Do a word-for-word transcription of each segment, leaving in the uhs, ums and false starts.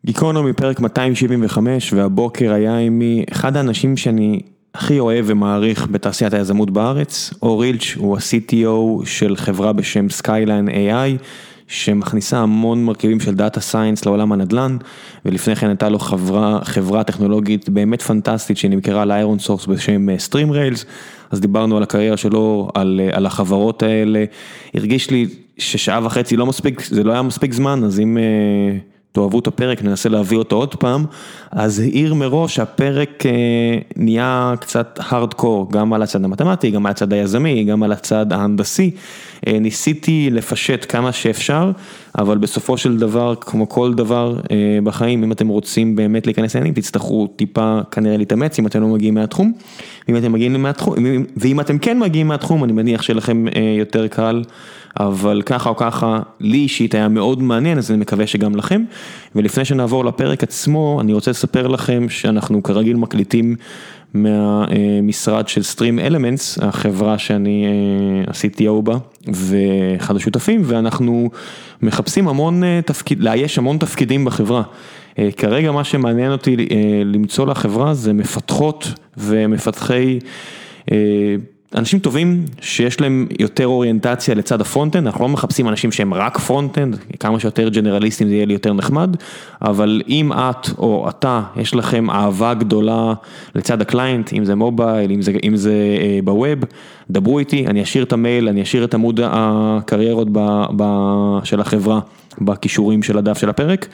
גיקונומי פרק מאתיים שבעים וחמש, והבוקר היה עימי אחד האנשים שאני הכי אוהב ומעריך בתעשיית היזמות בארץ. אור הילץ' הוא ה-סי טי או של חברה בשם Skyline איי איי, שמכניסה המון מרכיבים של דאטה סיינס לעולם הנדל"ן, ולפני כן הייתה לו חברה, חברה טכנולוגית באמת פנטסטית שנמכרה לאיירון סורס בשם Stream Rails. אז דיברנו על הקריירה שלו, על, על החברות האלה. הרגיש לי ששעה וחצי לא מספיק, זה לא היה מספיק זמן, אז אם תאהבו את הפרק, ננסה להביא אותו עוד פעם. אז העיר מראש, הפרק נהיה קצת הארדקור, גם על הצד המתמטי, גם על הצד היזמי, גם על הצד ההנדסי. ניסיתי לפשט כמה שאפשר, אבל בסופו של דבר, כמו כל דבר בחיים, אם אתם רוצים באמת להיכנס לעניינים, תצטרכו טיפה כנראה להתאמץ, אם אתם לא מגיעים מהתחום. ואם אתם מגיעים מהתחום, ואם אתם כן מגיעים מהתחום, אני מניח שלכם יותר קל, אבל ככה או ככה, לי אישית היה מאוד מעניין, אז אני מקווה שגם לכם. ולפני שנעבור לפרק עצמו, אני רוצה לספר לכם שאנחנו כרגיל מקליטים מהמשרד של Stream Elements, החברה שאני ה-סי טי או בה, ואחד השותפים, ואנחנו מחפשים המון תפקיד, לאייש המון תפקידים בחברה. כרגע מה שמעניין אותי למצוא לחברה זה מפתחות ומפתחי אנשים טובים שיש להם יותר אוריינטציה לצד הפרונט-אנד. אנחנו לא מחפשים אנשים שהם רק פרונט-אנד, כמה שיותר ג'נרליסטים זה יהיה לי יותר נחמד, אבל אם את או אתה, יש לכם אהבה גדולה לצד הקליינט, אם זה מובייל, אם זה, אם זה אה, בווב, דברו איתי, אני אשאיר את המייל, אני אשאיר את עמוד הקריירות ב, ב, של החברה, בכישורים של הדף של הפרק.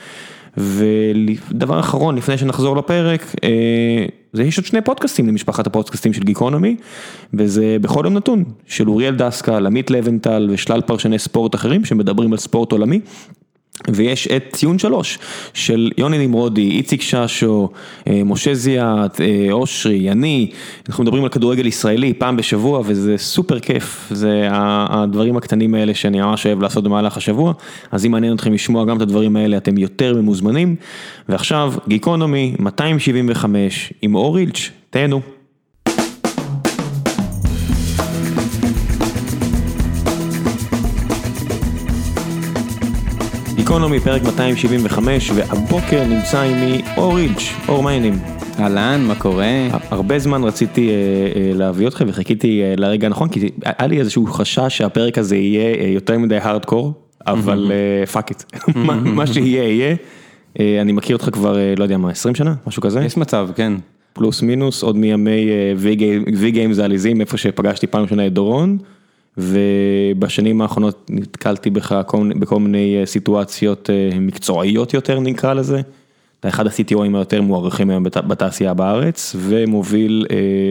ודבר אחרון, לפני שנחזור לפרק, זה יש עוד שני פודקאסטים למשפחת הפודקאסטים של גיקונומי, וזה בכל יום נתון, של אוריאל דסקל, עמית לבנטל ושלל פרשני ספורט אחרים שמדברים על ספורט עולמי, ויש את ציון שלוש של יוני נמרודי, איציק ששו, משה זיאת, אושרי, יני. אנחנו מדברים על כדורגל ישראלי פעם בשבוע, וזה סופר כיף. זה הדברים הקטנים האלה שאני ממש אוהב לעשות במהלך השבוע. אז אם מעניין אתכם לשמוע גם את הדברים האלה, אתם יותר ממוזמנים. ועכשיו, גיקונומי מאתיים שבעים וחמש עם אור הילץ', תהנו. גיקונומי פרק מאתיים שבעים וחמש, והבוקר נמצא עימי אור הילץ'. אור, מה העניינים? אהלן, מה קורה? הרבה זמן רציתי אה, אה, להביא אותך וחיכיתי אה, לרגע נכון, כי היה לי איזשהו חשש שהפרק הזה יהיה אה, יותר מדי הארדקור, אבל פאק איט, מה שיהיה יהיה. אה, אני מכיר אותך כבר, אה, לא יודע מה, עשרים שנה, משהו כזה? יש מצב, כן. פלוס מינוס, עוד מימי וי גיימס העליזים, איפה שפגשתי פעם שנה את דורון, ובשנים האחרונות נתקלתי בך בכל מיני סיטואציות מקצועיות יותר, נקרא לזה. אתה אחד ה-סי טי או-ים היותר מוערכים היום בתעשייה בארץ, ומוביל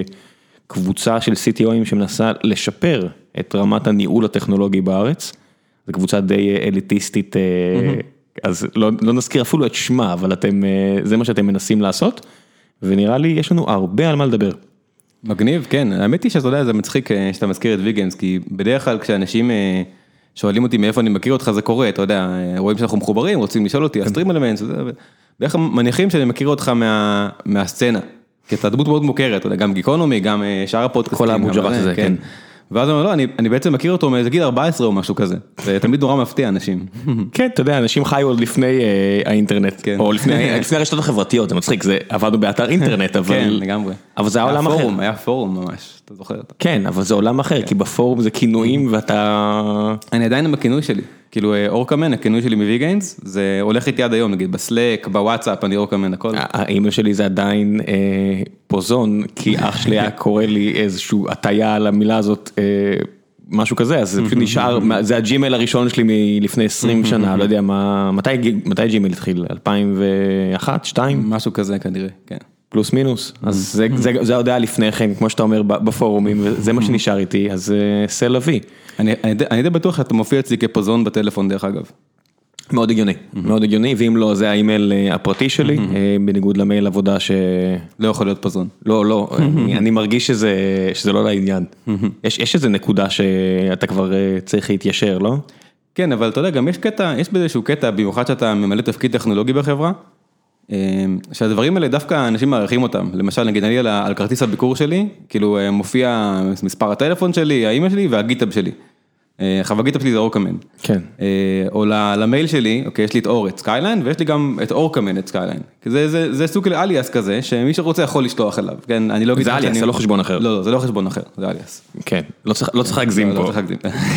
קבוצה של סי טי או-ים שמנסה לשפר את רמת הניהול הטכנולוגי בארץ. זו קבוצה די אליטיסטית, אז לא, לא נזכיר אפילו את שמה, אבל אתם, זה מה שאתם מנסים לעשות, ונראה לי יש לנו הרבה על מה לדבר. מגניב, כן. האמת היא שאתה יודע, זה מצחיק שאתה מזכיר את ויגנס, כי בדרך כלל כשאנשים שואלים אותי מאיפה אני מכיר אותך, זה קורה, אתה יודע, רואים שאנחנו מחוברים, רוצים לשאול אותי, הסטרים אלמנטס, בדרך כלל מניחים שאני מכיר אותך מה, מהסצנה, כי אתה דמות מאוד מוכרת, אתה יודע, גם גיקונומי, גם שאר הפודקאסטים. כל המוג'רת הזה, כן. ואז הוא אומר, לא, אני, אני בעצם מכיר אותו מאיזה גיל ארבע עשרה או משהו כזה. זה תמיד נורא מפתיע אנשים. כן, אתה יודע, אנשים חיו עוד לפני האינטרנט, או לפני הרשתות החברתיות, זה מצחיק, זה עבדנו באתר אינטרנט, אבל... כן, לגמרי. אבל זה העולם אחר. היה פורום ממש, אתה זוכר אותה. כן, אבל זה עולם אחר, כי בפורום זה כינויים ואתה... אני עדיין עם הכינוי שלי. כאילו אורקמן, הכינוי שלי מוויגנס, זה הולך איתי עד היום, נגיד, בסלק, בוואטסאפ, אני אורקמן, הכל. האימייל שלי זה עדיין פוזון, כי אח שלי היה קורא לי איזשהו הטיה על המילה הזאת, משהו כזה, אז זה פשוט נשאר, זה הג'ימייל הראשון שלי מלפני עשרים שנה, לא יודע, מתי ג'ימייל התחיל? אלפיים ואחת, שתיים? משהו כזה כנראה, כן. פלוס מינוס, אז זה ההודעה לפני כן, כמו שאתה אומר בפורומים, וזה מה שנשאר איתי, אז זה לוי. אני די בטוח שאתה מופיע אצלי כפוזון בטלפון דרך אגב. מאוד הגיוני, מאוד הגיוני, ואם לא, זה האימייל הפרטי שלי, בניגוד למייל עבודה ש... לא יכול להיות פוזון. לא, לא, אני מרגיש שזה לא לעניין. יש איזו נקודה שאתה כבר צריך להתיישר, לא? כן, אבל אתה יודע, גם יש קטע, יש באיזשהו קטע, במיוחד שאתה ממלא תפקיד טכנולוגי בחברה, שהדברים האלה דווקא אנשים מעריכים אותם. למשל, נגיד אני על כרטיס הביקור שלי, כאילו מופיע מספר הטלפון שלי, האימייל שלי והגיטאב שלי. חווה גיטאפ שלי זה אורקמן. כן. או למייל שלי, אוקיי, יש לי את אור את סקייליין, ויש לי גם את אורקמן את סקייליין. זה סוג של אליאס כזה, שמי שרוצה יכול לשלוח אליו. כן, אני לא... זה אליאס, זה לא חשבון אחר. לא, זה לא חשבון אחר, זה אליאס. כן, לא צריך להגזים פה. לא צריך להגזים.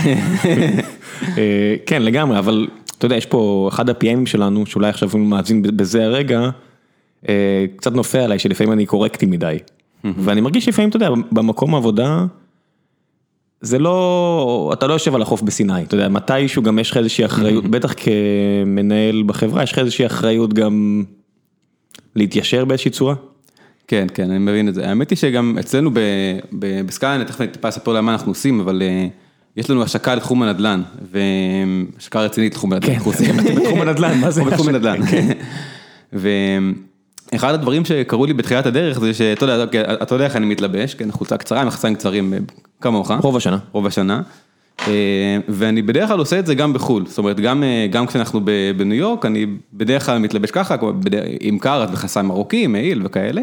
כן, לגמרי, אבל אתה יודע, יש פה אחד ה-פי אמים שלנו, שאולי עכשיו הוא מאזין בזה הרגע, קצת נופע עליי, שלפעמים אני קורקטי מדי. ואני מרגיש לפעמים, אתה יודע, במקום העבודה, זה לא, אתה לא יושב על החוף בסיני, אתה יודע, מתישהו גם יש לך איזושהי אחריות, בטח כמנהל בחברה, יש לך איזושהי אחריות גם להתיישר באיזושהי צורה? כן, כן, אני מבין את זה. האמת היא שגם אצלנו בסקייליין, אני תכף אני טיפה אספר למה אנחנו עושים, אבל יש לנו השקה לתחום הנדל"ן, והשקה רצינית לתחום הנדל"ן. כן, בתחום הנדל"ן, מה זה? בתחום הנדל"ן, ו... אחד הדברים שקראו לי בתחילת הדרך זה שאתה יודע, אתה יודע איך אני מתלבש, כן, חולצה קצרה, עם מחסיים קצרים כמוך. רוב השנה. רוב השנה. ואני בדרך כלל עושה את זה גם בחול, זאת אומרת, גם, גם כשאנחנו בניו יורק, אני בדרך כלל מתלבש ככה, עם קארט וחסיים ארוכים, מעיל וכאלה.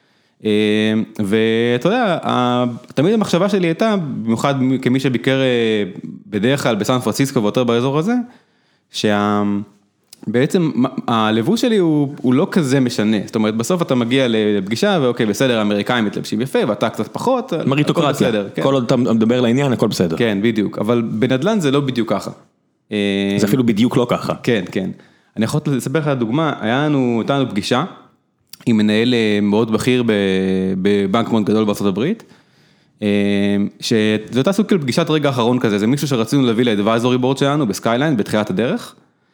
ואתה יודע, תמיד המחשבה שלי הייתה, במיוחד כמי שביקר בדרך כלל בסן פרנסיסקו ויותר באזור הזה, שה... בעצם הלבוש שלי הוא, הוא לא כזה משנה, זאת אומרת בסוף אתה מגיע לפגישה ואוקיי בסדר, האמריקאים מתלבשים יפה ואתה קצת פחות, מריטוקרטיה, כן. כל עוד אתה מדבר לעניין הכל בסדר. כן, בדיוק, אבל בנדל"ן זה לא בדיוק ככה. זה אפילו בדיוק לא ככה. כן, כן. אני יכול לספר לך דוגמה, היה לנו, הייתה לנו פגישה עם מנהל מאוד בכיר בבנק מאוד גדול בארצות הברית, שזה אותה סוג של פגישת רגע אחרון כזה, זה מישהו שרצינו להביא לאדוויזורי בורד שלנו בסקייליין בתחילת הדרך,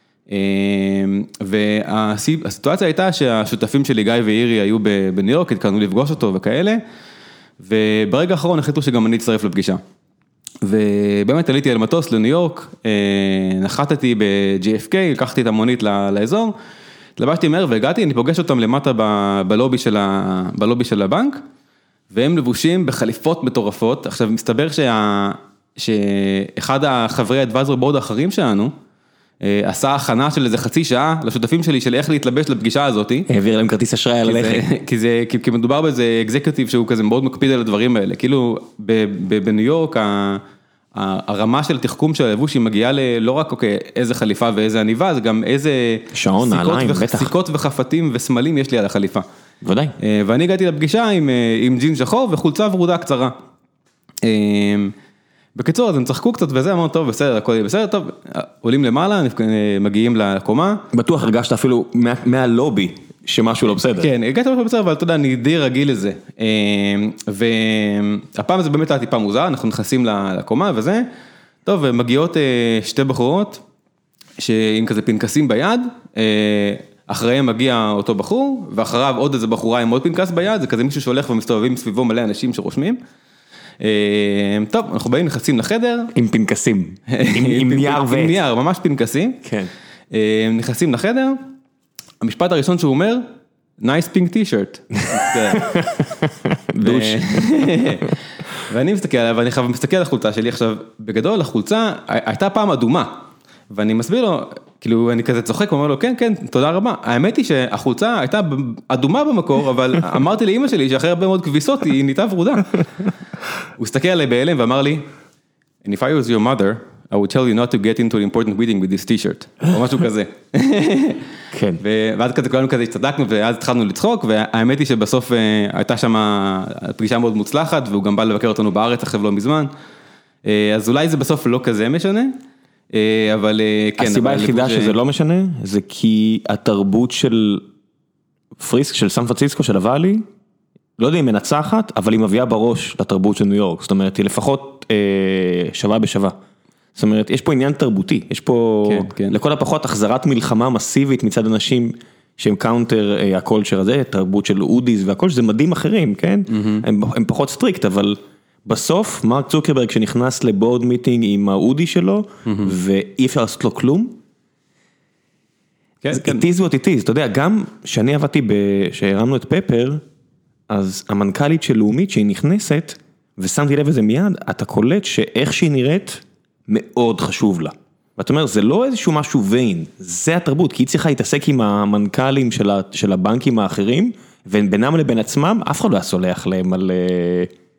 והסיטואציה הייתה שהשותפים שלי גיא ואירי היו בניו יורק, התקרנו לפגוש אותו וכאלה, וברגע האחרון החליטו שגם אני אצטרף לפגישה. ובאמת עליתי על מטוס לניו יורק, נחתתי ב-ג'י אף קיי, לקחתי את המונית לאזור, התלבשתי מהר והגעתי, אני פוגש אותם למטה בלובי של, ה... בלובי של הבנק, והם לבושים בחליפות מטורפות. עכשיו מסתבר שה... שאחד החברי הדוויזורי בורד האחרים שלנו, עשה הכנה של איזה חצי שעה לשותפים שלי של איך להתלבש לפגישה הזאת. העביר להם כרטיס אשראי על הלכת. כי זה, כי מדובר באיזה אקזקטיב שהוא כזה מאוד מקפיד על הדברים האלה. כאילו בניו יורק הרמה של תחכום של הלבוש היא מגיעה לא רק אוקיי איזה חליפה ואיזה עניבה, זה גם איזה שעון, נעליים, בטח. סיכות וחפתים וסמלים יש לי על החליפה. ודאי. ואני הגעתי לפגישה עם, עם ג'ינס שחור וחולצה ורודה קצרה. בקיצור, אז הם צחקו קצת וזה, אמרו, טוב, בסדר, הכל יהיה בסדר, טוב, עולים למעלה, מגיעים לקומה. בטוח הרגשת אפילו מה, מהלובי שמשהו לא בסדר. כן, הגעתי משהו בסדר, אבל אתה יודע, אני די רגיל לזה. והפעם זה באמת היה טיפה מוזר, אנחנו נכנסים לקומה וזה, טוב, ומגיעות שתי בחורות, שעם כזה פנקסים ביד, אחריהם מגיע אותו בחור, ואחריו עוד איזה בחורה עם עוד פנקס ביד, זה כזה מישהו שהולך ומסתובבים סביבו מלא אנשים שרושמים. טוב, אנחנו באים, נכנסים לחדר. עם פנקסים, עם נייר ועט. עם נייר, ממש פנקסים. כן. נכנסים לחדר, המשפט הראשון שהוא אומר, nice pink t-shirt. דוש. ואני מסתכל עליו, ואני חייב מסתכל על החולצה שלי, עכשיו, בגדול, החולצה הייתה פעם אדומה, ואני מסביר לו, כאילו, אני כזה צוחק, ואומר לו, כן, כן, תודה רבה. האמת היא שהחולצה הייתה אדומה במקור, אבל אמרתי לאמא שלי, שאחרי הרבה מאוד כביסות, היא נהייתה ורודה. הוא הסתכל עליי בהלם ואמר לי, And if I was your mother, I would tell you not to get into an important meeting with this t-shirt, או משהו כזה. כן. ואז כזה, כולנו כזה הצטדקנו, ואז התחלנו לצחוק, והאמת היא שבסוף הייתה שם פגישה מאוד מוצלחת, והוא גם בא לבקר אותנו בארץ, אחרי לא מזמן. אז אולי זה בסוף לא כזה משנה, אבל כן. הסיבה היחידה שזה לא משנה, זה כי התרבות של פריסק, של סן פרנסיסקו, של הוואלי, לא יודע אם מנצחת, אבל היא מביאה בראש לתרבות של ניו יורק, זאת אומרת, היא לפחות אה, שווה בשווה. זאת אומרת, יש פה עניין תרבותי, יש פה כן, כן. לכל הפחות החזרת מלחמה מסיבית מצד אנשים שהם קאונטר אה, הקולצ'ר הזה, תרבות של אודיז והכל, שזה מדהים אחרים, כן? Mm-hmm. הם, הם פחות סטריקט, אבל בסוף, מרק צוקרברג שנכנס לבורד מיטינג עם האודי שלו, mm-hmm. ואי אפשר לעשות לו כלום, כן, כן. it is what it is, אתה יודע, גם שאני עבדתי, שהרמנו את פפר, אז המנכ"לית של לאומית שהיא נכנסת, ושמתי לב לזה מיד, אתה קולט שאיך שהיא נראית, מאוד חשוב לה. ואתה אומר, זה לא איזשהו משהו ואין, זה התרבות, כי היא צריכה להתעסק עם המנכ"לים של, ה, של הבנקים האחרים, ובינם לבין עצמם, אף אחד לא סולח להם על...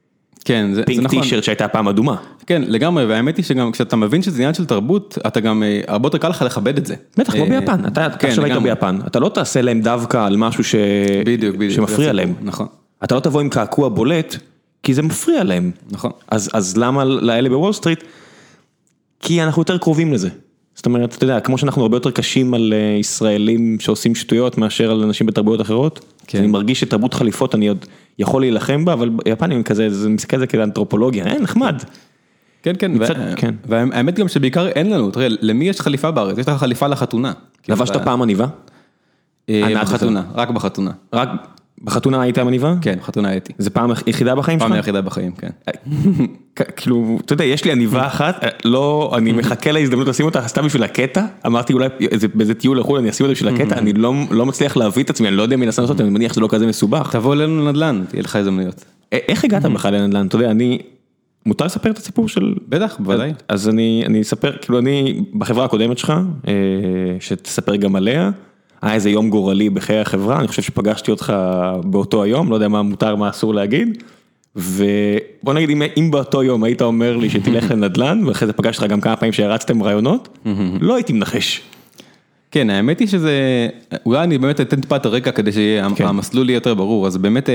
כן, זה, פינק זה נכון. טישרט שהייתה פעם אדומה. כן, לגמרי, והאמת היא שגם כשאתה מבין שזה עניין של תרבות, אתה גם, הרבה יותר קל לך לכבד את זה. בטח, כמו ביפן, אתה עכשיו היית ביפן, אתה לא תעשה להם דווקא על משהו ש... בדיוק, בדיוק. שמפריע להם. נכון. אתה לא תבוא עם קעקוע בולט, כי זה מפריע להם. נכון. אז, אז למה לאלה בוול סטריט? כי אנחנו יותר קרובים לזה. זאת אומרת, אתה יודע, כמו שאנחנו הרבה יותר קשים על ישראלים שעושים שטויות מאשר על אנשים בתרבויות אחרות, כן. אני מרגיש שתרבות חליפות אני עוד יכול להילחם בה, אבל יפנים כזה, זה מסתכל על זה כאנתרופולוגיה, אין, נחמד. כן, כן, מצד, ו... כן. והאמת גם שבעיקר אין לנו, תראה, למי יש חליפה בארץ? יש לך חליפה לחתונה. לבשת פעם עניבה? בחתונה, רק בחתונה. רק בחתונה היית עניבה? כן, בחתונה הייתי. זה פעם יחידה בחיים שלך? פעם יחידה בחיים, כן. כאילו, אתה יודע, יש לי עניבה אחת, לא, אני מחכה להזדמנות לשים אותה, סתם בשביל הקטע, אמרתי אולי באיזה טיול לחול, אני אשים אותה בשביל הקטע, אני לא מצליח להביא את עצמי, אני לא יודע מי נסה לעשות, אני מניח שזה לא כזה מסובך. תבוא אלינו לנדל"ן, תהיה לך הזדמנויות. איך הגעת בכלל לנדל"ן? אתה יודע, אני, מותר לספר את הסיפור של... בטח, בוודאי. אז אני אספר, כאילו אני, בחברה הקודמת שלך, שתספר גם עליה, היה איזה יום גורלי בחיי החברה, אני חושב שפגשתי אותך באותו היום, לא יודע מה מותר, מה אסור להגיד, ובוא נגיד, אם, אם באותו יום היית אומר לי שתלך לנדל"ן, ואחרי זה פגשתי אותך גם כמה פעמים שהרצתם רעיונות, לא הייתי מנחש. כן, האמת היא שזה, אולי אני באמת אתן טיפה את הרקע כדי שהמסלול יהיה יותר ברור, אז באמת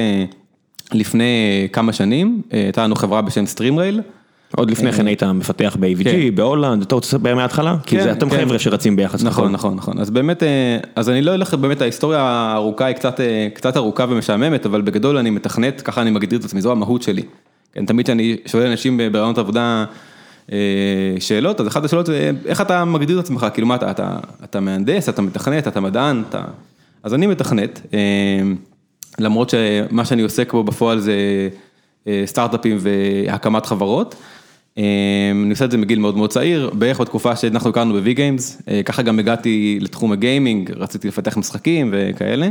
לפני כמה שנים, הייתה לנו חברה בשם סטרימרייל, עוד לפני כן היית מפתח ב-איי וי ג'י, בהולנד, אתה רוצה לספר מההתחלה? כי זה אתם חבר'ה שרצים ביחד. נכון, נכון, נכון. אז באמת, אז אני לא אלך, באמת ההיסטוריה הארוכה היא קצת ארוכה ומשעממת, אבל בגדול אני מתכנת, ככה אני מגדיר את עצמי, זו המהות שלי. תמיד שאני שואל אנשים ברעיונות עבודה שאלות, אז אחת השאלות זה, איך אתה מגדיר את עצמך? כאילו מה, אתה מהנדס, אתה מתכנת, אתה מדען, אז אני מתכנת, למרות שמה שאני עוסק בו בפועל זה סטארט-אפים והקמת חברות, אני עושה את זה מגיל מאוד מאוד צעיר, בערך בתקופה שאנחנו הכרנו ב-וי גיימס, ככה גם הגעתי לתחום הגיימינג, רציתי לפתח משחקים וכאלה.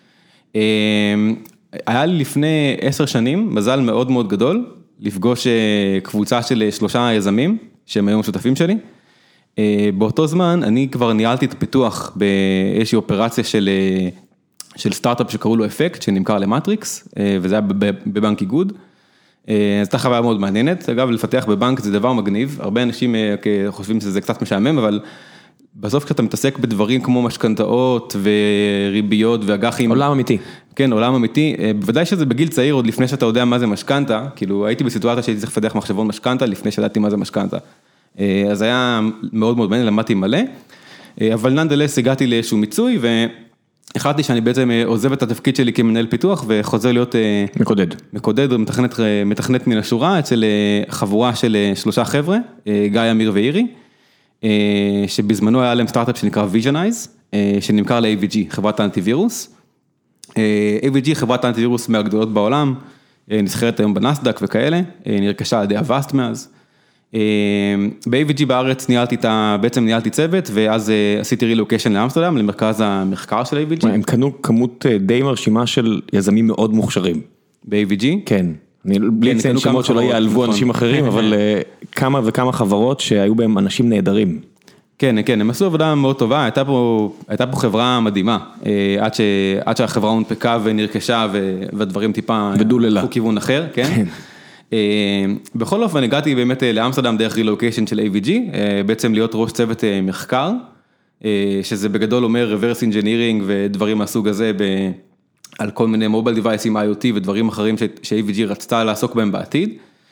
היה לי לפני עשר שנים, מזל מאוד מאוד גדול, לפגוש קבוצה של שלושה יזמים, שהם היום שותפים שלי. באותו זמן, אני כבר ניהלתי את הפיתוח באיזושהי אופרציה של, של סטארט-אפ שקראו לו אפקט, שנמכר למטריקס, וזה היה בבנק איגוד. אז הייתה חוויה מאוד מעניינת, אגב לפתח בבנק זה דבר מגניב, הרבה אנשים חושבים שזה קצת משעמם, אבל בסוף כשאתה מתעסק בדברים כמו משכנתאות וריביות ואג"חים. עולם אמיתי. כן, עולם אמיתי, בוודאי שזה בגיל צעיר עוד לפני שאתה יודע מה זה משכנתה, כאילו הייתי בסיטואציה שהייתי צריך לפתח מחשבון משכנתה לפני שידעתי מה זה משכנתה, אז היה מאוד מאוד מעניין, למדתי מלא, אבל ננדלס הגעתי לאיזשהו מיצוי ו... החלטתי שאני בעצם עוזב את התפקיד שלי כמנהל פיתוח וחוזר להיות מקודד. מקודד ומתכנת מתכנת מן השורה אצל חבורה של שלושה חבר'ה, גיא, אמיר ואירי, שבזמנו היה להם סטארט-אפ שנקרא Visionize, שנמכר ל-איי וי ג'י, חברת האנטיווירוס. איי וי ג'י, חברת האנטיווירוס מהגדולות בעולם, נסחרת היום בנסדק וכאלה, נרכשה על ידי אבסט מאז. ב-איי וי ג'י בארץ ניהלתי את ה... בעצם ניהלתי צוות, ואז עשיתי רילוקיישן לאמסטרדם, למרכז המחקר של איי וי ג'י. הם קנו כמות די מרשימה של יזמים מאוד מוכשרים. ב-איי וי ג'י? כן. אני בלי לציין שמות שלא יעלבו אנשים אחרים, אבל כמה וכמה חברות שהיו בהם אנשים נהדרים. כן, כן, הם עשו עבודה מאוד טובה, הייתה פה, הייתה פה חברה מדהימה, עד ש... עד שהחברה הונפקה ונרכשה, והדברים טיפה... ודוללה. לקחו כיוון אחר, כן? בכל אופן הגעתי באמת לאמסטרדם דרך רילוקיישן של איי וי ג'י, בעצם להיות ראש צוות מחקר, שזה בגדול אומר reverse engineering ודברים מהסוג הזה על כל מיני mobile devices, איי או טי ודברים אחרים ש-איי וי ג'י רצתה לעסוק בהם בעתיד.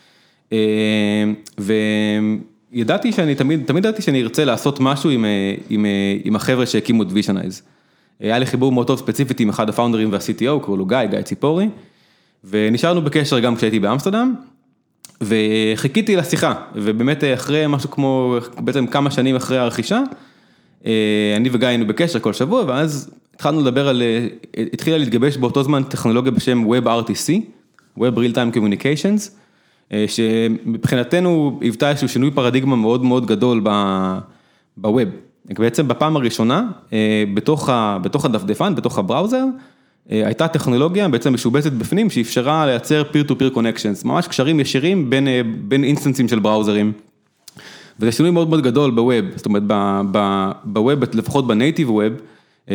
וידעתי שאני תמיד, תמיד ידעתי שאני ארצה לעשות משהו עם, עם, עם החבר'ה שהקימו את Visionize. היה לי חיבור מאוד טוב ספציפית עם אחד הפאונדרים וה-סי טי או, קראו לו גיא, גיא ציפורי. ונשארנו בקשר גם כשהייתי באמסטרדם, וחיכיתי לשיחה, ובאמת אחרי משהו כמו, בעצם כמה שנים אחרי הרכישה, אני וגיא היינו בקשר כל שבוע, ואז התחלנו לדבר על, התחילה להתגבש באותו זמן טכנולוגיה בשם Web אר טי סי, Web Real Time Communications, שמבחינתנו היוותה איזשהו שינוי פרדיגמה מאוד מאוד גדול בווב. בעצם בפעם הראשונה, בתוך, בתוך הדפדפן, בתוך הבראוזר, הייתה טכנולוגיה בעצם משובצת בפנים שאפשרה לייצר peer-to-peer connections, ממש קשרים ישירים בין, בין אינסטנסים של בראוזרים. וזה שינוי מאוד מאוד גדול בווב, זאת אומרת בווב, לפחות בנייטיב ווב,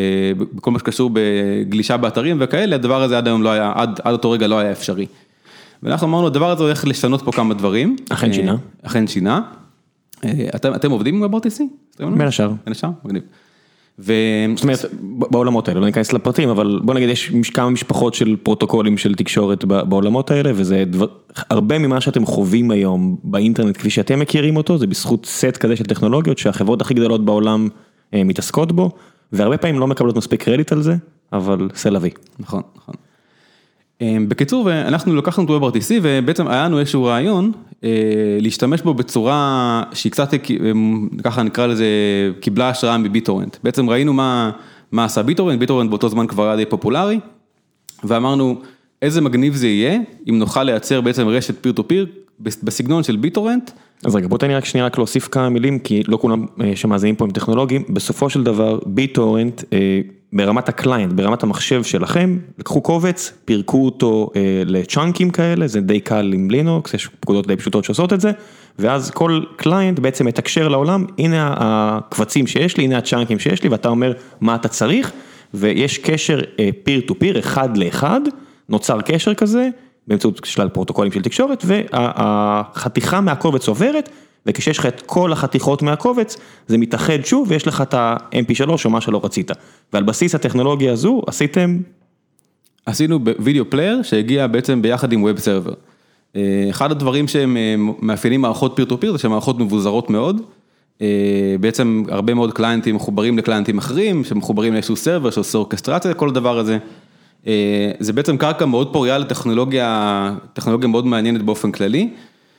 בכל מה שקשור בגלישה באתרים וכאלה, הדבר הזה עד היום לא היה, עד, עד אותו רגע לא היה אפשרי. ואנחנו אמרנו, הדבר הזה הולך לשנות פה כמה דברים. אכן שינה. אכן שינה. אתם, אתם עובדים עם WebRTC? בין השאר. בין השאר, מגניב. ו... זאת אומרת, בעולמות האלה, לא ניכנס לפרטים, אבל בוא נגיד, יש כמה משפחות של פרוטוקולים של תקשורת בעולמות האלה, וזה דבר, הרבה ממה שאתם חווים היום באינטרנט, כפי שאתם מכירים אותו, זה בזכות סט כזה של טכנולוגיות, שהחברות הכי גדולות בעולם אה, מתעסקות בו, והרבה פעמים לא מקבלות מספיק קרדיט על זה, אבל זה לוי. נכון, נכון. בקיצור, אנחנו לקחנו את WebRTC, ובעצם היה לנו איזשהו רעיון, להשתמש בו בצורה שהיא קצת, ככה נקרא לזה, קיבלה השראה מביטורנט. בעצם ראינו מה, מה עשה ביטורנט, ביטורנט באותו זמן כבר היה די פופולרי, ואמרנו, איזה מגניב זה יהיה, אם נוכל לייצר בעצם רשת פיר טו פיר, בסגנון של ביטורנט. אז רגע, בוא תן לי רק שנייה רק להוסיף כמה מילים, כי לא כולם שמאזינים פה עם טכנולוגים, בסופו של דבר, ביטורנט, ברמת הקליינט, ברמת המחשב שלכם, לקחו קובץ, פירקו אותו לצ'אנקים כאלה, זה די קל עם לינוקס, יש פקודות די פשוטות שעושות את זה, ואז כל קליינט בעצם מתקשר לעולם, הנה הקבצים שיש לי, הנה הצ'אנקים שיש לי, ואתה אומר מה אתה צריך, ויש קשר פיר טו פיר, אחד לאחד, נוצר קשר כזה, באמצעות שלל פרוטוקולים של תקשורת, והחתיכה מהקובץ עוברת, וכשיש לך את כל החתיכות מהקובץ, זה מתאחד שוב, ויש לך את ה-אם פי שלוש או מה שלא רצית. ועל בסיס הטכנולוגיה הזו, עשיתם? עשינו וידאו פלייר, שהגיע בעצם ביחד עם ווב סרבר. אחד הדברים שהם מאפיינים מערכות פיר טו פיר, זה שהמערכות מבוזרות מאוד, בעצם הרבה מאוד קליינטים מחוברים לקליינטים אחרים, שמחוברים לאיזשהו סרבר, שעושה אורקסטרציה, כל הדבר הזה. זה בעצם קרקע מאוד פוריה לטכנולוגיה, טכנולוגיה מאוד מעניינת באופן כללי,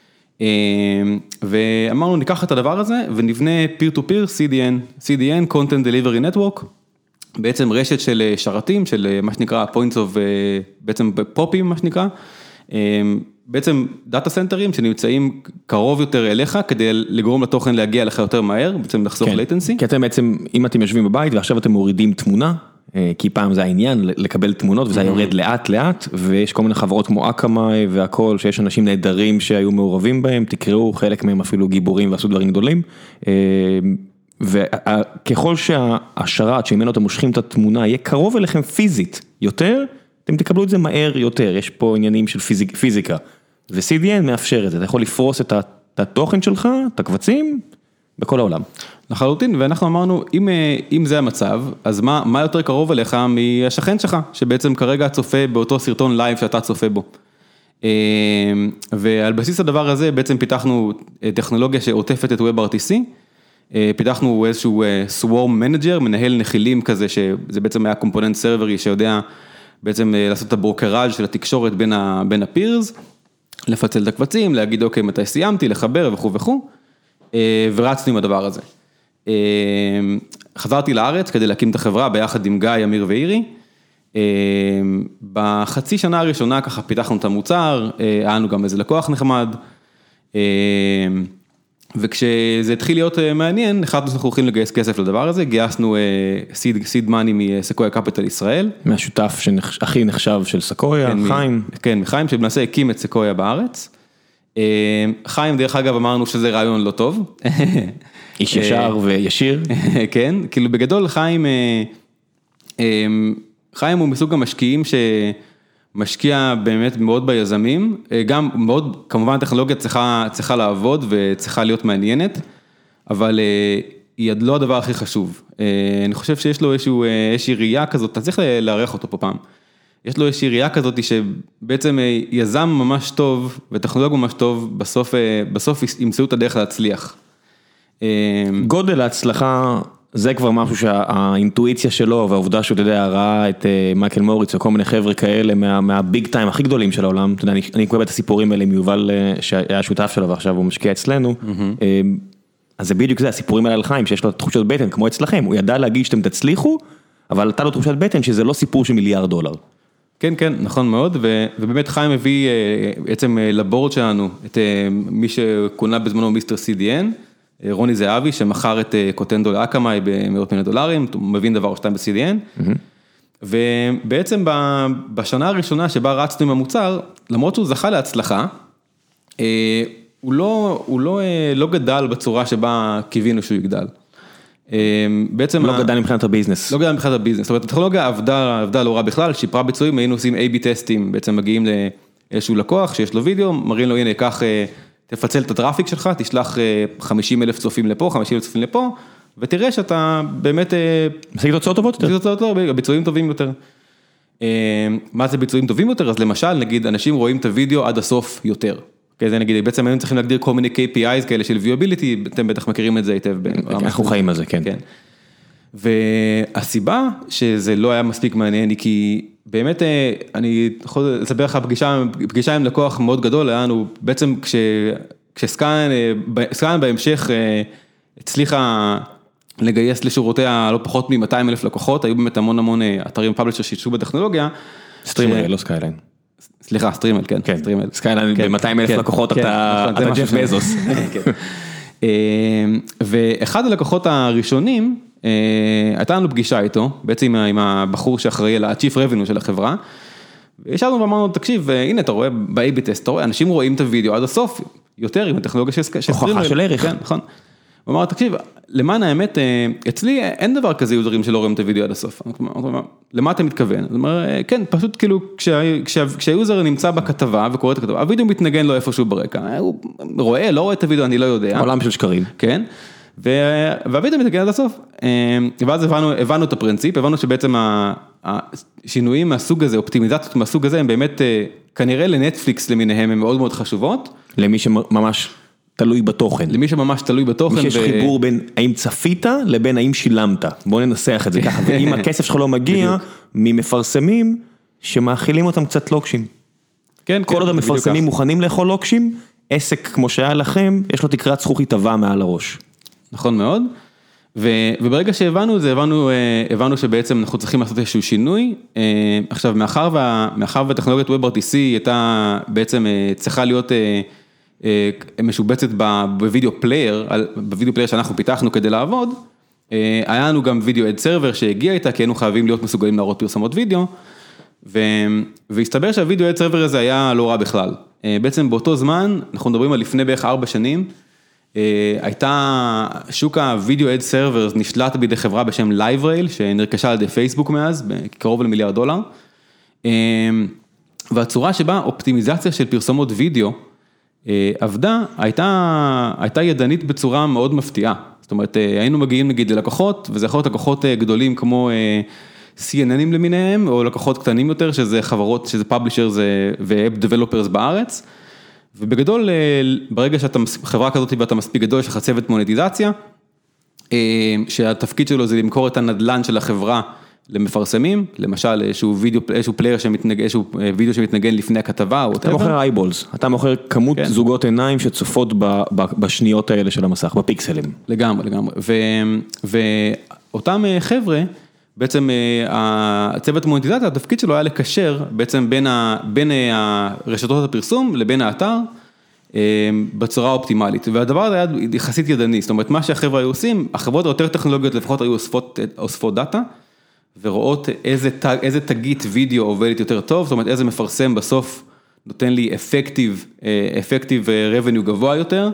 ואמרנו ניקח את הדבר הזה ונבנה peer to peer סי די אן, סי די אן, Content Delivery Network, בעצם רשת של שרתים, של מה שנקרא points of, בעצם פופים מה שנקרא, בעצם דאטה סנטרים שנמצאים קרוב יותר אליך, כדי לגרום לתוכן להגיע לך יותר מהר, בעצם לחסוך latency. כי אתם בעצם, אם אתם יושבים בבית ועכשיו אתם מורידים תמונה, כי פעם זה העניין, לקבל תמונות, וזה יורד לאט לאט, ויש כל מיני חברות כמו אקאמאי והכל, שיש אנשים נהדרים שהיו מעורבים בהם, תקראו, חלק מהם אפילו גיבורים ועשו דברים גדולים, וככל שהשרת שממנו אתם מושכים את התמונה, יהיה קרוב אליכם פיזית יותר, אתם תקבלו את זה מהר יותר, יש פה עניינים של פיזיקה, ו-סי די אן מאפשר את זה, אתה יכול לפרוס את התוכן שלך, את הקבצים, בכל העולם. לחלוטין, ואנחנו אמרנו, אם, אם זה המצב, אז מה, מה יותר קרוב אליך מהשכן שלך, שבעצם כרגע צופה באותו סרטון לייב שאתה צופה בו. ועל בסיס הדבר הזה בעצם פיתחנו טכנולוגיה שעוטפת את WebRTC, פיתחנו איזשהו Swarm Manager, מנהל נחילים כזה, שזה בעצם היה קומפוננט סרברי שיודע בעצם לעשות את הברוקראז' של התקשורת בין, ה, בין הפירס, לפצל את הקבצים, להגיד אוקיי מתי סיימתי, לחבר וכו' וכו', ורצנו עם הדבר הזה. חזרתי לארץ כדי להקים את החברה ביחד עם גיא, אמיר ואירי. בחצי שנה הראשונה ככה פיתחנו את המוצר, היה לנו גם איזה לקוח נחמד, וכשזה התחיל להיות מעניין, החלטנו שאנחנו הולכים לגייס כסף לדבר הזה, גייסנו סיד מאני מסקויה קפיטל ישראל. מהשותף הכי נחשב של סקויה, חיים. כן, חיים שבנעשה הקים את סקויה בארץ. חיים דרך אגב אמרנו שזה רעיון לא טוב. איש ישר וישיר. כן, כאילו בגדול חיים, חיים הוא מסוג המשקיעים שמשקיע באמת מאוד ביזמים, גם מאוד, כמובן הטכנולוגיה צריכה, צריכה לעבוד וצריכה להיות מעניינת, אבל היא לא הדבר הכי חשוב. אני חושב שיש לו איזשהו, איזושהי ראייה כזאת, אתה צריך להערך אותו פה פעם. יש לו איזושהי ראייה כזאת שבעצם יזם ממש טוב וטכנולוג ממש טוב, בסוף, בסוף ימצאו את הדרך להצליח. גודל ההצלחה זה כבר משהו שהאינטואיציה שלו והעובדה שהוא, אתה יודע, ראה את מייקל מוריץ או כל מיני חבר'ה כאלה מה, מהביג טיים הכי גדולים של העולם, אתה יודע, אני, אני קורא את הסיפורים האלה עם יובל שהיה שותף שלו ועכשיו הוא משקיע אצלנו, mm-hmm. אז זה בדיוק זה, הסיפורים האלה על חיים שיש לו תחושות בטן כמו אצלכם, הוא ידע להגיד שאתם תצליחו, אבל אתה לו תחושת בטן שזה לא סיפור של מיליארד דולר. כן, כן, נכון מאוד, ובאמת חיים הביא בעצם לבורד שלנו את מי שכונה בזמנו מיסטר סי די אן, רוני זהבי, שמכר את קוטנדו לאקאמאי במאות מיליון דולרים, הוא מבין דבר או שתיים ב-סי די אן, ובעצם בשנה הראשונה שבה רצנו עם המוצר, למרות שהוא זכה להצלחה, הוא לא, הוא לא, לא גדל בצורה שבה קיווינו שהוא יגדל. בעצם לא גדל מבחינת הביזנס. לא גדל מבחינת הביזנס, זאת אומרת, הטכנולוגיה עבדה, עבדה לא רע בכלל, שיפרה ביצועים, היינו עושים איי בי טסטים, בעצם מגיעים איזשהו לקוח שיש לו וידאו, מראים לו, הנה, קח, תפצל את הטראפיק שלך, תשלח חמישים אלף צופים לפה, חמישים אלף צופים לפה, ותראה שאתה באמת... משיג תוצאות טובות יותר. משיג תוצאות טובות, ביצועים טובים יותר. מה זה ביצועים טובים יותר? אז למשל, נגיד, אנשים רואים את הוידאו עד הסוף יותר. זה נגיד, בעצם הם צריכים להגדיר כל מיני K P Is כאלה של viewability, אתם בטח מכירים את זה היטב. אנחנו חיים על זה, כן. והסיבה שזה לא היה מספיק מעניין היא כי באמת אני יכול לספר לך פגישה, פגישה עם לקוח מאוד גדול, היה לנו בעצם כש, כשסקאן, סקאן בהמשך הצליחה לגייס לשורותיה לא פחות מ-מאתיים אלף לקוחות, היו באמת המון המון אתרים פאבלישר שהשתמשו בטכנולוגיה. סטרימל, לא סקייליין. סליחה, סטרימל, כן. סקייליין ב-מאתיים אלף לקוחות, אתה ג'ף בזוס. ואחד הלקוחות הראשונים, הייתה לנו פגישה איתו, בעצם עם הבחור שאחראי על ה-Chief Revenue של החברה, וישבנו ואמרנו, תקשיב, הנה אתה רואה ב-איי בי טסט, אתה רואה, אנשים רואים את הוידאו עד הסוף, יותר עם הטכנולוגיה של סטרימל. הוכחה של ערך. כן, נכון. הוא אמר, תקשיב, למען האמת, אצלי אין דבר כזה יוזרים שלא רואים את הוידאו עד הסוף. למה אתה מתכוון? הוא אומר, כן, פשוט כאילו, כשהיוזר נמצא בכתבה וקורא את הכתבה, הוידאו מתנגן לו איפשהו ברקע, הוא רואה, לא רואה את הוידאו, אני לא יודע. עולם של שקרים. כן. והוידאו מתנגן עד הסוף. ואז הבנו, הבנו את הפרינציפ, הבנו שבעצם השינויים מהסוג הזה, אופטימיזציות מהסוג הזה, הם באמת, כנראה לנטפליקס למיניהם, הם מאוד מאוד חשובות. למי שממש תלוי בתוכן. למי שממש תלוי בתוכן. מי שיש חיבור בין האם צפית לבין האם שילמת. בוא ננסח את זה ככה. ואם הכסף שלך לא מגיע, ממפרסמים שמאכילים אותם קצת לוקשים. כן, כל עוד המפרסמים מוכנים לאכול לוקשים, עסק כמו שהיה לכם, יש לו תקרת זכוכית טובה מעל הראש. נכון מאוד. וברגע שהבנו את זה, הבנו, הבנו שבעצם אנחנו צריכים לעשות איזשהו שינוי. עכשיו, מאחר מאחר והטכנולוגיית WebRTC הייתה בעצם צריכה להיות משובצת בווידאו פלייר, בווידאו פלייר שאנחנו פיתחנו כדי לעבוד, היה לנו גם וידאו אד סרבר שהגיע איתה, כי היינו חייבים להיות מסוגלים להראות פרסומות וידאו, והסתבר שהווידאו אד סרבר הזה היה לא רע בכלל. בעצם באותו זמן, אנחנו מדברים על לפני בערך ארבע שנים, הייתה שוק הווידאו אד סרבר נשלט בידי חברה בשם LiveRail, שנרכשה על ידי פייסבוק מאז, קרוב למיליארד דולר, והצורה שבה אופטימיזציה של פרסומות וידאו, עבדה, הייתה, הייתה ידנית בצורה מאוד מפתיעה. זאת אומרת, היינו מגיעים נגיד ללקוחות, וזה יכול להיות לקוחות גדולים כמו סי אן אנים למיניהם, או לקוחות קטנים יותר, שזה חברות, שזה פאבלישרס ואפ דבלופרס בארץ, ובגדול, ברגע שאתה חברה כזאת ואתה מספיק גדול, יש לך צוות מוניטיזציה, שהתפקיד שלו זה למכור את הנדלן של החברה, למפרסמים, למשל איזשהו וידאו, איזשהו פלייר שמתנגן, איזשהו וידאו שמתנגן לפני הכתבה, או אתה מוכר אייבולס, אתה מוכר כמות זוגות עיניים שצופות בשניות האלה של המסך, בפיקסלים. לגמרי, לגמרי. ואותם חבר'ה, בעצם הצוות המוניטיזציה, התפקיד שלו היה לקשר בעצם בין הרשתות הפרסום לבין האתר, בצורה אופטימלית, והדבר הזה היה יחסית ידני, זאת אומרת, מה שהחבר'ה היו עושים, החברות היותר טכנולוגיות לפחות היו אוספות דאטה, ורואות איזה תג, איזה תגית וידאו עובדת יותר טוב, זאת אומרת איזה מפרסם בסוף נותן לי אפקטיב, אפקטיב revenue גבוה יותר,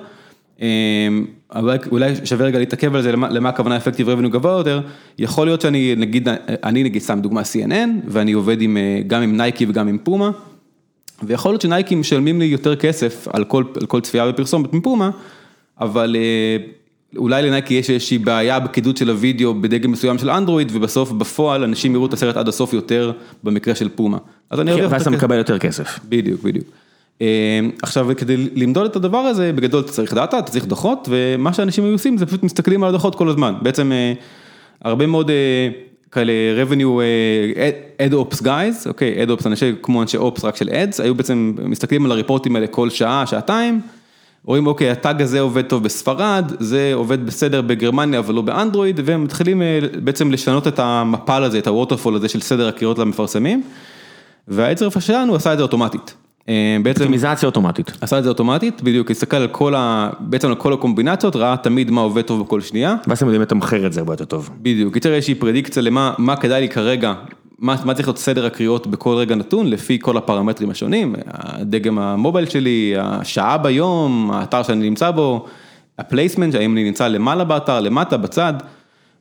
אולי שווה רגע להתעכב על זה, למה, למה הכוונה אפקטיב revenue גבוה יותר, יכול להיות שאני נגיד, אני נגיד שם דוגמה סי אן אן, ואני עובד עם, גם עם נייקי וגם עם פומה, ויכול להיות שנייקי משלמים לי יותר כסף על כל, על כל צפייה בפרסומת מפומה, אבל אולי לנייקי יש איזושהי בעיה בקידוד של הוידאו בדגם מסוים של אנדרואיד, ובסוף בפועל אנשים יראו את הסרט עד הסוף יותר במקרה של פומה. אז אני ארוויח... ואז אתה מקבל יותר כסף. בדיוק, בדיוק. עכשיו, כדי למדוד את הדבר הזה, בגדול אתה צריך דאטה, אתה צריך דוחות, ומה שאנשים היו עושים זה פשוט מסתכלים על הדוחות כל הזמן. בעצם הרבה מאוד כאלה revenue, ad ops guys, אוקיי, ad ops, אנשי כמו אנשי ops רק של ads, היו בעצם מסתכלים על הריפורטים האלה כל שעה, שעתיים, רואים, אוקיי, הטאג הזה עובד טוב בספרד, זה עובד בסדר בגרמניה, אבל לא באנדרואיד, והם מתחילים בעצם לשנות את המפל הזה, את הווטרפול הזה של סדר הקריאות למפרסמים, והעצרף שלנו עשה את זה אוטומטית. אופטימיזציה אוטומטית. עשה את זה אוטומטית, בדיוק, הסתכל על כל ה... בעצם על כל הקומבינציות, ראה תמיד מה עובד טוב בכל שנייה. ואז הם יודעים לתמחר את זה הרבה יותר טוב. בדיוק, יותר איזושהי פרדיקציה למה, מה כדאי לי כרגע, מה, מה צריך להיות סדר הקריאות בכל רגע נתון, לפי כל הפרמטרים השונים, הדגם המובייל שלי, השעה ביום, האתר שאני נמצא בו, הפלייסמנט, האם אני נמצא למעלה באתר, למטה, בצד,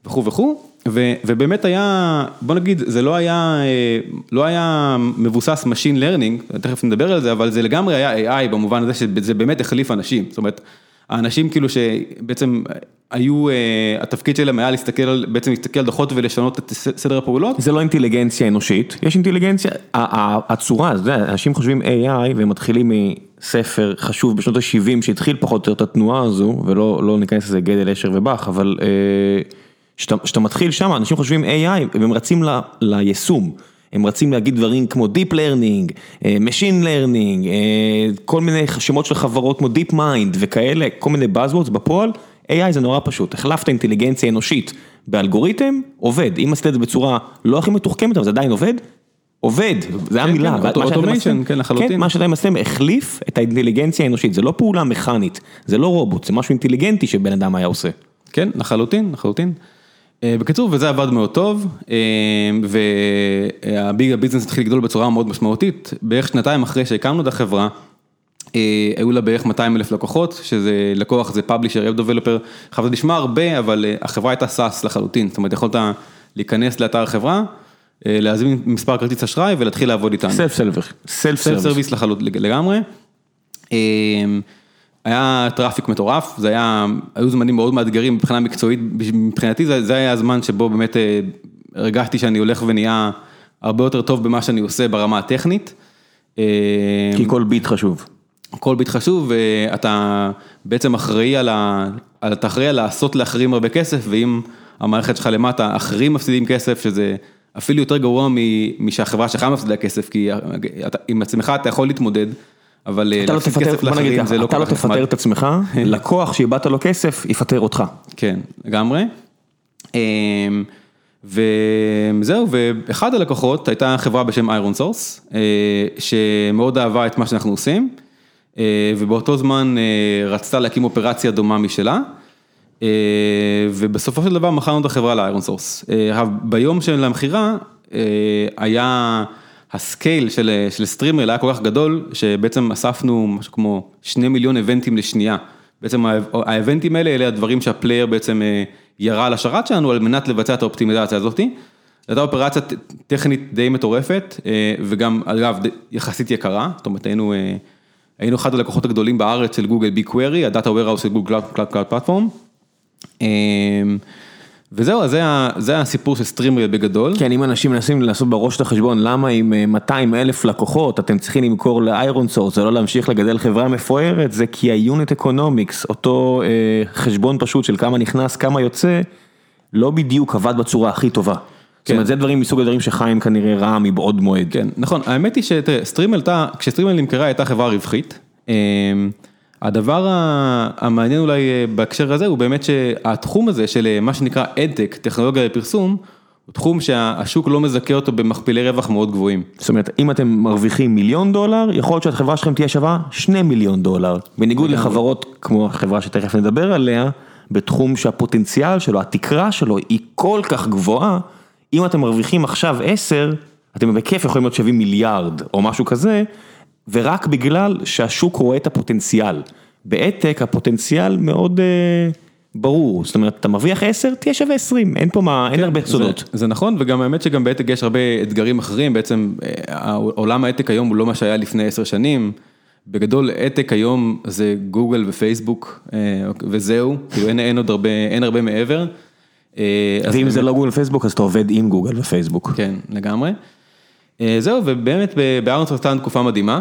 וכו' וכו', ובאמת היה, בוא נגיד, זה לא היה, לא היה מבוסס Machine Learning, תכף נדבר על זה, אבל זה לגמרי היה איי איי במובן הזה שזה באמת החליף אנשים, זאת אומרת, האנשים כאילו שבעצם היו, התפקיד שלהם היה להסתכל על, בעצם להסתכל על דוחות ולשנות את סדר הפעולות. זה לא אינטליגנציה אנושית, יש אינטליגנציה, הצורה, אנשים חושבים איי איי והם מתחילים מספר חשוב בשנות ה-שבעים שהתחיל פחות או יותר את התנועה הזו, ולא ניכנס לזה גדל, אשר ובח, אבל כשאתה מתחיל שם, אנשים חושבים איי איי והם רצים ליישום, הם רצים להגיד דברים כמו Deep Learning, Machine Learning, כל מיני שמות של חברות כמו Deep Mind וכאלה, כל מיני Buzzwords בפועל, איי איי זה נורא פשוט, החלפת אינטליגנציה אנושית באלגוריתם, עובד, אם עשית את זה בצורה לא הכי מתוחכמת, אבל זה עדיין עובד, עובד, זה המילה. אוטומיישן, כן, לחלוטין. כן, מה שאתם עשיתם, החליף את האינטליגנציה האנושית, זה לא פעולה מכנית, זה לא רובוט, זה משהו אינטליגנטי שבן אדם היה עושה. כן, לחלוטין, לחלוטין. בקיצור, וזה עבד מאוד טוב, והביג הביזנס התחיל לגדול בצורה מאוד משמעותית, בערך שנתיים אחרי שהקמנו את החברה, היו לה בערך מאתיים אלף לקוחות, שזה לקוח, זה פאבלישר, אב דבלופר, חייב לשמוע הרבה, אבל החברה הייתה סאס לחלוטין, זאת אומרת, יכולת להיכנס לאתר החברה, להזמין מספר כרטיס אשראי ולהתחיל לעבוד איתנו. סלף סרוויס. סלף סרוויס לגמרי. היה טראפיק מטורף, זה היה, היו זמנים מאוד מאתגרים מבחינה מקצועית, מבחינתי זה, זה היה הזמן שבו באמת הרגשתי שאני הולך ונהיה הרבה יותר טוב במה שאני עושה ברמה הטכנית. כי כל ביט חשוב. כל ביט חשוב, ואתה בעצם אחראי על ה... אתה אחראי על לעשות לאחרים הרבה כסף, ואם המערכת שלך למטה, אחרים מפסידים כסף, שזה אפילו יותר גרוע משהחברה שלך מפסידה כסף, כי עם עצמך אתה יכול להתמודד, אבל להפסיד כסף לאחרים זה לא כל כך נחמד. אתה לא תפטר את עצמך, לקוח שאיבדת לו כסף, יפטר אותך. כן, לגמרי. וזהו, ואחד הלקוחות הייתה חברה בשם איירון סורס, שמאוד אהבה את מה שאנחנו עושים, ובאותו זמן רצתה להקים אופרציה דומה משלה, ובסופו של דבר מכרנו את החברה לאיירון סורס. ביום של המכירה היה הסקייל של, של סטרימרל היה כל כך גדול, שבעצם אספנו משהו כמו שני מיליון איבנטים לשנייה. בעצם האיבנטים האלה, אלה הדברים שהפלייר בעצם ירה על השרת שלנו, על מנת לבצע את האופטימיזציה הזאת. זו הייתה אופרציה טכנית די מטורפת, וגם אגב יחסית יקרה, זאת אומרת היינו, היינו אחד הלקוחות הגדולים בארץ של גוגל BigQuery, הדאטה ווירהאוס של גוגל קלאוד פלטפורם. וזהו, אז זה הסיפור של סטרימרל בגדול. כן, אם אנשים מנסים לעשות בראש את החשבון, למה עם מאתיים אלף לקוחות אתם צריכים למכור לאיירון סורס, זה לא להמשיך לגדל חברה מפוארת, זה כי היוניט אקונומיקס, אותו אה, חשבון פשוט של כמה נכנס, כמה יוצא, לא בדיוק עבד בצורה הכי טובה. כן. זאת אומרת, זה דברים מסוג הדברים שחיים כנראה רע מבעוד מועד. כן, נכון. האמת היא שסטרימרל, כשסטרימרל נמכרה הייתה חברה רווחית, אה, הדבר המעניין אולי בהקשר הזה הוא באמת שהתחום הזה של מה שנקרא אדטק, טכנולוגיה לפרסום, הוא תחום שהשוק לא מזכה אותו במכפילי רווח מאוד גבוהים. זאת אומרת, אם אתם מרוויחים מיליון דולר, יכול להיות שהחברה שלכם תהיה שווה שני מיליון דולר. בניגוד לחברות כמו החברה שתכף נדבר עליה, בתחום שהפוטנציאל שלו, התקרה שלו היא כל כך גבוהה, אם אתם מרוויחים עכשיו עשר, אתם בכיף יכולים להיות שווים מיליארד או משהו כזה, ורק בגלל שהשוק רואה את הפוטנציאל. באתק הפוטנציאל מאוד אה, ברור, זאת אומרת, אתה מרוויח עשר, תהיה שווה עשרים, אין פה מה, אין כן, הרבה סודות. זה, זה נכון, וגם האמת שגם באתק יש הרבה אתגרים אחרים, בעצם העולם האתק היום הוא לא מה שהיה לפני עשר שנים, בגדול אתק היום זה גוגל ופייסבוק, אה, וזהו, כאילו אין, אין עוד הרבה, אין הרבה מעבר. אה, ואם באמת... זה לא גוגל ופייסבוק, אז אתה עובד עם גוגל ופייסבוק. כן, לגמרי. זהו, ובאמת באיירון סורס הייתה תקופה מדהימה,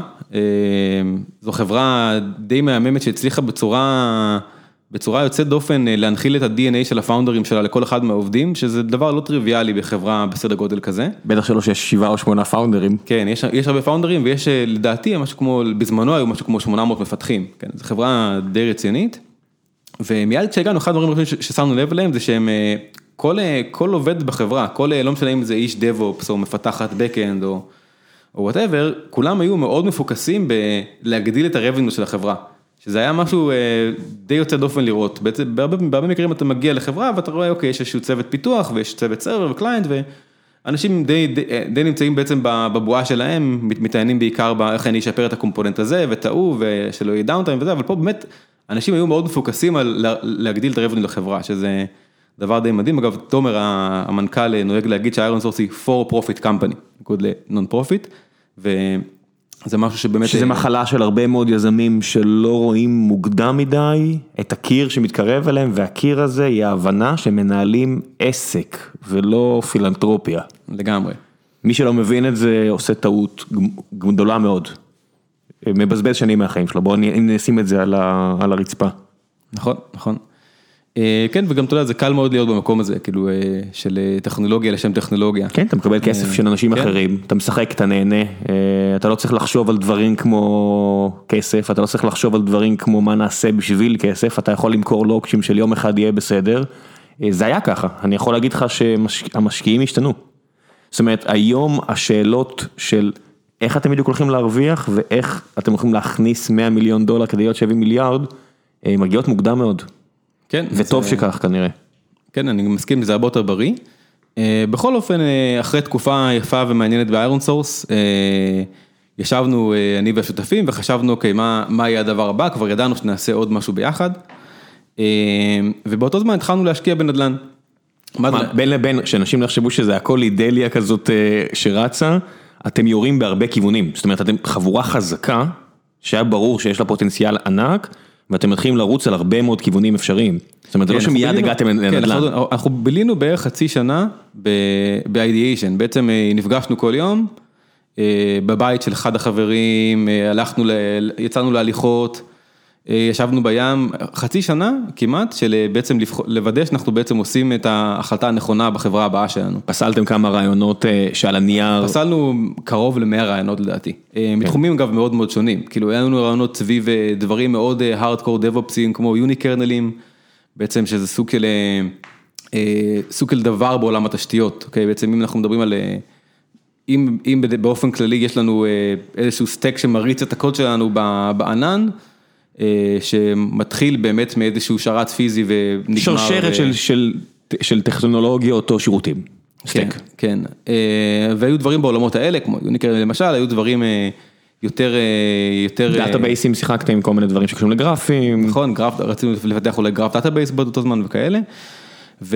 זו חברה די מהממת שהצליחה בצורה, בצורה יוצאת דופן להנחיל את ה-די אן איי של הפאונדרים שלה לכל אחד מהעובדים, שזה דבר לא טריוויאלי בחברה בסדר גודל כזה. בטח שלא שיש שבעה או שמונה פאונדרים. כן, יש, יש הרבה פאונדרים ויש לדעתי משהו כמו, בזמנו היו משהו כמו שמונה מאות מפתחים, כן, זו חברה די רצינית, ומיד כשהגענו, אחד הדברים ששמנו לב אליהם זה שהם... כל, כל עובד בחברה, כל, לא משנה אם זה איש דב-אופס או מפתחת back-end או, או whatever, כולם היו מאוד מפוקסים בלהגדיל את הרבניו של החברה, שזה היה משהו די יוצא דופן לראות, בעצם, בהרבה, בהרבה מקרים אתה מגיע לחברה ואתה רואה, אוקיי, יש איזשהו צוות פיתוח ויש צוות סרבר וקליינט, ואנשים די, די, די נמצאים בעצם בבועה שלהם, מתעניינים בעיקר באיך אני אשפר את הקומפוננט הזה וטעו ושלא יהיה דאונטיים וזה, אבל פה באמת אנשים היו מאוד מפוקסים על להגדיל את הרבניו לחברה, שזה דבר די מדהים, אגב, תומר המנכ"ל נוהג להגיד שהאיירון סורס היא for profit company, נקוד ל-non profit, וזה משהו שבאמת... שזה מחלה של הרבה מאוד יזמים שלא רואים מוקדם מדי את הקיר שמתקרב אליהם, והקיר הזה היא ההבנה שמנהלים עסק ולא פילנטרופיה. לגמרי. מי שלא מבין את זה עושה טעות גדולה מאוד. מבזבז שנים מהחיים שלו, בואו נשים את זה על, ה, על הרצפה. נכון, נכון. כן, וגם אתה יודע, זה קל מאוד להיות במקום הזה, כאילו, של טכנולוגיה לשם טכנולוגיה. כן, אתה מקבל כסף של אנשים אחרים, אתה משחק, אתה נהנה, אתה לא צריך לחשוב על דברים כמו כסף, אתה לא צריך לחשוב על דברים כמו מה נעשה בשביל כסף, אתה יכול למכור לוקשים של יום אחד יהיה בסדר. זה היה ככה, אני יכול להגיד לך שהמשקיעים השתנו. זאת אומרת, היום השאלות של איך אתם בדיוק הולכים להרוויח, ואיך אתם הולכים להכניס מאה מיליון דולר כדי להיות שבעים מיליארד, מגיעות מוקדם מאוד. כן. וטוב שכך כנראה. כן, אני מסכים, זה הרבה יותר בריא. בכל אופן, אחרי תקופה יפה ומעניינת באיירון סורס, ישבנו אני והשותפים וחשבנו, אוקיי, מה, מה יהיה הדבר הבא? כבר ידענו שנעשה עוד משהו ביחד. ובאותו זמן התחלנו להשקיע בנדל"ן. בין לבין, שאנשים לא חשבו שזה הכל אידליה כזאת שרצה, אתם יורים בהרבה כיוונים. זאת אומרת, אתם חבורה חזקה, שהיה ברור שיש לה פוטנציאל ענק, ואתם מתחילים לרוץ על הרבה מאוד כיוונים אפשריים. זאת אומרת, זה לא שמיד הגעתם לנדל"ן. אנחנו בילינו בערך חצי שנה ב-ideation, בעצם נפגשנו כל יום, בבית של אחד החברים, הלכנו, יצאנו להליכות, ישבנו בים, חצי שנה כמעט, של בעצם לוודא שאנחנו בעצם עושים את ההחלטה הנכונה בחברה הבאה שלנו. פסלתם כמה רעיונות שעל הנייר? פסלנו קרוב למאה רעיונות לדעתי. מתחומים אגב מאוד מאוד שונים, כאילו היה לנו רעיונות סביב דברים מאוד הארדקור דב-אופסים, כמו יוניקרנלים, בעצם שזה סוג של, סוג של דבר בעולם התשתיות, אוקיי? בעצם אם אנחנו מדברים על, אם, אם באופן כללי יש לנו איזשהו סטק שמריץ את הקוד שלנו בענן, שמתחיל באמת מאיזשהו שרת פיזי ונגמר. שרשרת של, של, של טכנולוגיות או שירותים. כן, כן. והיו דברים בעולמות האלה, כמו יוניקרנל למשל, היו דברים יותר, יותר... דאטאבייסים, שיחקתם עם כל מיני דברים שקשורים לגרפים. נכון, גרף, רצינו לפתח אולי גרף דאטאבייס באותו זמן וכאלה. ו,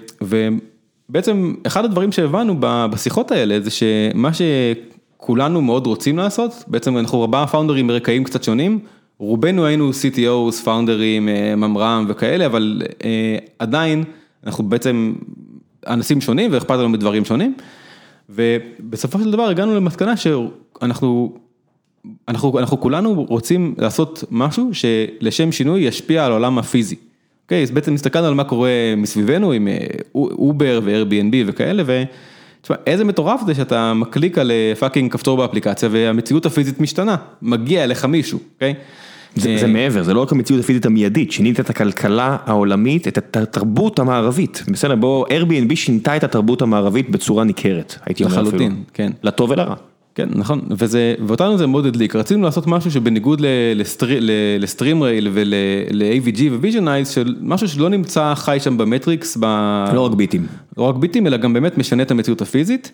ובעצם אחד הדברים שהבנו בשיחות האלה, זה שמה שכולנו מאוד רוצים לעשות, בעצם אנחנו ארבעה פאונדרים מרקעים קצת שונים, רובנו היינו סי טי או'ס, פאונדרים, ממר"ם וכאלה, אבל עדיין אנחנו בעצם אנשים שונים ואכפת לנו מדברים שונים, ובסופו של דבר הגענו למסקנה שאנחנו אנחנו, אנחנו כולנו רוצים לעשות משהו שלשם שינוי ישפיע על העולם הפיזי. אוקיי, אז בעצם הסתכלנו על מה קורה מסביבנו עם אובר ו-Airbnb וכאלה, ותשמע, איזה מטורף זה שאתה מקליק על פאקינג כפתור באפליקציה והמציאות הפיזית משתנה, מגיע אליך מישהו, אוקיי? זה, זה מעבר, זה לא רק המציאות הפיזית המיידית, שינית את הכלכלה העולמית, את התרבות המערבית. בסדר, בוא, Airbnb שינתה את התרבות המערבית בצורה ניכרת, הייתי אומר אפילו. לחלוטין, כן. לטוב ולרע. כן, נכון, וזה, ואותנו זה מאוד הדליק, רצינו לעשות משהו שבניגוד לסטרים רייל ול-איי וי ג'י וויז'נייז, של משהו שלא נמצא חי שם במטריקס, לא רק ביטים. לא רק ביטים, אלא גם באמת משנה את המציאות הפיזית,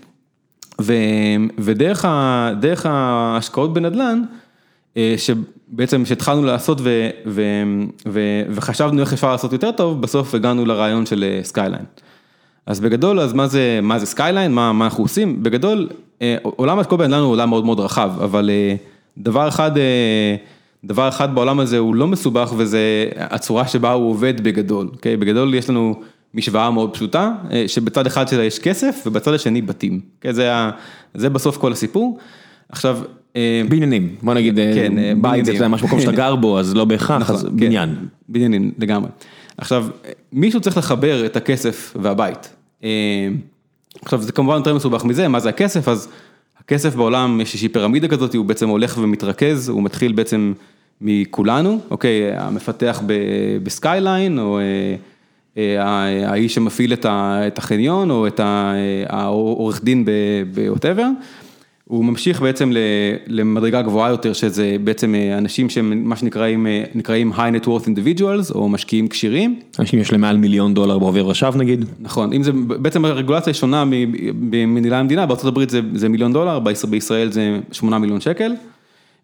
ודרך ההשקעות בנדל"ן, שבעצם שהתחלנו לעשות וחשבנו איך אפשר לעשות יותר טוב, בסוף הגענו לרעיון של סקייליין. אז בגדול, אז מה זה, מה זה סקייליין, מה, מה אנחנו עושים? בגדול, עולם השקעות בנדל"ן הוא עולם מאוד מאוד רחב, אבל דבר אחד, דבר אחד בעולם הזה הוא לא מסובך, וזה הצורה שבה הוא עובד בגדול. אוקיי? בגדול יש לנו משוואה מאוד פשוטה, שבצד אחד שלה יש כסף, ובצד השני בתים. אוקיי? זה, זה בסוף כל הסיפור. עכשיו, בניינים, בוא נגיד, כן, בית זה ממש מקום שאתה גר בו, אז לא בהכרח, אז בניין. בניינים, לגמרי. עכשיו, מישהו צריך לחבר את הכסף והבית. עכשיו, זה כמובן יותר מסובך מזה, מה זה הכסף? אז הכסף בעולם, יש איזושהי פירמידה כזאת, הוא בעצם הולך ומתרכז, הוא מתחיל בעצם מכולנו, אוקיי, המפתח בסקייליין, או האיש שמפעיל את החניון, או את העורך דין ב-whatever, הוא ממשיך בעצם למדרגה גבוהה יותר, שזה בעצם אנשים שמה שנקראים, נקראים high net worth individuals, או משקיעים קשירים. אנשים יש להם מעל מיליון דולר בעובר ושב נגיד. נכון, אם זה, בעצם הרגולציה שונה מנהילה המדינה, בארצות הברית זה, זה מיליון דולר, בישראל זה שמונה מיליון שקל,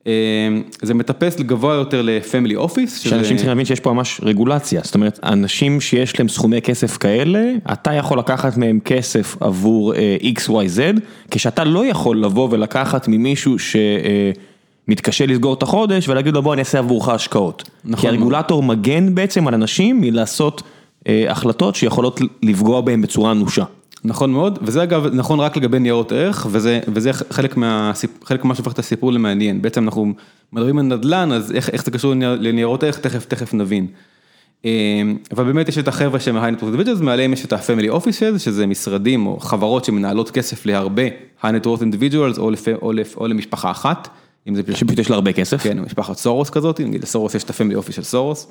זה מטפס לגבוה יותר לפמילי אופיס. שאנשים צריכים להבין שיש פה ממש רגולציה, זאת אומרת, אנשים שיש להם סכומי כסף כאלה, אתה יכול לקחת מהם כסף עבור X Y Z, כשאתה לא יכול לבוא ולקחת ממישהו שמתקשה לסגור את החודש, ולהגיד לו בוא אני אעשה עבורך השקעות. כי הרגולטור מגן בעצם על אנשים מלעשות החלטות שיכולות לפגוע בהם בצורה אנושה. נכון מאוד, וזה אגב נכון רק לגבי ניירות ערך, וזה, וזה חלק מה, חלק מה שהופך את הסיפור למעניין. בעצם אנחנו מדברים על נדל"ן, אז איך, איך זה קשור לניירות ערך, תכף, תכף נבין. אבל באמת יש את החבר'ה שהם ה-high net worth individuals, מעליהם יש את ה-family offices, שזה משרדים או חברות שמנהלות כסף להרבה high net worth individuals, או, לפ, או, לפ, או למשפחה אחת. אם זה שפשוט יש לה הרבה כסף. כן, משפחת סורוס כזאת, נגיד לסורוס יש את ה-family office של סורוס.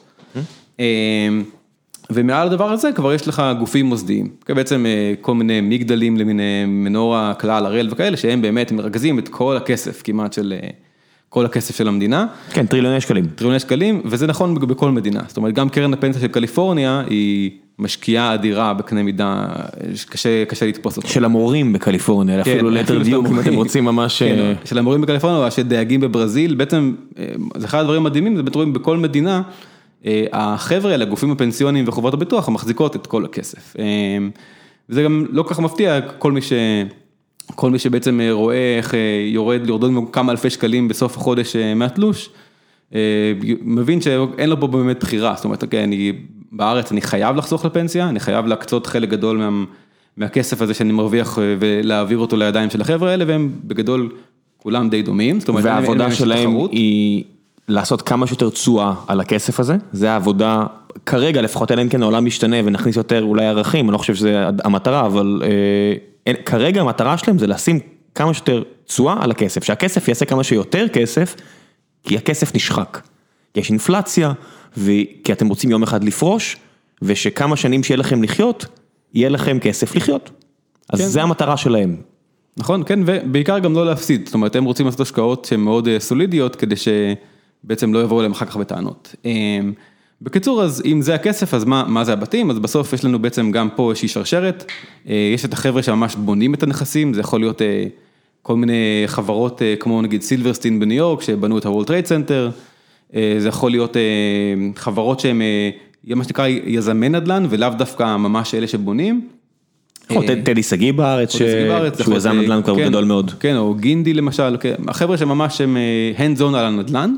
ומעל הדבר הזה כבר יש לך גופים מוסדיים, בעצם כל מיני מגדלים למיני מנורה, כלל, הראל וכאלה, שהם באמת מרכזים את כל הכסף, כמעט של כל הכסף של המדינה. כן, טריליוני שקלים. טריליוני שקלים, וזה נכון בכל מדינה. זאת אומרת, גם קרן הפנסיה של קליפורניה, היא משקיעה אדירה בקנה מידה, קשה, קשה לתפוס אותו. של המורים בקליפורניה, אפילו ליתר דיוק, אם אתם רוצים ממש... של המורים בקליפורניה, של דייגים בברזיל, בעצם, זה אחד הדברים מדהימים, זה בטרואים בכל מדינה, החבר'ה האלה, הגופים הפנסיוניים וחובות הביטוח, מחזיקות את כל הכסף. וזה גם לא כל כך מפתיע, כל מי ש... כל מי שבעצם רואה איך יורד, יורדות כמה אלפי שקלים בסוף החודש מהתלוש, מבין שאין לו פה באמת בחירה, זאת אומרת, אוקיי, אני בארץ, אני חייב לחסוך לפנסיה, אני חייב להקצות חלק גדול מה, מהכסף הזה שאני מרוויח ולהעביר אותו לידיים של החבר'ה האלה, והם בגדול כולם די דומים, זאת אומרת, והעבודה שלהם היא לעשות כמה שיותר תשואה על הכסף הזה, זה העבודה, כרגע לפחות אלא אם כן העולם משתנה ונכניס יותר אולי ערכים, אני לא חושב שזה המטרה, אבל אה, כרגע המטרה שלהם זה לשים כמה שיותר תשואה על הכסף, שהכסף יעשה כמה שיותר כסף, כי הכסף נשחק, יש אינפלציה, וכי אתם רוצים יום אחד לפרוש, ושכמה שנים שיהיה לכם לחיות, יהיה לכם כסף לחיות. אז כן. זה המטרה שלהם. נכון, כן, ובעיקר גם לא להפסיד, זאת אומרת, הם רוצים לעשות השקעות שהן מאוד סולידיות, כדי שבעצם לא יבואו אליהם אחר כך בטענות. בקיצור, אז אם זה הכסף, אז מה, מה זה הבתים? אז בסוף יש לנו בעצם גם פה איזושהי שרשרת, יש את החבר'ה שממש בונים את הנכסים, זה יכול להיות כל מיני חברות כמו נגיד סילברסטין בניו יורק, שבנו את ה-World Trade Center, זה יכול להיות חברות שהן, מה שנקרא יזמי נדל"ן, ולאו דווקא ממש אלה שבונים. טדי סגי בארץ, שהוא יזם נדל"ן כבר גדול מאוד. כן, או גינדי למשל, החבר'ה שממש הם hands on על הנדל"ן,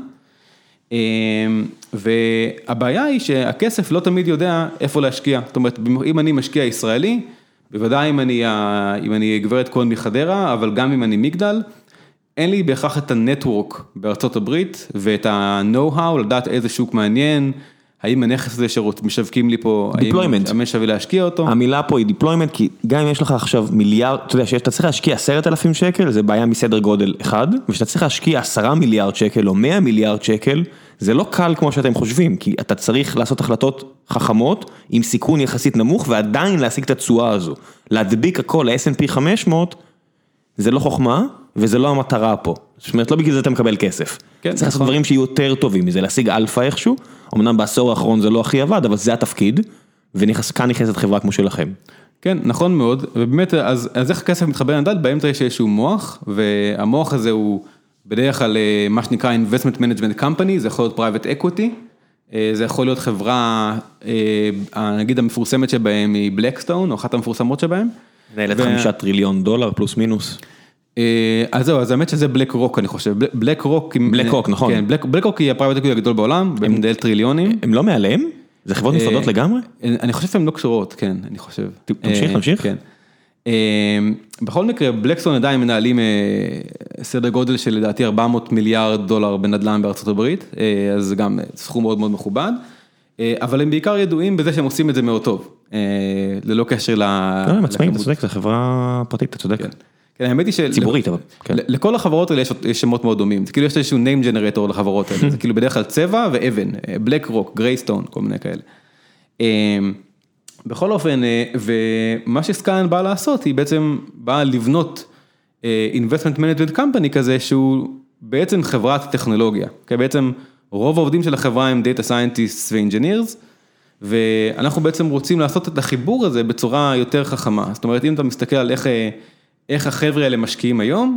והבעיה היא שהכסף לא תמיד יודע איפה להשקיע, זאת אומרת, אם אני משקיע ישראלי, בוודאי אם אני, אם אני גברת כהן מחדרה, אבל גם אם אני מגדל, אין לי בהכרח את הנטוורק בארצות הברית, ואת ה-know-how, לדעת איזה שוק מעניין, האם הנכס הזה שמשווקים לי פה, דיפלוימנט. האם שווה להשקיע אותו? המילה פה היא דיפלוימנט, כי גם אם יש לך עכשיו מיליארד, אתה יודע שאתה צריך להשקיע עשרת אלפים שקל, זה בעיה מסדר גודל אחד, ושאתה צריך להשקיע עשרה מיליארד שקל או מאה מיליארד שקל, זה לא קל כמו שאתם חושבים, כי אתה צריך לעשות החלטות חכמות, עם סיכון יחסית נמוך, ועדיין להשיג את התשואה הזו. להדביק הכל ל-אס אנד פי חמש מאות, זה לא חוכמה, וזה לא המטרה פה. זאת אומרת, לא בגלל זה אתה מקבל כסף. כן, צריך לעשות דברים שיהיו יותר טובים מזה, להשיג אלפא איכשהו, אמנם בעשור האחרון זה לא הכי עבד, אבל זה התפקיד, וכאן נכנסת חברה כמו שלכם. כן, נכון מאוד, ובאמת, אז, אז איך הכסף מתחבר לנדל"ן? באמצע יש איזשהו מוח, והמוח הזה הוא בדרך כלל מה שנקרא investment management company, זה יכול להיות private equity, זה יכול להיות חברה, נגיד המפורסמת שבהם היא בלקסטון, או אחת המפורסמות שבהם. נהלת חמישה טריליון דולר פלוס מינוס. אז זהו, אז האמת שזה בלק רוק, אני חושב. בלק רוק, בלק רוק, נכון. כן, בלק רוק היא הפרייבט אקוויטי הגדול בעולם, במדל טריליונים. הם לא מעליהם? זה חברות נפרדות לגמרי? אני חושב שהן לא קשורות, כן, אני חושב. תמשיך, תמשיך. כן. בכל מקרה, בלקסטון עדיין מנהלים סדר גודל של לדעתי ארבע מאות מיליארד דולר בנדל"ן בארצות הברית, אז זה גם סכום מאוד מאוד מכובד, אבל הם בעיקר ידועים בזה שהם עושים את זה מאוד טוב, ללא קשר ל... לא, הם עצמאים, אתה צודק, זו חברה פרטית, אתה צודק. כן, האמת היא של... ציבורית, אבל... לכל החברות האלה יש שמות מאוד דומים, זה כאילו יש איזשהו name generator לחברות האלה, זה כאילו בדרך כלל צבע ואבן, בלק רוק, גרייסטון, כל מיני כאלה. בכל אופן, ומה שסקיילן באה לעשות, היא בעצם באה לבנות investment management company כזה, שהוא בעצם חברת טכנולוגיה, כי בעצם רוב העובדים של החברה הם data scientists ו-engineers, ואנחנו בעצם רוצים לעשות את החיבור הזה בצורה יותר חכמה, זאת אומרת, אם אתה מסתכל על איך, איך החבר'ה האלה משקיעים היום,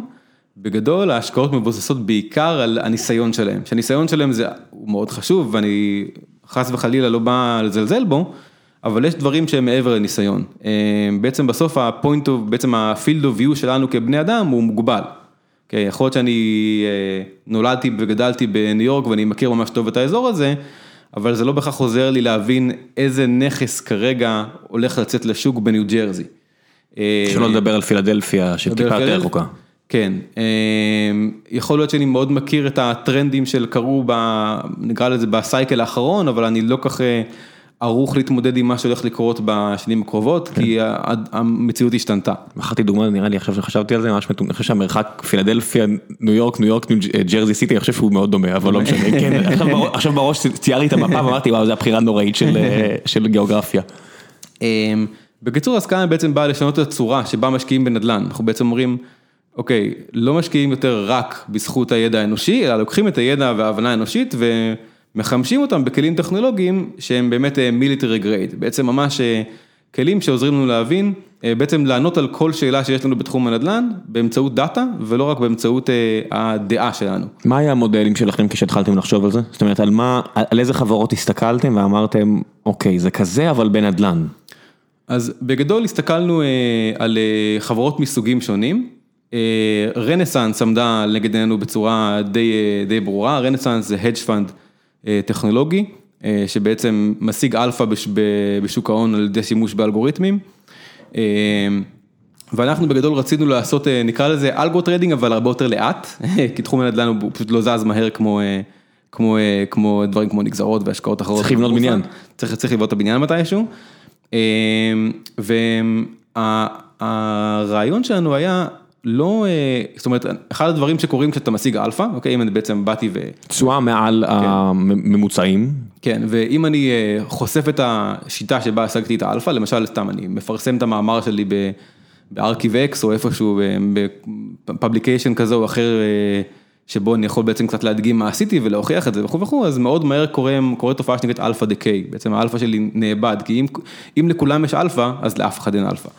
בגדול ההשקעות מבוססות בעיקר על הניסיון שלהם, שהניסיון שלהם זה, הוא מאוד חשוב, ואני חס וחלילה לא בא לזלזל בו, אבל יש דברים שהם מעבר לניסיון. בעצם בסוף ה-point of, בעצם ה-field of view שלנו כבני אדם הוא מוגבל. יכול להיות שאני נולדתי וגדלתי בניו יורק ואני מכיר ממש טוב את האזור הזה, אבל זה לא בכך עוזר לי להבין איזה נכס כרגע הולך לצאת לשוק בניו ג'רזי. שלא לדבר על פילדלפיה שטיפה יותר רחוקה. כן, יכול להיות שאני מאוד מכיר את הטרנדים של קרו, נקרא לזה בסייקל האחרון, אבל אני לא כך ערוך להתמודד עם מה שהולך לקרות בשנים הקרובות, כי המציאות השתנתה. אחת דוגמה, נראה לי עכשיו שחשבתי על זה, אני חושב שהמרחק פילדלפיה, ניו יורק, ניו יורק, ג'רזי סיטי, אני חושב שהוא מאוד דומה, אבל לא משנה, כן, עכשיו בראש ציירתי את המפה ואמרתי, וואו, זו הבחירה נוראית של גיאוגרפיה. בקיצור, הסקאלה בעצם באה לשנות את הצורה שבה משקיעים בנדל"ן, אנחנו בעצם אומרים, אוקיי, לא משקיעים יותר רק בזכות הידע האנושי, אלא לוקחים את הידע וההבנה האנושית ומחמשים אותם בכלים טכנולוגיים שהם באמת military grade, בעצם ממש כלים שעוזרים לנו להבין, בעצם לענות על כל שאלה שיש לנו בתחום הנדל"ן, באמצעות דאטה ולא רק באמצעות הדעה שלנו. מה היה המודלים שלכם כשהתחלתם לחשוב על זה? זאת אומרת, על מה, על איזה חברות הסתכלתם ואמרתם, אוקיי, זה כזה אבל בנדל"ן? אז בגדול הסתכלנו על חברות מסוגים שונים, רנסנס עמדה נגד עינינו בצורה די, די ברורה, רנסנס זה hedge fund טכנולוגי, שבעצם משיג אלפא בשוק ההון על ידי שימוש באלגוריתמים, ואנחנו בגדול רצינו לעשות, נקרא לזה אלגו טריידינג, אבל הרבה יותר לאט, כי תחום הנדל"ן הוא פשוט לא זז מהר כמו, כמו, כמו דברים כמו נגזרות והשקעות אחרות. צריך לבנות בניין. צריך, צריך לבנות את הבניין מתישהו, והרעיון שלנו היה, לא, זאת אומרת, אחד הדברים שקורים כשאתה משיג אלפא, אוקיי, אם אני בעצם באתי ו... תשואה מעל הממוצעים. כן, ואם אני חושף את השיטה שבה השגתי את האלפא, למשל, סתם, אני מפרסם את המאמר שלי בארקיב-אקס, או איפשהו, בפאבליקיישן כזה או אחר, שבו אני יכול בעצם קצת להדגים מה עשיתי ולהוכיח את זה וכו' וכו', אז מאוד מהר קורה תופעה שנקראת אלפא דיקיי, בעצם האלפא שלי נאבד, כי אם, אם לכולם יש אלפא, אז לאף אחד אין אלפא.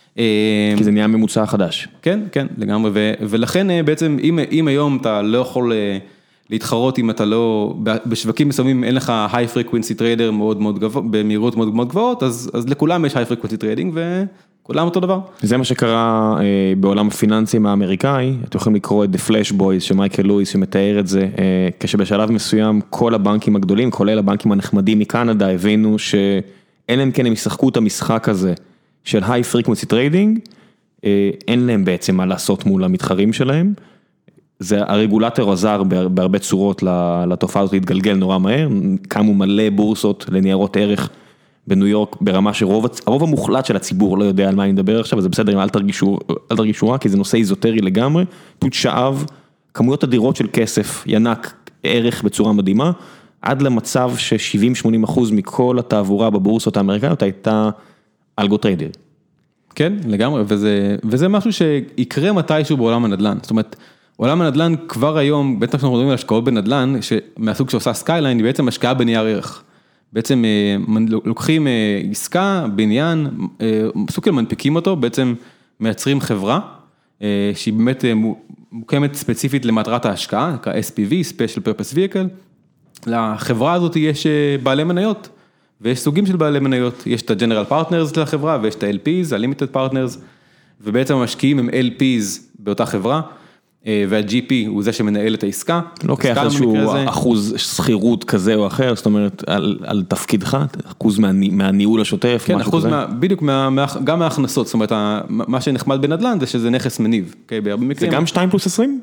כי זה נהיה ממוצע חדש. כן, כן, לגמרי, ו, ולכן בעצם אם, אם היום אתה לא יכול להתחרות, אם אתה לא, בשווקים מסוימים אין לך high frequency trader מאוד מאוד גבוה, במהירות מאוד מאוד גבוהות, אז, אז לכולם יש high frequency trading וכולם אותו דבר. זה מה שקרה אה, בעולם הפיננסים האמריקאי, אתם יכולים לקרוא את The Flash Boys של מייקל לואיס שמתאר את זה, אה, כשבשלב מסוים כל הבנקים הגדולים, כולל הבנקים הנחמדים מקנדה, הבינו שאין להם כן הם ישחקו את המשחק הזה, של high frequency trading, אין להם בעצם מה לעשות מול המתחרים שלהם, זה הרגולטור עזר בהרבה צורות לתופעה הזאת להתגלגל נורא מהר, קמו מלא בורסות לניירות ערך בניו יורק, ברמה שרוב הרוב המוחלט של הציבור לא יודע על מה אני מדבר עכשיו, אז זה בסדר, אל תרגישו, אל תרגישו רע, כי זה נושא איזוטרי לגמרי, פשוט שאב כמויות אדירות של כסף, ינק ערך בצורה מדהימה, עד למצב ש-שבעים שמונים אחוז מכל התעבורה בבורסות האמריקאיות הייתה אלגו טריידר. כן, לגמרי, וזה, וזה משהו שיקרה מתישהו בעולם הנדל"ן, זאת אומרת, עולם הנדל"ן כבר היום, בטח שאנחנו מדברים על השקעות בנדל"ן, מהסוג שעושה סקייליין, היא בעצם השקעה בנייר ערך. בעצם לוקחים עסקה, בניין, סוג של מנפיקים אותו, בעצם מייצרים חברה, שהיא באמת מוקמת ספציפית למטרת ההשקעה, כ-אס פי וי, Special Purpose Vehicle, לחברה הזאת יש בעלי מניות, ויש סוגים של בעלי מניות, יש את ה-General Partners לחברה, ויש את ה-אל פיז, ה-Limited Partners, ובעצם המשקיעים הם אל פיז באותה חברה, וה-ג'י פי הוא זה שמנהל את העסקה. לוקח איזשהו אחוז שכירות כזה או אחר, זאת אומרת, על, על תפקידך, אחוז מה, מהניהול השוטף, כן, אחוז מה, בדיוק, מה, מה, גם מההכנסות, זאת אומרת, מה שנחמד בנדל"ן זה שזה נכס מניב, okay, בהרבה מקרים. זה גם שתיים פלוס עשרים?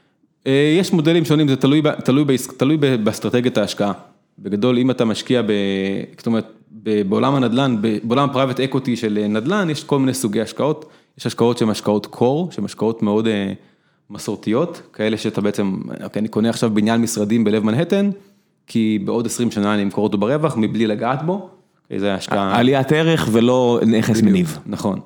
יש מודלים שונים, זה תלוי, תלוי, תלוי באסטרטגיית ההשקעה. בגדול, אם אתה משקיע, ב, זאת אומרת, בעולם הנדל"ן, בעולם הפרייבט אקוטי של נדל"ן, יש כל מיני סוגי השקעות, יש השקעות שהן השקעות קור, שהן השקעות מאוד מסורתיות, כאלה שאתה בעצם, אוקיי, אני קונה עכשיו בניין משרדים בלב מנהטן, כי בעוד עשרים שנה אני אמכור אותו ברווח, מבלי לגעת בו, זה השקעה... עליית ערך ולא נכס מניב. נכון.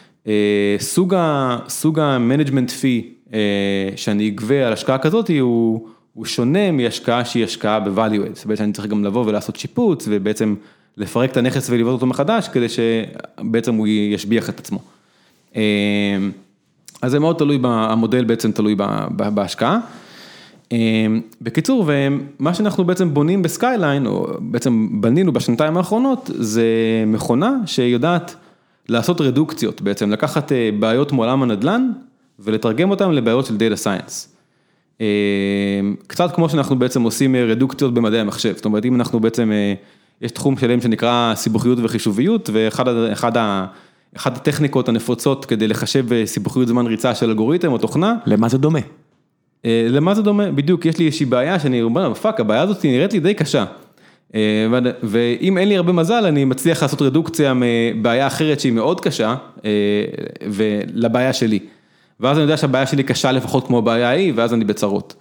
סוג ה-management fee שאני אגבה על השקעה כזאת, הוא... הוא שונה מהשקעה שהיא השקעה ב-value add, בעצם אני צריך גם לבוא ולעשות שיפוץ, ובעצם לפרק את הנכס ולבנות אותו מחדש, כדי שבעצם הוא ישביח את עצמו. אז זה מאוד תלוי, המודל בעצם תלוי בהשקעה. בקיצור, ומה שאנחנו בעצם בונים בסקייליין, או בעצם בנינו בשנתיים האחרונות, זה מכונה שיודעת לעשות רדוקציות, בעצם לקחת בעיות מעולם הנדל"ן, ולתרגם אותם לבעיות של דאטה סיינס. קצת כמו שאנחנו בעצם עושים רדוקציות במדעי המחשב, זאת אומרת, אם אנחנו בעצם, יש תחום שלם שנקרא סיבוכיות וחישוביות, ואחד אחד ה... אחת הטכניקות הנפוצות כדי לחשב סיבוכיות זמן ריצה של אלגוריתם או תוכנה. למה זה דומה? למה זה דומה? בדיוק, יש לי איזושהי בעיה שאני אומר, פאק, הבעיה הזאת נראית לי די קשה. ואם אין לי הרבה מזל, אני מצליח לעשות רדוקציה מבעיה אחרת שהיא מאוד קשה, ולבעיה שלי. ואז אני יודע שהבעיה שלי קשה לפחות כמו הבעיה ההיא, ואז אני בצרות.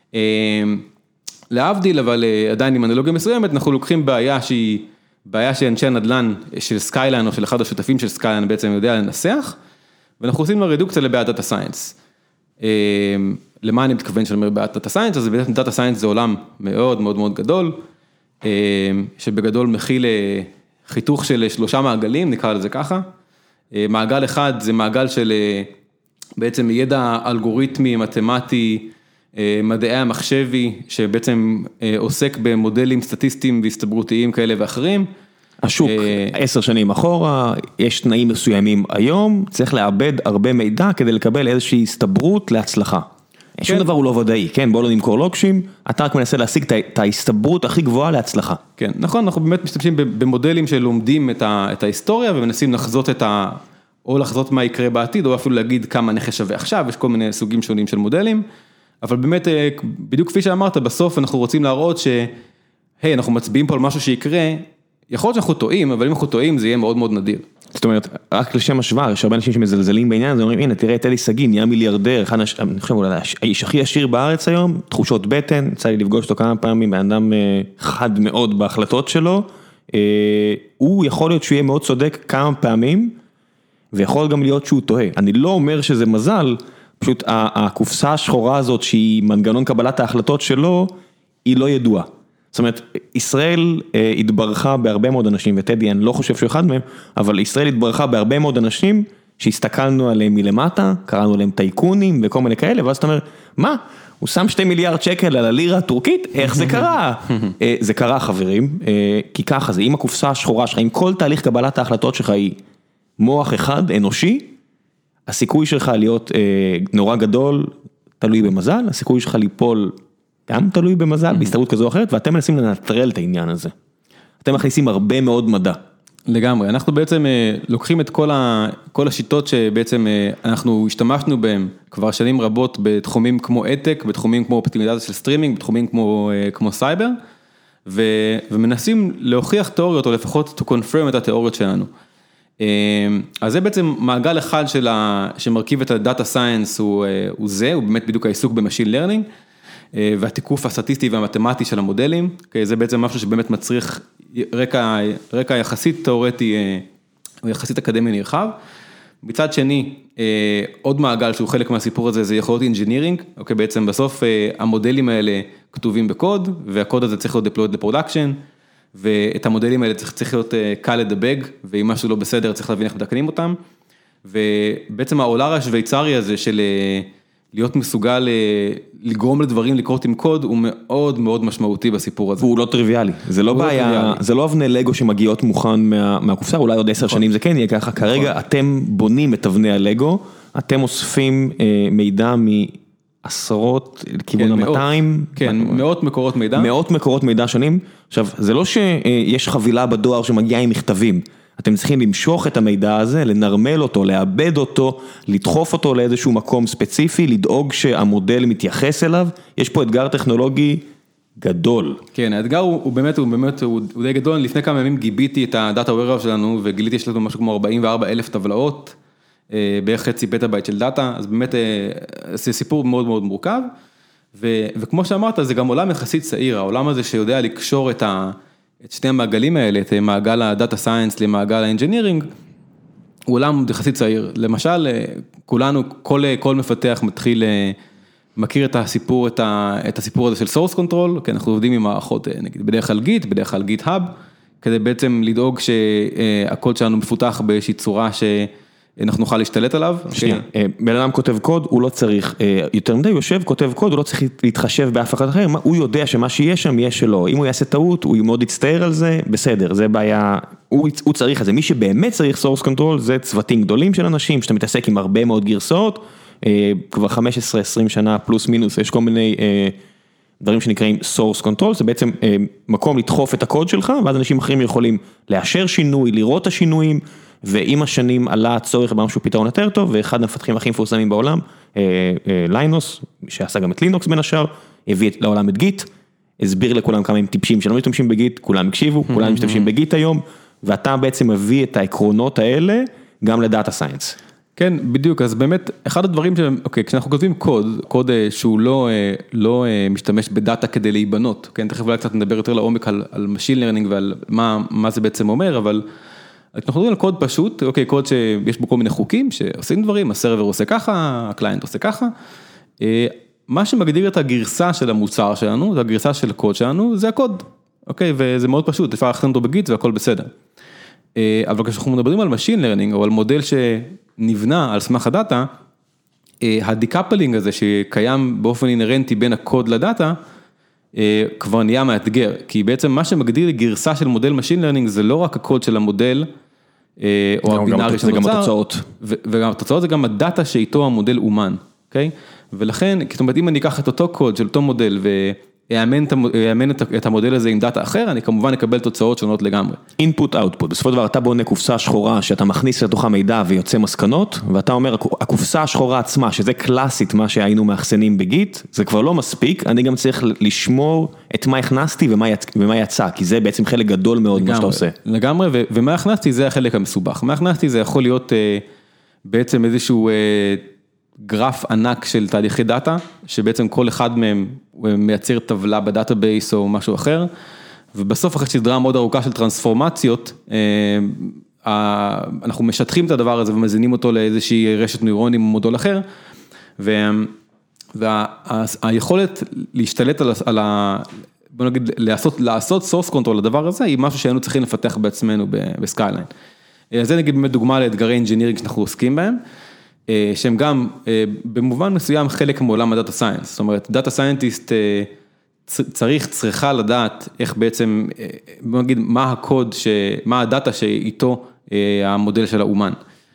להבדיל, אבל עדיין עם אנלוגיה מסוימת, אנחנו לוקחים בעיה שהיא, בעיה שאנשי הנדל"ן של סקייליין, או של אחד השותפים של סקייליין בעצם יודע לנסח, ואנחנו עושים לו רדוקציה לבעיית דאטה סיינס. למה אני מתכוון שאני אומר בעיית דאטה סיינס? אז בעצם דאטה סיינס זה עולם מאוד מאוד מאוד גדול, שבגדול מכיל חיתוך של שלושה מעגלים, נקרא לזה ככה. מעגל אחד זה מעגל של בעצם ידע אלגוריתמי, מתמטי, מדעי המחשבי, שבעצם עוסק במודלים סטטיסטיים והסתברותיים כאלה ואחרים. השוק עשר שנים אחורה, יש תנאים מסוימים היום, צריך לאבד הרבה מידע כדי לקבל איזושהי הסתברות להצלחה. שום דבר הוא לא ודאי, כן, בוא לא נמכור לוקשים, אתה רק מנסה להשיג את ההסתברות הכי גבוהה להצלחה. כן, נכון, אנחנו באמת משתמשים במודלים שלומדים את ההיסטוריה, ומנסים לחזות את ה... או לחזות מה יקרה בעתיד, או אפילו להגיד כמה נכס שווה עכשיו, יש כל מיני סוגים שונים של מודלים, אבל באמת, בדיוק כפי שאמרת, בסוף אנחנו רוצים להראות ש... היי, אנחנו מצביעים פה על משהו שיקרה, יכול להיות שאנחנו טועים, אבל אם אנחנו טועים, זה יהיה מאוד מאוד נדיר. זאת אומרת, רק לשם השוואה, יש הרבה אנשים שמזלזלים בעניין, זה אומרים, הנה, תראה את אלי סגי, נהיה מיליארדר, אחד, אני חושב, אולי, האיש הכי עשיר בארץ היום, תחושות בטן, יצא לי לפגוש אותו כמה פעמים, באדם חד מאוד בהחלטות שלו, הוא יכול להיות שהוא יהיה מאוד צודק כמה פעמים, ויכול גם להיות שהוא טועה. אני לא אומר שזה מזל, פשוט הקופסה השחורה הזאת, שהיא מנגנון קבלת ההחלטות שלו, היא לא ידועה. זאת אומרת, ישראל התברכה בהרבה מאוד אנשים, וטדי, אני לא חושב שהוא אחד מהם, אבל ישראל התברכה בהרבה מאוד אנשים, שהסתכלנו עליהם מלמטה, קראנו עליהם טייקונים וכל מיני כאלה, ואז אתה אומר, מה? הוא שם שתי מיליארד שקל על הלירה הטורקית? איך זה קרה? זה קרה, חברים, כי ככה זה, אם הקופסה השחורה שלך, אם כל תהליך קבלת ההחלטות שלך היא מוח אחד, אנושי, הסיכוי שלך להיות נורא גדול, תלוי במזל, הסיכוי שלך ליפול גם תלוי במזל, בהסתברות כזו או אחרת, ואתם מנסים לנטרל את העניין הזה. אתם מכניסים הרבה מאוד מדע. לגמרי, אנחנו בעצם לוקחים את כל, ה, כל השיטות שבעצם אנחנו השתמשנו בהן כבר שנים רבות בתחומים כמו אתק, בתחומים כמו אופטימיזציה של סטרימינג, בתחומים כמו, כמו סייבר, ו, ומנסים להוכיח תיאוריות, או לפחות to confirm את התיאוריות שלנו. אז זה בעצם מעגל אחד של ה, שמרכיב את הדאטה סיינס, הוא, הוא זה, הוא באמת בדיוק העיסוק במשין לרנינג, והתיקוף הסטטיסטי והמתמטי של המודלים, זה בעצם משהו שבאמת מצריך רקע, רקע יחסית תיאורטי, או יחסית אקדמי נרחב. מצד שני, עוד מעגל שהוא חלק מהסיפור הזה, זה יכול להיות אינג'ינירינג, אוקיי, בעצם בסוף המודלים האלה כתובים בקוד, והקוד הזה צריך להיות deployed לפרודקשן, ואת המודלים האלה צריך, צריך להיות קל לדבג, ואם משהו לא בסדר צריך להבין איך מתקנים אותם, ובעצם העולר השוויצרי הזה של להיות מסוגל לגרום לדברים לקרות עם קוד, הוא מאוד מאוד משמעותי בסיפור הזה. והוא לא טריוויאלי, זה לא בעיה, זה לא אבני לגו שמגיעות מוכן מהקופסה, אולי עוד עשר שנים זה כן יהיה ככה, כרגע אתם בונים את אבני הלגו, אתם אוספים מידע מעשרות, לכיוון ה-מאתיים. כן, מאות מקורות מידע. מאות מקורות מידע שונים, עכשיו זה לא שיש חבילה בדואר שמגיעה עם מכתבים, אתם צריכים למשוך את המידע הזה, לנרמל אותו, לאבד אותו, לדחוף אותו לאיזשהו מקום ספציפי, לדאוג שהמודל מתייחס אליו, יש פה אתגר טכנולוגי גדול. כן, האתגר הוא, הוא באמת, הוא באמת, הוא, הוא די גדול, לפני כמה ימים גיביתי את הדאטה warehouse שלנו, וגיליתי שיש לנו משהו כמו ארבעים וארבעה אלף טבלאות, בערך חצי פטאבייט של דאטה, אז באמת זה סיפור מאוד מאוד מורכב, ו, וכמו שאמרת, זה גם עולם יחסית צעיר, העולם הזה שיודע לקשור את ה... את שני המעגלים האלה, את מעגל הדאטה סיינס למעגל האנג'ינירינג, הוא עולם יחסית צעיר. למשל, כולנו, כל, כל מפתח מתחיל, מכיר את הסיפור, את, ה, את הסיפור הזה של source control, כי אנחנו עובדים עם מערכות, נגיד, בדרך כלל גיט, בדרך כלל גיט-האב, כדי בעצם לדאוג שהקוד שלנו מפותח באיזושהי צורה אנחנו נוכל להשתלט עליו. שנייה, בן אדם כותב קוד, הוא לא צריך, יותר מדי, הוא יושב, כותב קוד, הוא לא צריך להתחשב באף אחד אחר, הוא יודע שמה שיש שם יהיה שלו, אם הוא יעשה טעות, הוא מאוד יצטער על זה, בסדר, זה בעיה, הוא צריך את זה, מי שבאמת צריך source control, זה צוותים גדולים של אנשים, שאתה מתעסק עם הרבה מאוד גרסאות, כבר חמש עשרה עשרים שנה פלוס מינוס, יש כל מיני דברים שנקראים source control, זה בעצם מקום לדחוף את הקוד שלך, ואז אנשים אחרים יכולים לאשר שינוי, לראות את השינויים, ועם השנים עלה הצורך במשהו פתרון יותר טוב, ואחד המפתחים הכי מפורסמים בעולם, ליינוס, שעשה גם את לינוקס בין השאר, הביא לעולם את גיט, הסביר לכולם כמה הם טיפשים שלא משתמשים בגיט, כולם הקשיבו, כולם משתמשים בגיט היום, ואתה בעצם מביא את העקרונות האלה גם לדאטה סיינס. כן, בדיוק, אז באמת, אחד הדברים ש... אוקיי, כשאנחנו כותבים קוד, קוד שהוא לא, לא משתמש בדאטה כדי להיבנות, כן, תכף אולי קצת נדבר יותר לעומק על, על machine learning ועל מה, מה זה בעצם אומר, אבל אנחנו מדברים על קוד פשוט, אוקיי, קוד שיש בו כל מיני חוקים שעושים דברים, הסרבר עושה ככה, הקליינט עושה ככה, מה שמגדיר את הגרסה של המוצר שלנו, את הגרסה של הקוד שלנו, זה הקוד, אוקיי, וזה מאוד פשוט, אפשר להכין אותו בגיט והכל בסדר. אבל כשאנחנו מדברים על machine learning, או על מודל שנבנה על סמך הדאטה, הדיקאפלינג הזה שקיים באופן אינרנטי בין הקוד לדאטה, כבר נהיה מאתגר, כי בעצם מה שמגדיר גרסה של מודל machine learning, זה לא רק הקוד של המודל, או הבינארי של המוצר, גם התוצאות. וגם התוצאות זה גם הדאטה שאיתו המודל אומן, אוקיי? ולכן, זאת אומרת, אם אני אקח את אותו קוד של אותו מודל, ויאמן את המודל הזה עם דאטה אחר, אני כמובן אקבל תוצאות שונות לגמרי. input output, בסופו של דבר אתה בונה קופסה שחורה, שאתה מכניס לתוכה מידע ויוצא מסקנות, ואתה אומר, הקופסה השחורה עצמה, שזה קלאסית מה שהיינו מאחסנים בגיט, זה כבר לא מספיק, אני גם צריך לשמור את מה הכנסתי ומה יצא, כי זה בעצם חלק גדול מאוד מה שאתה עושה. לגמרי, ומה הכנסתי זה החלק המסובך. מה הכנסתי זה יכול להיות בעצם איזשהו גרף ענק של תהליכי דאטה, שבעצם כל אחד מהם מייצר טבלה בדאטאבייס או משהו אחר, ובסוף אחרי סדרה מאוד ארוכה של טרנספורמציות, אנחנו משטחים את הדבר הזה ומזינים אותו לאיזושהי רשת נוירונים או מודול אחר, והיכולת להשתלט על ה... בוא נגיד, לעשות, לעשות source control לדבר הזה, היא משהו שהיינו צריכים לפתח בעצמנו בסקייליין. זה נגיד באמת דוגמה לאתגרי engineering שאנחנו עוסקים בהם, שהם גם במובן מסוים חלק מעולם הדאטה סיינס, זאת אומרת, דאטה סיינטיסט צריך, צריכה לדעת איך בעצם, בוא נגיד, מה הקוד, מה הדאטה שאיתו המודל של האומן.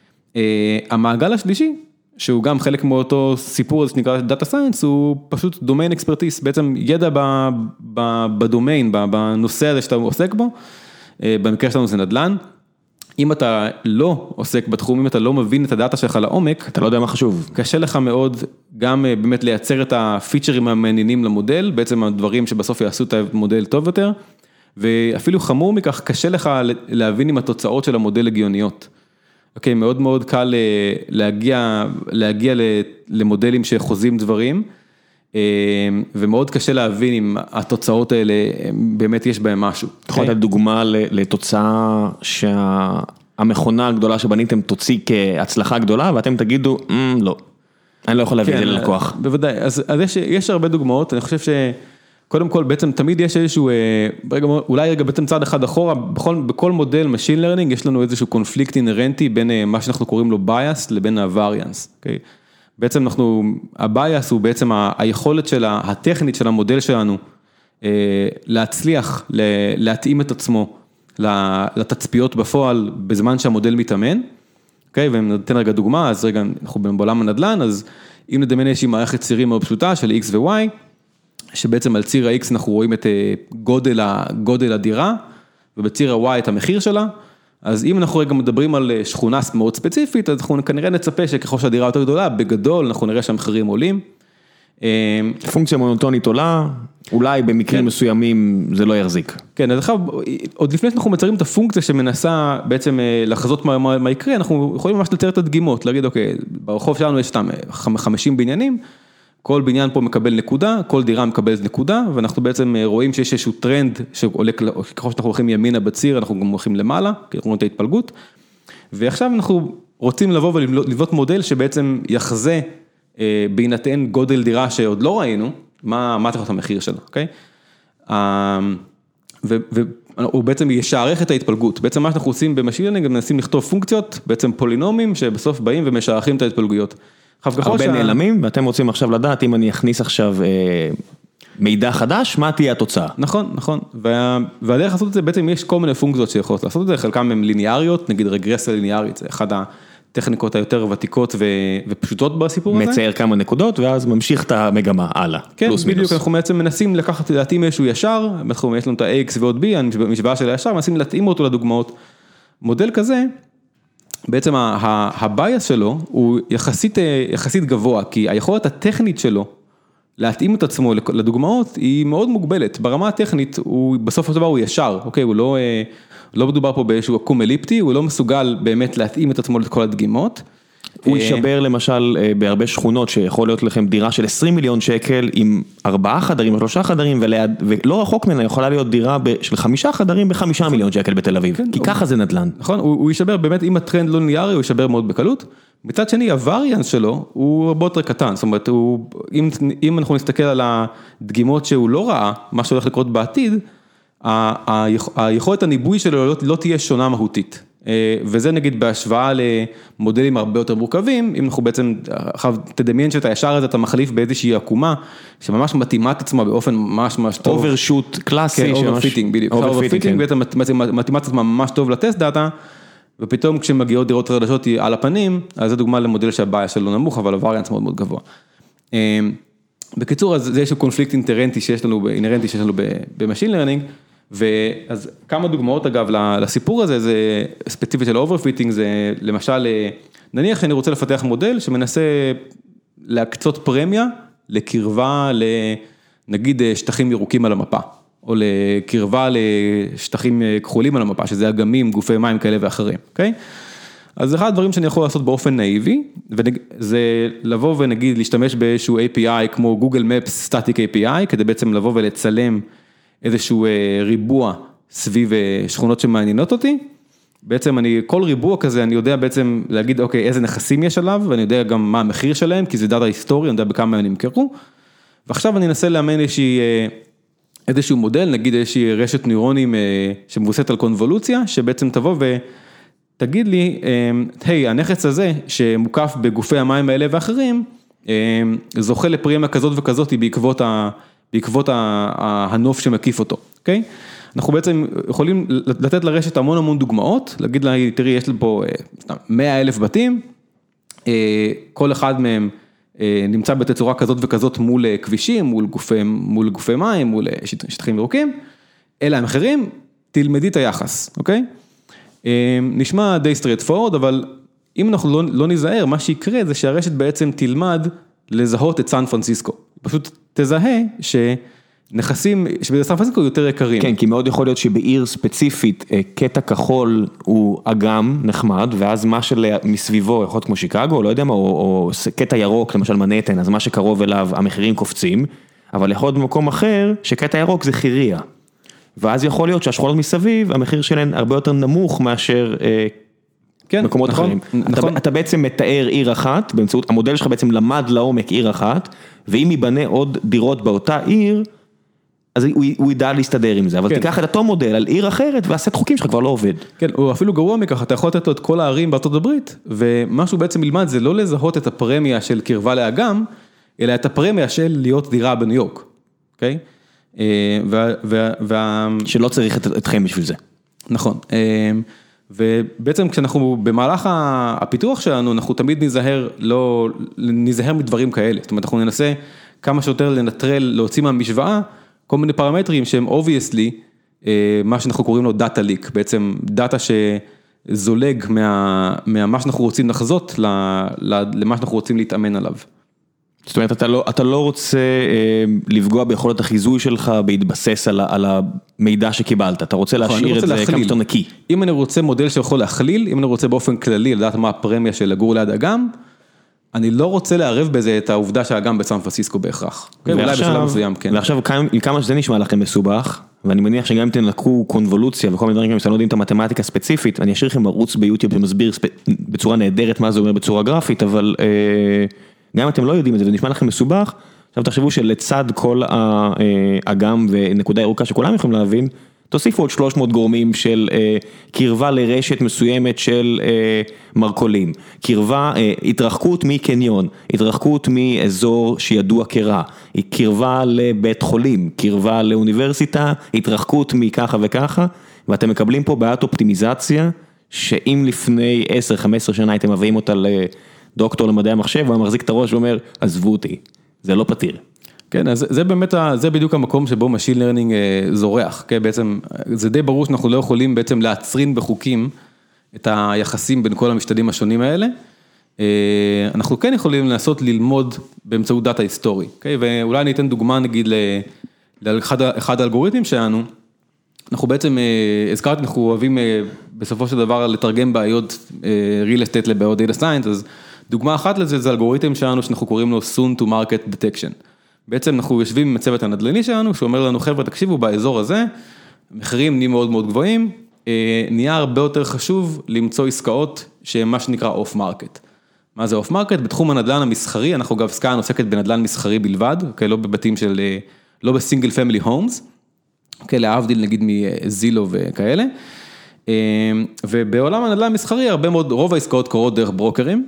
המעגל השלישי, שהוא גם חלק מאותו סיפור הזה שנקרא דאטה סיינס, הוא פשוט דומיין אקספרטיס, בעצם ידע בדומיין, בנושא הזה שאתה עוסק בו, במקרה שלנו זה נדל"ן, אם אתה לא עוסק בתחום, אם אתה לא מבין את הדאטה שלך לעומק, אתה לא יודע מה חשוב. קשה לך מאוד גם באמת לייצר את הפיצ'רים המעניינים למודל, בעצם הדברים שבסוף יעשו את המודל טוב יותר, ואפילו חמור מכך, קשה לך להבין אם התוצאות של המודל הגיוניות. אוקיי, מאוד מאוד קל להגיע, להגיע למודלים שחוזים דברים, ומאוד קשה להבין אם התוצאות האלה באמת יש בהם משהו. אתה יכול לתת דוגמה לתוצאה שהמכונה הגדולה שבניתם תוציא כהצלחה גדולה, ואתם תגידו, לא, אני לא יכול להביא את זה ללקוח. בוודאי, אז יש הרבה דוגמאות, אני חושב שקודם כל בעצם תמיד יש איזשהו, אולי רגע בעצם צעד אחד אחורה, בכל מודל Machine Learning יש לנו איזשהו קונפליקט אינרנטי בין מה שאנחנו קוראים לו bias לבין ה-variance, אוקיי? בעצם אנחנו, הבייס הוא בעצם היכולת של הטכנית של המודל שלנו, להצליח, להתאים את עצמו לתצפיות בפועל בזמן שהמודל מתאמן, אוקיי, ונתן רגע דוגמה, אז רגע אנחנו בעולם הנדל"ן, אז אם נדמיין איזושהי מערכת צירים מאוד פשוטה של X ו-Y, שבעצם על ציר ה-X אנחנו רואים את גודל, גודל הדירה, ובציר ה-Y את המחיר שלה, אז אם אנחנו רגע מדברים על שכונה מאוד ספציפית, אז אנחנו כנראה נצפה שככל שהדירה יותר גדולה, בגדול אנחנו נראה שהמחירים עולים. פונקציה מונוטונית עולה, אולי במקרים מסוימים זה לא יחזיק. כן, אז עכשיו, עוד לפני שאנחנו מציירים את הפונקציה שמנסה בעצם לחזות מה, מה יקרה, אנחנו יכולים ממש לצייר את הדגימות, להגיד, אוקיי, ברחוב שלנו יש סתם חמישים בניינים, כל בניין פה מקבל נקודה, כל דירה מקבלת נקודה, ואנחנו בעצם רואים שיש איזשהו טרנד שעולה, ככל שאנחנו הולכים ימינה בציר, אנחנו גם הולכים למעלה, כי אנחנו רואים את ההתפלגות, ועכשיו אנחנו רוצים לבוא ולבנות מודל שבעצם יחזה בהינתן גודל דירה שעוד לא ראינו, מה, מה צריך להיות המחיר שלה, אוקיי? ואנחנו הוא בעצם ישערך את ההתפלגות, בעצם מה שאנחנו עושים במשין לרנינג, מנסים לכתוב פונקציות, בעצם פולינומים שבסוף באים ומשערכים את ההתפלגויות. הרבה נעלמים, ואתם רוצים עכשיו לדעת, אם אני אכניס עכשיו מידע חדש, מה תהיה התוצאה? נכון, נכון, והדרך לעשות את זה, בעצם יש כל מיני פונקציות שיכולות לעשות את זה, חלקם הם ליניאריות, נגיד רגרסיה ליניארית, זה אחד הטכניקות היותר ותיקות ופשוטות בסיפור הזה. מצייר כמה נקודות, ואז ממשיך את המגמה הלאה. כן, בדיוק, אנחנו בעצם מנסים לקחת, להתאים איזשהו ישר, יש לנו את ה-X ועוד B, המשוואה של הישר, מנסים להתאים אותו לדוגמאות. מודל כזה, בעצם הבייס שלו הוא יחסית, יחסית גבוה, כי היכולת הטכנית שלו, להתאים את עצמו לדוגמאות, היא מאוד מוגבלת. ברמה הטכנית, הוא, בסוף של דבר הוא ישר, אוקיי? הוא לא, לא מדובר פה באיזשהו עקום אליפטי, הוא לא מסוגל באמת להתאים את עצמו לכל הדגימות. הוא יישבר למשל בהרבה שכונות, שיכול להיות לכם דירה של עשרים מיליון שקל, עם ארבעה חדרים או שלושה חדרים, וליד, ולא רחוק ממנה יכולה להיות דירה של חמישה חדרים בחמישה מיליון שקל בתל אביב, כן, כי הוא, ככה זה נדל"ן. נכון, הוא, הוא יישבר באמת, אם הטרנד לא ליניארי, הוא יישבר מאוד בקלות. מצד שני, הווריאנס שלו הוא הרבה יותר קטן, זאת אומרת, הוא, אם, אם אנחנו נסתכל על הדגימות שהוא לא ראה, מה שהולך לקרות בעתיד, היכולת הניבוי שלו לא, לא תהיה שונה מהותית. וזה נגיד בהשוואה למודלים הרבה יותר מורכבים, אם אנחנו בעצם, תדמיין שאתה ישר הזה, אתה מחליף באיזושהי עקומה, שממש מתאימה את עצמה באופן ממש ממש טוב. אוברשוט קלאסי. אוברפיטינג, בדיוק. אוברפיטינג, בעצם מתאימה את עצמה ממש טוב לטסט דאטה, ופתאום כשמגיעות דירות חדשות על הפנים, אז זו דוגמה למודל שהבעיה שלו נמוך, אבל הווריאנס מאוד מאוד גבוה. בקיצור, אז זה איזשהו קונפליקט אינהרנטי שיש לנו, אינהרנטי שיש לנו במשין לרנינג, ואז כמה דוגמאות אגב לסיפור הזה, זה ספציפית של אוברפיטינג, זה למשל, נניח שאני רוצה לפתח מודל שמנסה להקצות פרמיה לקרבה לנגיד שטחים ירוקים על המפה, או לקרבה לשטחים כחולים על המפה, שזה אגמים, גופי מים כאלה ואחרים, אוקיי? אז אחד הדברים שאני יכול לעשות באופן נאיבי, זה לבוא ונגיד להשתמש באיזשהו איי פי איי כמו גוגל מפס Static איי פי איי, כדי בעצם לבוא ולצלם איזשהו ריבוע סביב שכונות שמעניינות אותי, בעצם אני, כל ריבוע כזה, אני יודע בעצם להגיד, אוקיי, איזה נכסים יש עליו, ואני יודע גם מה המחיר שלהם, כי זה דאטה היסטורי, אני יודע בכמה הם נמכרו, ועכשיו אני אנסה לאמן איזושהי, איזשהו מודל, נגיד איזושהי רשת נוירונים שמבוססת על קונבולוציה, שבעצם תבוא ותגיד לי, היי, הנכס הזה שמוקף בגופי המים האלה ואחרים, זוכה לפרמיה כזאת וכזאת בעקבות ה... בעקבות הנוף שמקיף אותו, אוקיי? אנחנו בעצם יכולים לתת לרשת המון המון דוגמאות, להגיד לה, תראי, יש לי פה מאה אלף בתים, כל אחד מהם נמצא בתצורה כזאת וכזאת מול כבישים, מול גופי, מול גופי מים, מול שטחים ירוקים, אלה הם אחרים, תלמדי את היחס, אוקיי? נשמע די straight forward, אבל אם אנחנו לא, לא נזהר, מה שיקרה זה שהרשת בעצם תלמד לזהות את סן פרנסיסקו. פשוט תזהה שנכסים, שבסן פרנסיסקו יותר יקרים. כן, כי מאוד יכול להיות שבעיר ספציפית, קטע כחול הוא אגם נחמד, ואז מה שמסביבו, יכול להיות כמו שיקגו, לא יודע מה, או, או קטע ירוק, למשל מנהטן, אז מה שקרוב אליו, המחירים קופצים, אבל יכול להיות במקום אחר, שקטע ירוק זה חירייה. ואז יכול להיות שהשכונות מסביב, המחיר שלהן הרבה יותר נמוך מאשר כן, מקומות נכון, אחרים. נכון. אתה, אתה בעצם מתאר עיר אחת, באמצעות, המודל שלך בעצם למד לעומק עיר אחת, ואם ייבנה עוד דירות באותה עיר, אז הוא, הוא ידע להסתדר עם זה, אבל כן. תיקח את אותו מודל על עיר אחרת, והסט חוקים שלך כבר לא עובד. כן, הוא אפילו גרוע מכך, אתה יכול לתת לו את כל הערים בארצות הברית, ומה שהוא בעצם ילמד זה לא לזהות את הפרמיה של קרבה לאגם, אלא את הפרמיה של להיות דירה בניו יורק, אוקיי? וה, וה, וה... שלא צריך את, אתכם בשביל זה. נכון. ובעצם כשאנחנו במהלך הפיתוח שלנו, אנחנו תמיד נזהר, לא, נזהר מדברים כאלה. זאת אומרת, אנחנו ננסה כמה שיותר לנטרל, להוציא מהמשוואה, כל מיני פרמטרים שהם obviously, מה שאנחנו קוראים לו דאטה ליק, בעצם דאטה שזולג מה, מה שאנחנו רוצים לחזות, למה שאנחנו רוצים להתאמן עליו. זאת אומרת, אתה לא, אתה לא רוצה אה, לפגוע ביכולת החיזוי שלך, בהתבסס על, על המידע שקיבלת, אתה רוצה להשאיר את זה כמה יותר נקי. אם אני רוצה מודל שיכול להכליל, אם אני רוצה באופן כללי לדעת מה הפרמיה של לגור ליד אגם, אני לא רוצה לערב בזה את העובדה שהאגם בסן פרנסיסקו בהכרח. אולי בשלב מסוים, כן. ועכשיו, כמה שזה נשמע לכם מסובך, ואני מניח שגם אם תנקו קונבולוציה וכל מיני דברים, אם אתם לא יודעים את המתמטיקה הספציפית, אני אשאיר לכם ערוץ ביוטיוב שמסביר בצורה נהדרת מה זה אומר בצורה גרפית, אבל אה, גם אם אתם לא יודעים את זה ונשמע לכם מסובך, עכשיו תחשבו שלצד כל האגם ונקודה ירוקה שכולם יכולים להבין, תוסיפו עוד שלוש מאות גורמים של אה, קרבה לרשת מסוימת של אה, מרקולים, קרבה, אה, התרחקות מקניון, התרחקות מאזור שידוע כרע, קרבה לבית חולים, קרבה לאוניברסיטה, התרחקות מככה וככה, ואתם מקבלים פה בעיית אופטימיזציה, שאם לפני עשר חמש עשרה שנה הייתם מביאים אותה לדוקטור למדעי המחשב, הוא מחזיק את הראש ואומר, עזבו אותי, זה לא פתיר. כן, אז זה באמת, זה בדיוק המקום שבו Machine Learning זורח, כן, בעצם, זה די ברור שאנחנו לא יכולים בעצם להצרין בחוקים את היחסים בין כל המשתנים השונים האלה, אנחנו כן יכולים לנסות ללמוד באמצעות דאטה היסטורי, כן, ואולי אני אתן דוגמה נגיד לאחד האלגוריתמים שלנו, אנחנו בעצם, הזכרתי, אנחנו אוהבים בסופו של דבר לתרגם בעיות real estate לבעיות data science, אז דוגמה אחת לזה זה אלגוריתם שלנו שאנחנו קוראים לו soon to market detection. בעצם אנחנו יושבים עם הצוות הנדל"ני שלנו, שאומר לנו, חבר'ה, תקשיבו, באזור הזה, מחירים נהיים מאוד מאוד גבוהים, נהיה הרבה יותר חשוב למצוא עסקאות שהן מה שנקרא אוף מרקט. מה זה אוף מרקט? בתחום הנדל"ן המסחרי, אנחנו גם סקאן עוסקת בנדל"ן מסחרי בלבד, לא בבתים של, לא בסינגל פמילי הומס, להבדיל נגיד מזילו וכאלה, ובעולם הנדל"ן המסחרי, הרבה מאוד, רוב העסקאות קורות דרך ברוקרים,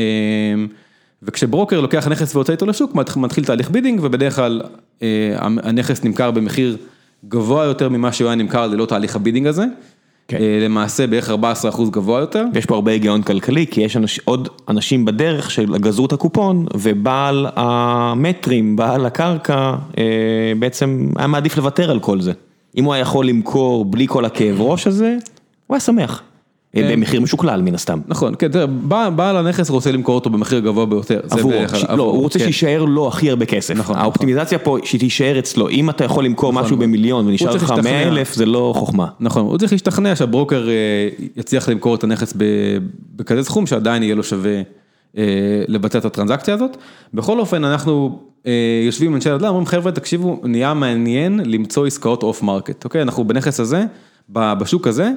וכשברוקר לוקח נכס ויוצא איתו לשוק, מתחיל תהליך בידינג, ובדרך כלל הנכס נמכר במחיר גבוה יותר ממה שהוא היה נמכר ללא תהליך הבידינג הזה, למעשה בערך ארבעה עשר אחוז גבוה יותר. יש פה הרבה היגיון כלכלי, כי יש עוד אנשים בדרך שגזרו את הקופון, ובעל המטרים, בעל הקרקע, בעצם היה מעדיף לוותר על כל זה. אם הוא היה יכול למכור בלי כל הכאב ראש הזה, הוא היה שמח. במחיר משוקלל מן הסתם. נכון, כן, בעל הנכס רוצה למכור אותו במחיר גבוה ביותר. עבורו, לא, הוא רוצה שישאר לו הכי הרבה כסף. האופטימיזציה פה שתישאר אצלו, אם אתה יכול למכור משהו במיליון ונשאר לך מאה אלף, זה לא חוכמה. נכון, הוא צריך להשתכנע שהברוקר יצליח למכור את הנכס בכזה סכום, שעדיין יהיה לו שווה לבצע את הטרנזקציה הזאת. בכל אופן, אנחנו יושבים עם אנשי נדל"ן, אומרים, חבר'ה, תקשיבו, נהיה מעניין למצוא עסקאות אוף מרקט. אוקיי, אנחנו בנכס הזה, בשוק הזה,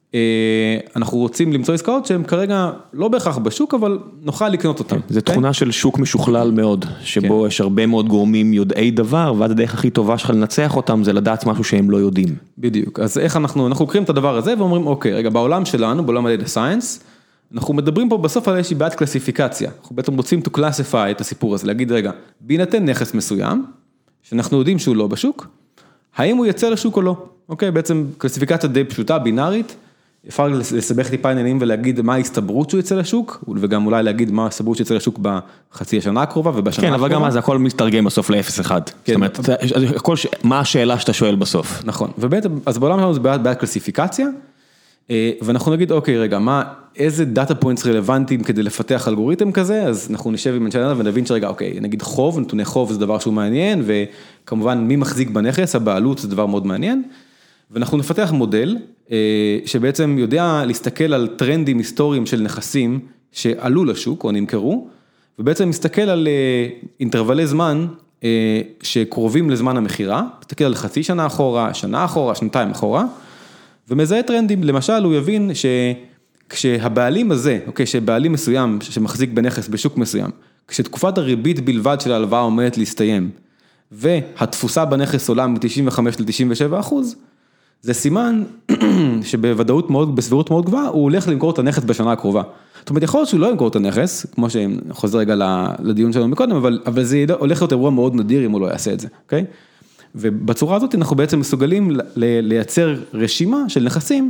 אנחנו רוצים למצוא עסקאות שהן כרגע לא בהכרח בשוק, אבל נוכל לקנות אותן. זה תכונה של שוק משוכלל מאוד, שבו יש הרבה מאוד גורמים יודעי דבר, ועד הדרך הכי טובה שלך לנצח אותם, זה לדעת משהו שהם לא יודעים. בדיוק, אז איך אנחנו, אנחנו קוראים את הדבר הזה, ואומרים, אוקיי, רגע, בעולם שלנו, בעולם ה-Data Science, אנחנו מדברים פה בסוף על איזושהי בעיית קלסיפיקציה, אנחנו בעצם רוצים to classify את הסיפור הזה, להגיד, רגע, בהינתן נכס מסוים, שאנחנו יודעים שהוא לא בשוק, האם הוא יצא לשוק או לא? אוקיי, בעצם קלסיפיקציה די פשוטה, בינארית, אפשר לסבך טיפה עניינים ולהגיד מה ההסתברות שהוא יצא לשוק, וגם אולי להגיד מה ההסתברות שיצא לשוק בחצי השנה הקרובה ובשנה כן, הקרובה. אבל גם אז הכל מתרגם בסוף ל-אפס אחד. זאת אומרת, מה השאלה שאתה שואל בסוף? נכון, ובעצם, אז בעולם שלנו זה בעיית קלסיפיקציה, ואנחנו נגיד, אוקיי, רגע, מה, איזה דאטה פוינטס רלוונטיים כדי לפתח אלגוריתם כזה, אז אנחנו נשב עם אנשי נדל"ן ונבין שרגע, אוקיי, נגיד חוב, נתוני חוב זה דבר שהוא מעניין, וכמובן מי מחזיק בנכס, הבעלות זה דבר מאוד מעניין, ואנחנו נפתח מודל שבעצם יודע להסתכל על טרנדים היסטוריים של נכסים שעלו לשוק או נמכרו, ובעצם מסתכל על אינטרוולי זמן שקרובים לזמן המחירה, מסתכל על חצי שנה אחורה, שנה אחורה, שנתיים אחורה, ומזהה טרנדים. למשל, הוא יבין שכשהבעלים הזה, אוקיי, שבעלים מסוים שמחזיק בנכס בשוק מסוים, כשתקופת הריבית בלבד של ההלוואה עומדת להסתיים, והתפוסה בנכס עולה מ-תשעים וחמש ל-תשעים ושבע אחוז, זה סימן שבוודאות מאוד, בסבירות מאוד גבוהה, הוא הולך למכור את הנכס בשנה הקרובה. זאת אומרת, יכול להיות שהוא לא ימכור את הנכס, כמו שחוזר רגע לדיון שלנו מקודם, אבל, אבל זה הולך להיות אירוע מאוד נדיר אם הוא לא יעשה את זה, אוקיי? ובצורה הזאת אנחנו בעצם מסוגלים לייצר רשימה של נכסים,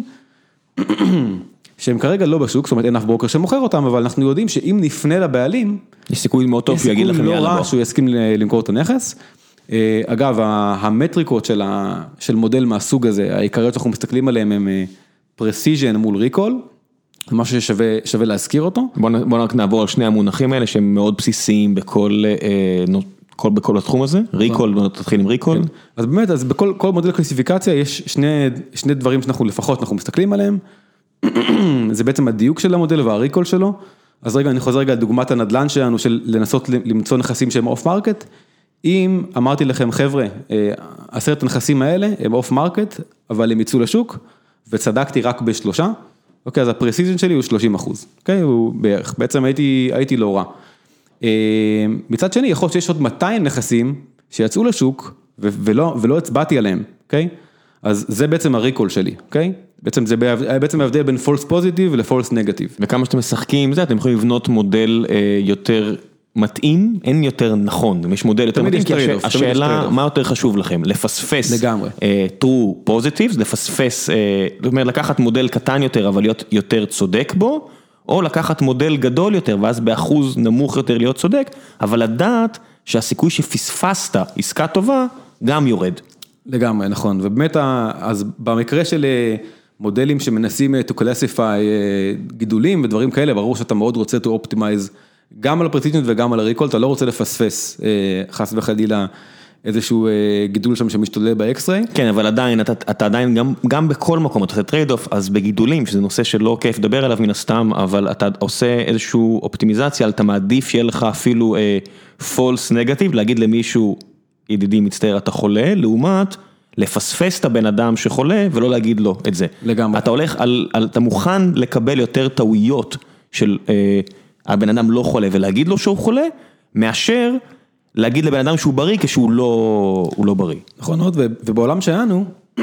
שהם כרגע לא בשוק, זאת אומרת אין אף ברוקר שמוכר אותם, אבל אנחנו יודעים שאם נפנה לבעלים, יש סיכוי מאוד טוב שהוא יגיד לכם יאללה בוא. יש סיכוי לא רע שהוא יסכים למכור את הנכס. אגב, המטריקות של, ה, של מודל מהסוג הזה, העיקריות שאנחנו מסתכלים עליהם הם precision מול recall, משהו ששווה שווה להזכיר אותו. בוא, בוא רק נעבור על שני המונחים האלה שהם מאוד בסיסיים בכל, כל, בכל התחום הזה, recall, בוא נתחיל עם recall. כן. אז באמת, אז בכל כל מודל קלסיפיקציה יש שני, שני דברים שאנחנו לפחות אנחנו מסתכלים עליהם, זה בעצם הדיוק של המודל והריקול שלו, אז רגע אני חוזר רגע על דוגמת הנדל"ן שלנו של לנסות למצוא נכסים שהם אוף מרקט, אם אמרתי לכם, חבר'ה, עשרת הנכסים האלה הם אוף מרקט, אבל הם יצאו לשוק, וצדקתי רק בשלושה, אוקיי, אז הפרסיזן שלי הוא שלושים אחוז, אוקיי, הוא בערך, בעצם הייתי, הייתי לא רע. מצד שני, יכול להיות שיש עוד מאתיים נכסים שיצאו לשוק, ולא, ולא הצבעתי עליהם, אוקיי? אז זה בעצם הריקול שלי, אוקיי? בעצם זה בעצם ההבדל בין false positive ל-false negative. וכמה שאתם משחקים עם זה, אתם יכולים לבנות מודל אה, יותר מתאים, אין יותר נכון, יש מודל יותר מתאים, כי הש... השאלה, מה יותר חשוב לכם? לפספס לגמרי. אה, true positives, לפספס, אה, זאת אומרת, לקחת מודל קטן יותר, אבל להיות יותר צודק בו, או לקחת מודל גדול יותר, ואז באחוז נמוך יותר להיות צודק, אבל לדעת שהסיכוי שפספסת עסקה טובה, גם יורד. לגמרי, נכון, ובאמת, אז במקרה של מודלים שמנסים to classify גידולים ודברים כאלה, ברור שאתה מאוד רוצה to optimize גם על הפרציזיות וגם על הריקול, אתה לא רוצה לפספס חס וחלילה איזשהו גידול שם שמשתולל באקס-ריי. כן, אבל עדיין, אתה, אתה עדיין גם, גם בכל מקום, אתה עושה טרייד אוף, אז בגידולים, שזה נושא שלא כיף לדבר עליו מן הסתם, אבל אתה עושה איזשהו אופטימיזציה, אתה מעדיף שיהיה לך אפילו אה, false negative, להגיד למישהו, ידידי מצטער, אתה חולה, לעומת לפספס את הבן אדם שחולה, ולא להגיד לו את זה. לגמרי. אתה הולך על, על אתה מוכן לקבל יותר טעויות של אה, הבן אדם לא חולה, ולהגיד לו שהוא חולה, מאשר להגיד לבן אדם שהוא בריא, כשהוא לא, הוא לא בריא. נכון מאוד, ובעולם שלנו,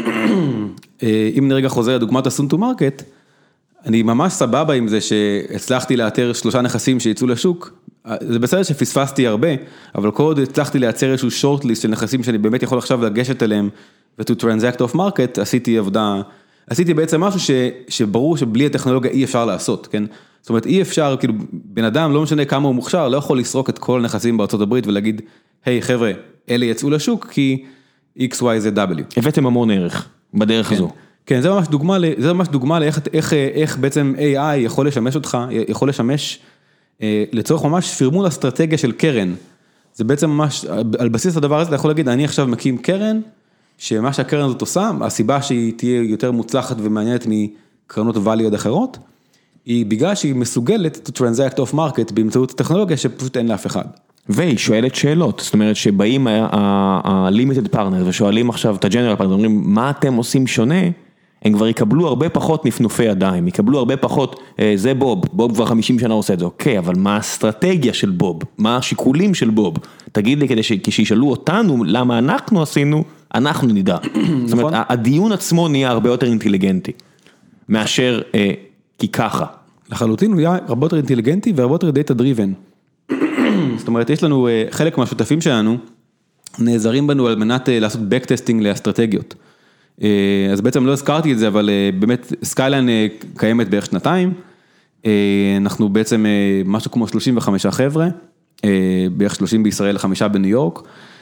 אם נרגע חוזר לדוגמת הסון טו מרקט, אני ממש סבבה עם זה שהצלחתי לאתר שלושה נכסים שיצאו לשוק, זה בסדר שפספסתי הרבה, אבל כל עוד הצלחתי לייצר איזשהו שורט-ליסט של נכסים שאני באמת יכול עכשיו לגשת אליהם, ו-to transact off market, עשיתי עבודה, עשיתי בעצם משהו ש, שברור שבלי הטכנולוגיה אי אפשר לעשות, כן? זאת אומרת, אי אפשר, כאילו, בן אדם, לא משנה כמה הוא מוכשר, לא יכול לסרוק את כל הנכסים בארצות הברית ולהגיד, היי חבר'ה, אלה יצאו לשוק, כי X, Y, Z, W. הבאתם המון ערך בדרך כן. הזו. כן, זה ממש דוגמה, זה ממש דוגמה לאיך, איך, איך בעצם איי איי יכול לשמש אותך, יכול לשמש לצורך ממש פרמול אסטרטגיה של קרן. זה בעצם ממש, על בסיס הדבר הזה, אתה יכול להגיד, אני עכשיו מקים קרן, שמה שהקרן הזאת עושה, הסיבה שהיא תהיה יותר מוצלחת ומעניינת מקרנות value אחרות, היא בגלל שהיא מסוגלת to transact off market באמצעות הטכנולוגיה שפשוט אין לאף אחד. והיא שואלת שאלות, זאת אומרת שבאים ה-limited partners ושואלים עכשיו את ה-general partners, אומרים, מה אתם עושים שונה? הם כבר יקבלו הרבה פחות נפנופי ידיים, יקבלו הרבה פחות, זה בוב, בוב כבר חמישים שנה עושה את זה, אוקיי, אבל מה האסטרטגיה של בוב? מה השיקולים של בוב? תגיד לי, כדי שישאלו אותנו למה אנחנו עשינו, אנחנו נדע. זאת אומרת, הדיון עצמו נהיה הרבה יותר אינטליגנטי, מאשר, כי ככה. לחלוטין הוא יהיה הרבה יותר אינטליגנטי והרבה יותר data driven. זאת אומרת, יש לנו, חלק מהשותפים שלנו, נעזרים בנו על מנת לעשות backtasting לאסטרטגיות. אז בעצם לא הזכרתי את זה, אבל באמת סקייליין קיימת בערך שנתיים, אנחנו בעצם משהו כמו שלושים וחמישה חבר'ה, בערך שלושים בישראל, חמישה בניו יורק,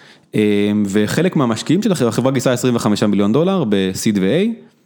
וחלק מהמשקיעים של החברה, החברה גייסה עשרים וחמישה מיליון דולר ב-Seed ו-A,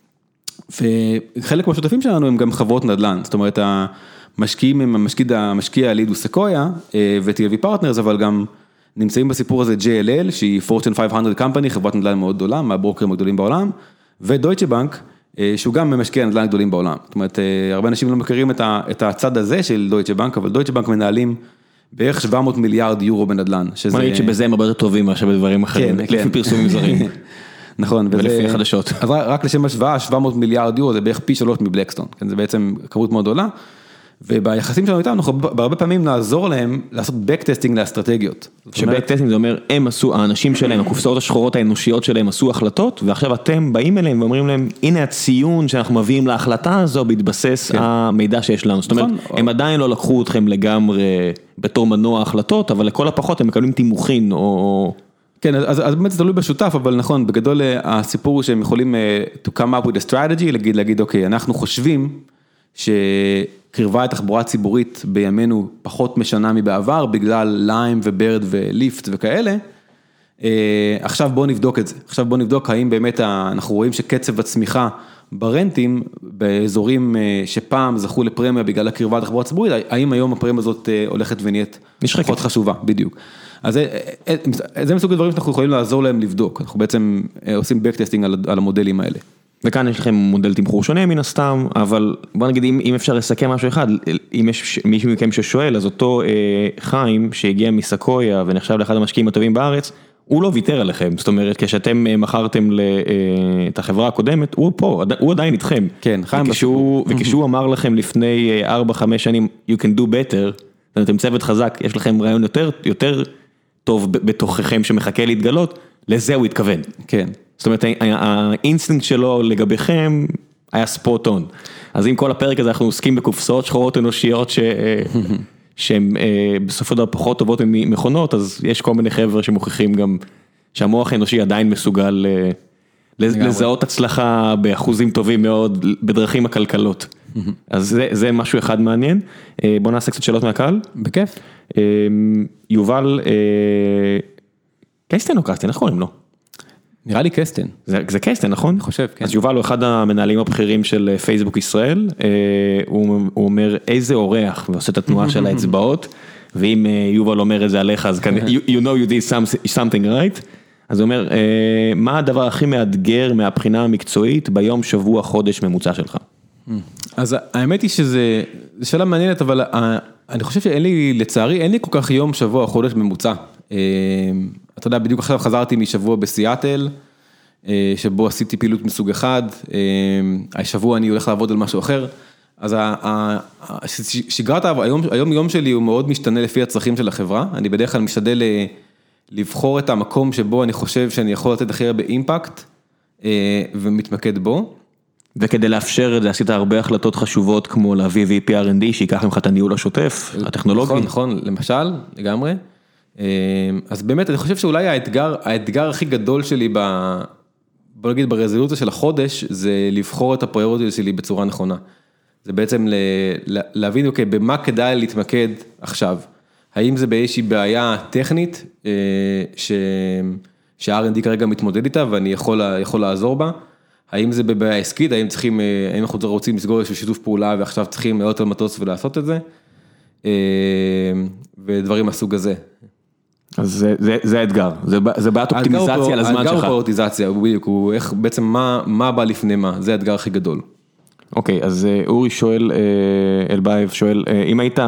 וחלק מהשותפים שלנו הם גם חברות נדל"ן, זאת אומרת המשקיעים הם המשקיע, המשקיע הליד הוא סקויה ו-טי אל וי Partners, אבל גם נמצאים בסיפור הזה ג'יי אל אל, שהיא Fortune חמש מאות Company, חברת נדל"ן מאוד גדולה, מהברוקרים הגדולים בעולם, ודויטשה בנק, שהוא גם משקיע נדל"ן גדולים בעולם. זאת אומרת, הרבה אנשים לא מכירים את הצד הזה של דויטשה בנק, אבל דויטשה בנק מנהלים בערך שבע מאות מיליארד יורו בנדל"ן. בוא נגיד שבזה הם הרבה יותר טובים מאשר בדברים אחרים, לפי פרסומים זרים. נכון. ולפי חדשות. אז רק לשם השוואה, שבע מאות מיליארד יורו זה בערך פי שלוש מבלקסטון, זה בעצם כמות מאוד גדולה. וביחסים שלנו איתם, אנחנו בהרבה פעמים נעזור להם לעשות בקטסטינג לאסטרטגיות. שבקטסטינג זה אומר, הם עשו, האנשים שלהם, הקופסאות השחורות האנושיות שלהם עשו החלטות, ועכשיו אתם באים אליהם ואומרים להם, הנה הציון שאנחנו מביאים להחלטה הזו, בהתבסס המידע שיש לנו. זאת אומרת, הם עדיין לא לקחו אתכם לגמרי בתור מנוע החלטות, אבל לכל הפחות הם מקבלים תימוכין או... כן, אז, אז באמת זה תלוי בשותף, אבל נכון, בגדול הסיפור הוא שהם יכולים to come up with a strategy, להגיד, להגיד, אוקיי, אנחנו חושבים שקרבה את תחבורה ציבורית בימינו פחות משנה מבעבר, בגלל ליים וברד וליפט וכאלה, עכשיו בואו נבדוק את זה, עכשיו בואו נבדוק האם באמת אנחנו רואים שקצב הצמיחה ברנטים, באזורים שפעם זכו לפרמיה בגלל הקרבה לתחבורה ציבורית, האם היום הפרמיה הזאת הולכת ונהיית פחות חשובה, בדיוק. אז זה, זה מסוג הדברים שאנחנו יכולים לעזור להם לבדוק, אנחנו בעצם עושים בקטסטינג על, על המודלים האלה. וכאן יש לכם מודל תמחור שונה מן הסתם, אבל בוא נגיד, אם, אם אפשר לסכם משהו אחד, אם יש מישהו מכם ששואל, אז אותו אה, חיים שהגיע מסקויה ונחשב לאחד המשקיעים הטובים בארץ, הוא לא ויתר עליכם, זאת אומרת, כשאתם מכרתם את החברה הקודמת, הוא פה, הוא עדיין איתכם. כן, חיים. וכשהוא, וכשהוא אמר לכם לפני ארבע חמש שנים, you can do better, אתם צוות חזק, יש לכם רעיון יותר, יותר טוב בתוככם שמחכה להתגלות, לזה הוא התכוון. כן, זאת אומרת, האינסטינקט שלו לגביכם היה ספוט און. אז אם כל הפרק הזה אנחנו עוסקים בקופסאות שחורות אנושיות שהן בסופו של דבר פחות טובות ממכונות, אז יש כל מיני חבר'ה שמוכיחים גם שהמוח האנושי עדיין מסוגל לזהות הצלחה באחוזים טובים מאוד בדרכים הכלכלות. אז זה, זה משהו אחד מעניין. בוא נעשה קצת שאלות מהקהל. בכיף. יובל, קסטן או קסטן, איך קוראים לו? נראה לי קסטן. זה, זה קסטן, נכון? אני חושב, כן. אז יובל הוא אחד המנהלים הבכירים של פייסבוק ישראל, הוא, הוא אומר איזה אורח, ועושה את התנועה של האצבעות, ואם יובל אומר את זה עליך, אז כאן, you, you know you did something right, אז הוא אומר, מה הדבר הכי מאתגר מהבחינה המקצועית ביום, שבוע, חודש ממוצע שלך? אז האמת היא שזה, זו שאלה מעניינת, אבל אני חושב שאין לי, לצערי, אין לי כל כך יום, שבוע, חודש ממוצע. אתה יודע, בדיוק עכשיו חזרתי משבוע בסיאטל, שבו עשיתי פעילות מסוג אחד, השבוע אני הולך לעבוד על משהו אחר, אז שגרת היום, היום יום שלי הוא מאוד משתנה לפי הצרכים של החברה, אני בדרך כלל משתדל לבחור את המקום שבו אני חושב שאני יכול לתת הכי הרבה אימפקט, ומתמקד בו. וכדי לאפשר את זה, עשית הרבה החלטות חשובות, כמו להביא וי פי אר אנד די, שיקח ממך את הניהול השוטף, הטכנולוגי. נכון, נכון, למשל, לגמרי. אז באמת, אני חושב שאולי האתגר, האתגר הכי גדול שלי, ב, בוא נגיד, ברזולוציה של החודש, זה לבחור את הפריוריות שלי בצורה נכונה. זה בעצם להבין, אוקיי, במה כדאי להתמקד עכשיו. האם זה באיזושהי בעיה טכנית, שה-אר אנד די כרגע מתמודד איתה, ואני יכול, יכול לעזור בה? האם זה בבעיה עסקית, האם צריכים, האם אנחנו רוצים לסגור איזשהו שיתוף פעולה, ועכשיו צריכים לעלות על מטוס ולעשות את זה? ודברים מהסוג הזה. אז זה, זה, זה האתגר, זה, זה בעיית אופטימיזציה לזמן שלך. האתגר הוא פריורטיזציה, הוא בדיוק, הוא איך, בעצם מה, מה בא לפני מה, זה האתגר הכי גדול. אוקיי, אז אורי שואל, אלבייב שואל, אם היית,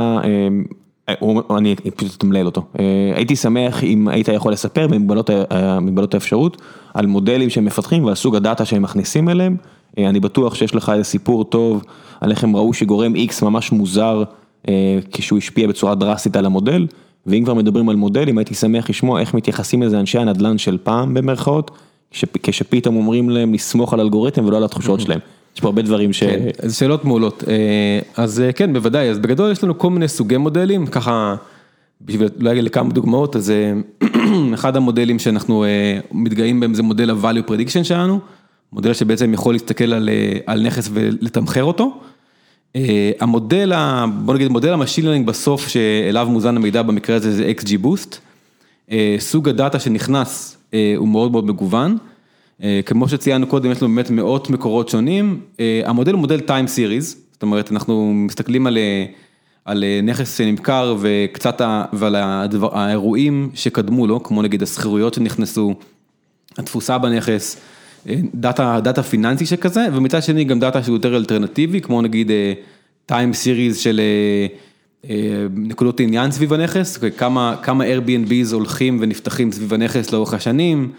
אני פשוט תמלל אותו, הייתי שמח אם היית יכול לספר במגבלות האפשרות, על מודלים שהם מפתחים ועל סוג הדאטה שהם מכניסים אליהם, אני בטוח שיש לך איזה סיפור טוב, על איך הם ראו שגורם X ממש מוזר, כשהוא השפיע בצורה דרסטית על המודל, ואם כבר מדברים על מודלים, הייתי שמח לשמוע איך מתייחסים לזה אנשי הנדל"ן של פעם במרכאות, כשפתאום אומרים להם לסמוך על אלגוריתם ולא על התחושות שלהם. יש פה הרבה דברים ש... כן, אז שאלות מעולות. אז כן, בוודאי, אז בגדול יש לנו כל מיני סוגי מודלים, ככה, בשביל להגיד לכמה דוגמאות, אז אחד המודלים שאנחנו מתגאים בהם זה מודל ה-value prediction שלנו, מודל שבעצם יכול להסתכל על, על נכס ולתמחר אותו. המודל, בוא נגיד, מודל המשין לרנינג בסוף שאליו מוזן המידע במקרה הזה זה אקס ג'י בוסט. סוג הדאטה שנכנס הוא מאוד מאוד מגוון. כמו שציינו קודם, יש לנו באמת מאות מקורות שונים. המודל הוא מודל time series, זאת אומרת, אנחנו מסתכלים על, על נכס שנמכר וקצת ועל הדבר, האירועים שקדמו לו, כמו נגיד הסחירויות שנכנסו, התפוסה בנכס, דאטה, דאטה פיננסי שכזה, ומצד שני גם דאטה שהוא יותר אלטרנטיבי, כמו נגיד time series של נקודות עניין סביב הנכס, כמה, כמה Airbnbs הולכים ונפתחים סביב הנכס לאורך השנים,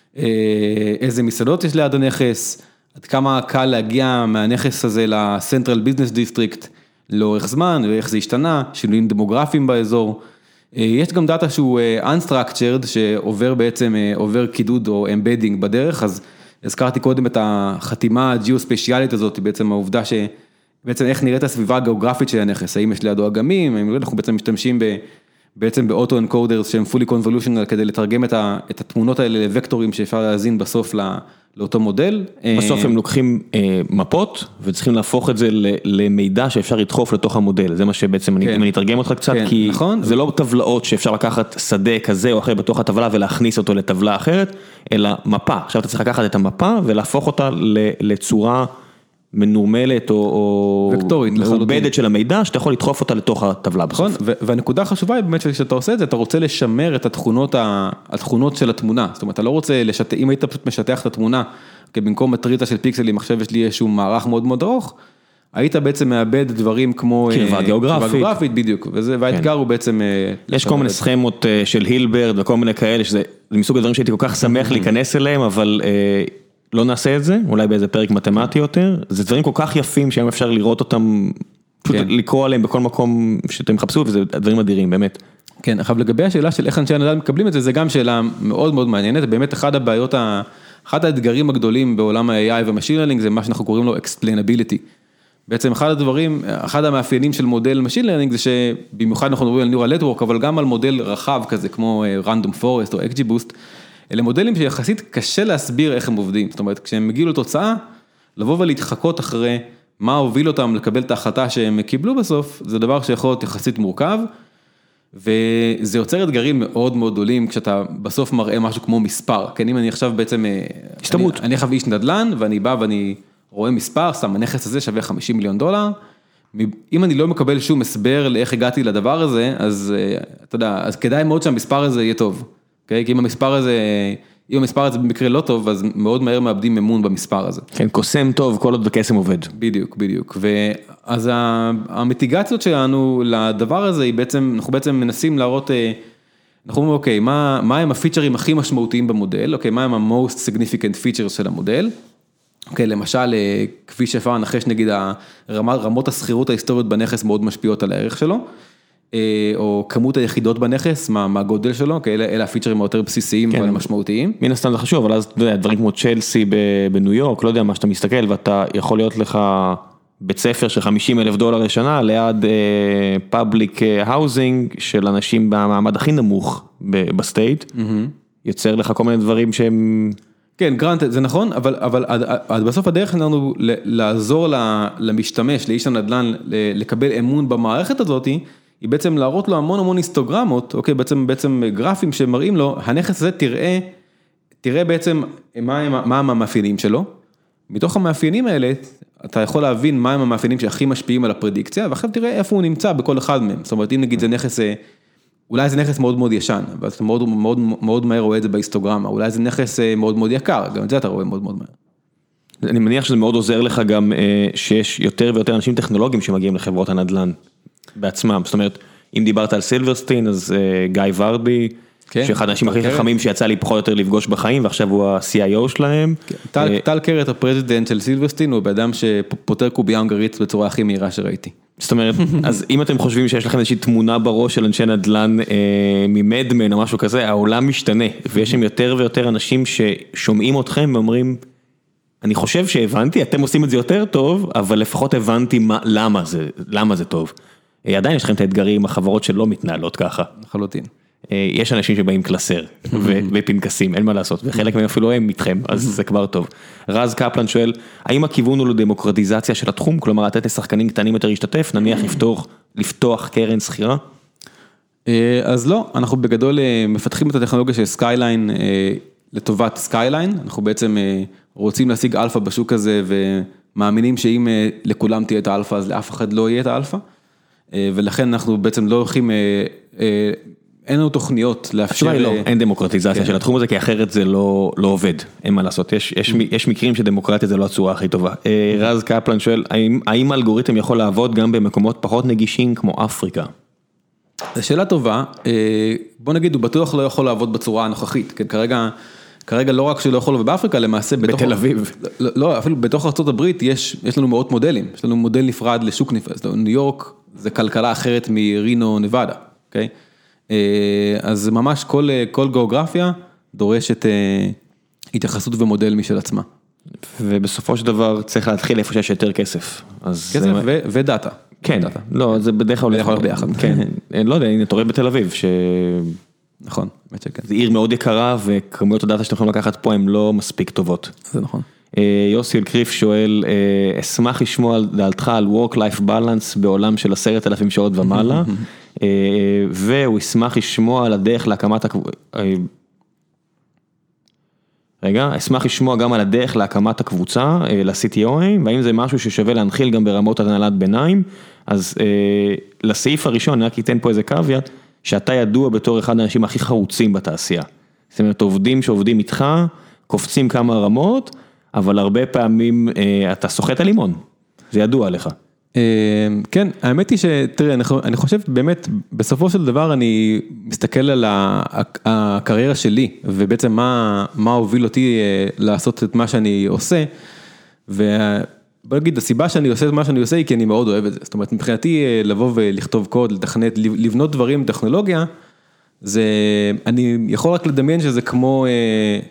איזה מסעדות יש ליד הנכס, עד כמה קל להגיע מהנכס הזה ל-Central Business District לאורך זמן, ואיך זה השתנה, שינויים דמוגרפיים באזור. יש גם דאטה שהוא unstructured, שעובר בעצם, עובר קידוד או embedding בדרך, אז הזכרתי קודם את החתימה הג'יאוספציאלית הזאת, בעצם העובדה שבעצם איך נראית הסביבה הגיאוגרפית של הנכס, האם יש לידו אגמים, האם אנחנו בעצם משתמשים ב... בעצם באוטו-אנקודרס שהם fully convolutional כדי לתרגם את, ה, את התמונות האלה לווקטורים שאפשר להזין בסוף לא, לאותו מודל. בסוף הם לוקחים אה, מפות וצריכים להפוך את זה למידע שאפשר לדחוף לתוך המודל. זה מה שבעצם כן. אני, אני אתרגם אותך קצת, כן, כי נכון. זה לא טבלאות שאפשר לקחת שדה כזה או אחר בתוך הטבלה ולהכניס אותו לטבלה אחרת, אלא מפה. עכשיו אתה צריך לקחת את המפה ולהפוך אותה לצורה מנורמלת או וקטורית, מעובדת של המידע, שאתה יכול לדחוף אותה לתוך הטבלה בסוף. והנקודה החשובה היא באמת שכשאתה עושה את זה, אתה רוצה לשמר את התכונות, התכונות של התמונה, זאת אומרת, אתה לא רוצה לשטח, אם היית פשוט משטח את התמונה, כי במקום מטריטה של פיקסלים, עכשיו יש לי איזשהו מערך מאוד מאוד ארוך, היית בעצם מאבד דברים כמו... קרבה גיאוגרפית. גיאוגרפית בדיוק, והאתגר הוא בעצם... יש כל מיני סכמות של הילברד וכל מיני כאלה, שזה מסוג הדברים שהייתי כל כך שמח להיכנס אליהם, אבל... לא נעשה את זה, אולי באיזה פרק מתמטי יותר, זה דברים כל כך יפים שהיום אפשר לראות אותם, פשוט לקרוא עליהם בכל מקום שאתם מחפשו, וזה דברים אדירים, באמת. כן, עכשיו לגבי השאלה של איך אנשי הנדל"ן מקבלים את זה, זה גם שאלה מאוד מאוד מעניינת, באמת אחת הבעיות אחד האתגרים הגדולים בעולם ה-איי איי ו-Machine Learning זה מה שאנחנו קוראים לו Explainability. בעצם אחד הדברים, אחד המאפיינים של מודל Machine Learning זה שבמיוחד אנחנו מדברים על Neural Network, אבל גם על מודל רחב כזה כמו Random Forest או XGBoost, אלה מודלים שיחסית קשה להסביר איך הם עובדים. זאת אומרת, כשהם הגיעו לתוצאה, לבוא ולהתחקות אחרי מה הוביל אותם לקבל את ההחלטה שהם קיבלו בסוף, זה דבר שיכול להיות יחסית מורכב, וזה יוצר אתגרים מאוד מאוד גדולים, כשאתה בסוף מראה משהו כמו מספר, כן, אם אני עכשיו בעצם, השתמעות. אני, אני עכשיו איש נדל"ן, ואני בא ואני רואה מספר, סתם, הנכס הזה שווה חמישים מיליון דולר, אם אני לא מקבל שום הסבר לאיך הגעתי לדבר הזה, אז אתה יודע, אז כדאי מאוד שהמספר הזה יהיה טוב, okay? כי אם המספר הזה, אם המספר הזה במקרה לא טוב, אז מאוד מהר מאבדים אמון במספר הזה. כן, קוסם טוב, כל עוד בקסם עובד. בדיוק, בדיוק. ואז המטיגציות שלנו לדבר הזה, היא בעצם, אנחנו בעצם מנסים להראות, אנחנו אומרים, אוקיי, מה, מה הם הפיצ'רים הכי משמעותיים במודל? אוקיי, מה הם ה-most significant features של המודל? אוקיי, למשל, כפי שאפשר לנחש, נגיד, רמות הסחירות ההיסטוריות בנכס מאוד משפיעות על הערך שלו. או כמות היחידות בנכס, מה, מה הגודל שלו, כאלה, אלה הפיצ'רים היותר בסיסיים אבל משמעותיים. מן הסתם זה חשוב, אבל אז, אתה יודע, דברים כמו צ'לסי בניו יורק, לא יודע מה שאתה מסתכל, ואתה יכול להיות לך בית ספר של חמישים אלף דולר לשנה, ליד פאבליק האוזינג של אנשים במעמד הכי נמוך בסטייט, יוצר לך כל מיני דברים שהם... כן, גרנט, זה נכון, אבל, אבל עד, עד בסוף הדרך שלנו לעזור למשתמש, לאיש הנדל"ן, לקבל אמון במערכת הזאת, היא בעצם להראות לו המון המון היסטוגרמות, אוקיי, בעצם, בעצם גרפים שמראים לו, הנכס הזה תראה, תראה בעצם מה, מה המאפיינים שלו, מתוך המאפיינים האלה, אתה יכול להבין מה הם המאפיינים שהכי משפיעים על הפרדיקציה, ועכשיו תראה איפה הוא נמצא בכל אחד מהם, זאת אומרת, אם נגיד זה נכס, אולי זה נכס מאוד מאוד ישן, אבל אתה מאוד, מאוד, מאוד מהר רואה את זה בהיסטוגרמה, אולי זה נכס מאוד מאוד יקר, גם את זה אתה רואה מאוד מאוד מהר. אני מניח שזה מאוד עוזר לך גם שיש יותר ויותר אנשים טכנולוגיים שמגיעים לחברות הנדל"ן בעצמם, זאת אומרת, אם דיברת על סילברסטין, אז גיא ורדי, שאחד האנשים הכי חכמים שיצא לי פחות או יותר לפגוש בחיים, ועכשיו הוא ה-סי איי או שלהם. טל קרת, הפרזידנט של סילברסטין, הוא באדם שפותר קובייה הונגרית בצורה הכי מהירה שראיתי. זאת אומרת, אז אם אתם חושבים שיש לכם איזושהי תמונה בראש של אנשי נדל"ן ממדמן או משהו כזה, העולם משתנה, ויש שם יותר ויותר אנשים ששומעים אתכם ואומרים, אני חושב שהבנתי, אתם עושים את זה יותר טוב, אבל לפחות הבנתי למה זה, למה זה טוב. עדיין יש לכם את האתגרים, החברות שלא מתנהלות ככה. לחלוטין. יש אנשים שבאים קלסר ופנקסים, אין מה לעשות, וחלק מהם אפילו הם איתכם, אז זה כבר טוב. רז קפלן שואל, האם הכיוון הוא לדמוקרטיזציה של התחום, כלומר, לתת לשחקנים קטנים יותר להשתתף, נניח לפתוח, לפתוח קרן סחירה? אז לא, אנחנו בגדול מפתחים את הטכנולוגיה של סקייליין לטובת סקייליין, אנחנו בעצם רוצים להשיג אלפא בשוק הזה, ומאמינים שאם לכולם תהיה את האלפא, אז לאף אחד לא יהיה את האלפא, ולכן אנחנו בעצם לא הולכים, אין לנו תוכניות לאפשר... לא, אין דמוקרטיזציה של התחום הזה, כי אחרת זה לא עובד, אין מה לעשות, יש מקרים שדמוקרטיה זה לא הצורה הכי טובה. רז קפלן שואל, האם האלגוריתם יכול לעבוד גם במקומות פחות נגישים כמו אפריקה? זו שאלה טובה, בוא נגיד, הוא בטוח לא יכול לעבוד בצורה הנוכחית, כן, כרגע... כרגע לא רק שלא יכול לעבוד באפריקה, למעשה בתוך... בתל אביב. לא, לא, אפילו בתוך ארצות הברית יש, יש לנו מאות מודלים, יש לנו מודל נפרד לשוק נפרד, ניו יורק זה כלכלה אחרת מרינו נבדה, אוקיי? אז ממש כל, כל גיאוגרפיה דורשת התייחסות ומודל משל עצמה. ובסופו של דבר צריך להתחיל איפה שיש יותר כסף. כסף ו- ודאטה. כן, לא, זה בדרך כלל יכול ביחד. כן, לא יודע, הנה, אתה רואה בתל אביב, ש... נכון, באמת שכן. זו עיר מאוד יקרה, וכמויות הדאטה שאתם יכולים לקחת פה הן לא מספיק טובות. זה נכון. יוסי אלקריף שואל, אשמח לשמוע על דעתך על work-life balance בעולם של עשרת אלפים שעות ומעלה, והוא ישמח לשמוע על הדרך להקמת הקבוצה, רגע, אשמח לשמוע גם על הדרך להקמת הקבוצה, ל-סי טי או, והאם זה משהו ששווה להנחיל גם ברמות הנהלת ביניים, אז לסעיף הראשון, אני רק אתן פה איזה קוויאט, שאתה ידוע בתור אחד האנשים הכי חרוצים בתעשייה. זאת אומרת, עובדים שעובדים איתך, קופצים כמה רמות, אבל הרבה פעמים אתה סוחט הלימון. זה ידוע לך. כן, האמת היא שתראה, אני חושב באמת, בסופו של דבר אני מסתכל על הקריירה שלי, ובעצם מה, מה הוביל אותי לעשות את מה שאני עושה, ובוא נגיד, הסיבה שאני עושה את מה שאני עושה היא כי אני מאוד אוהב את זה. זאת אומרת, מבחינתי לבוא ולכתוב קוד, לתכנת, לבנות דברים, טכנולוגיה, זה, אני יכול רק לדמיין שזה כמו,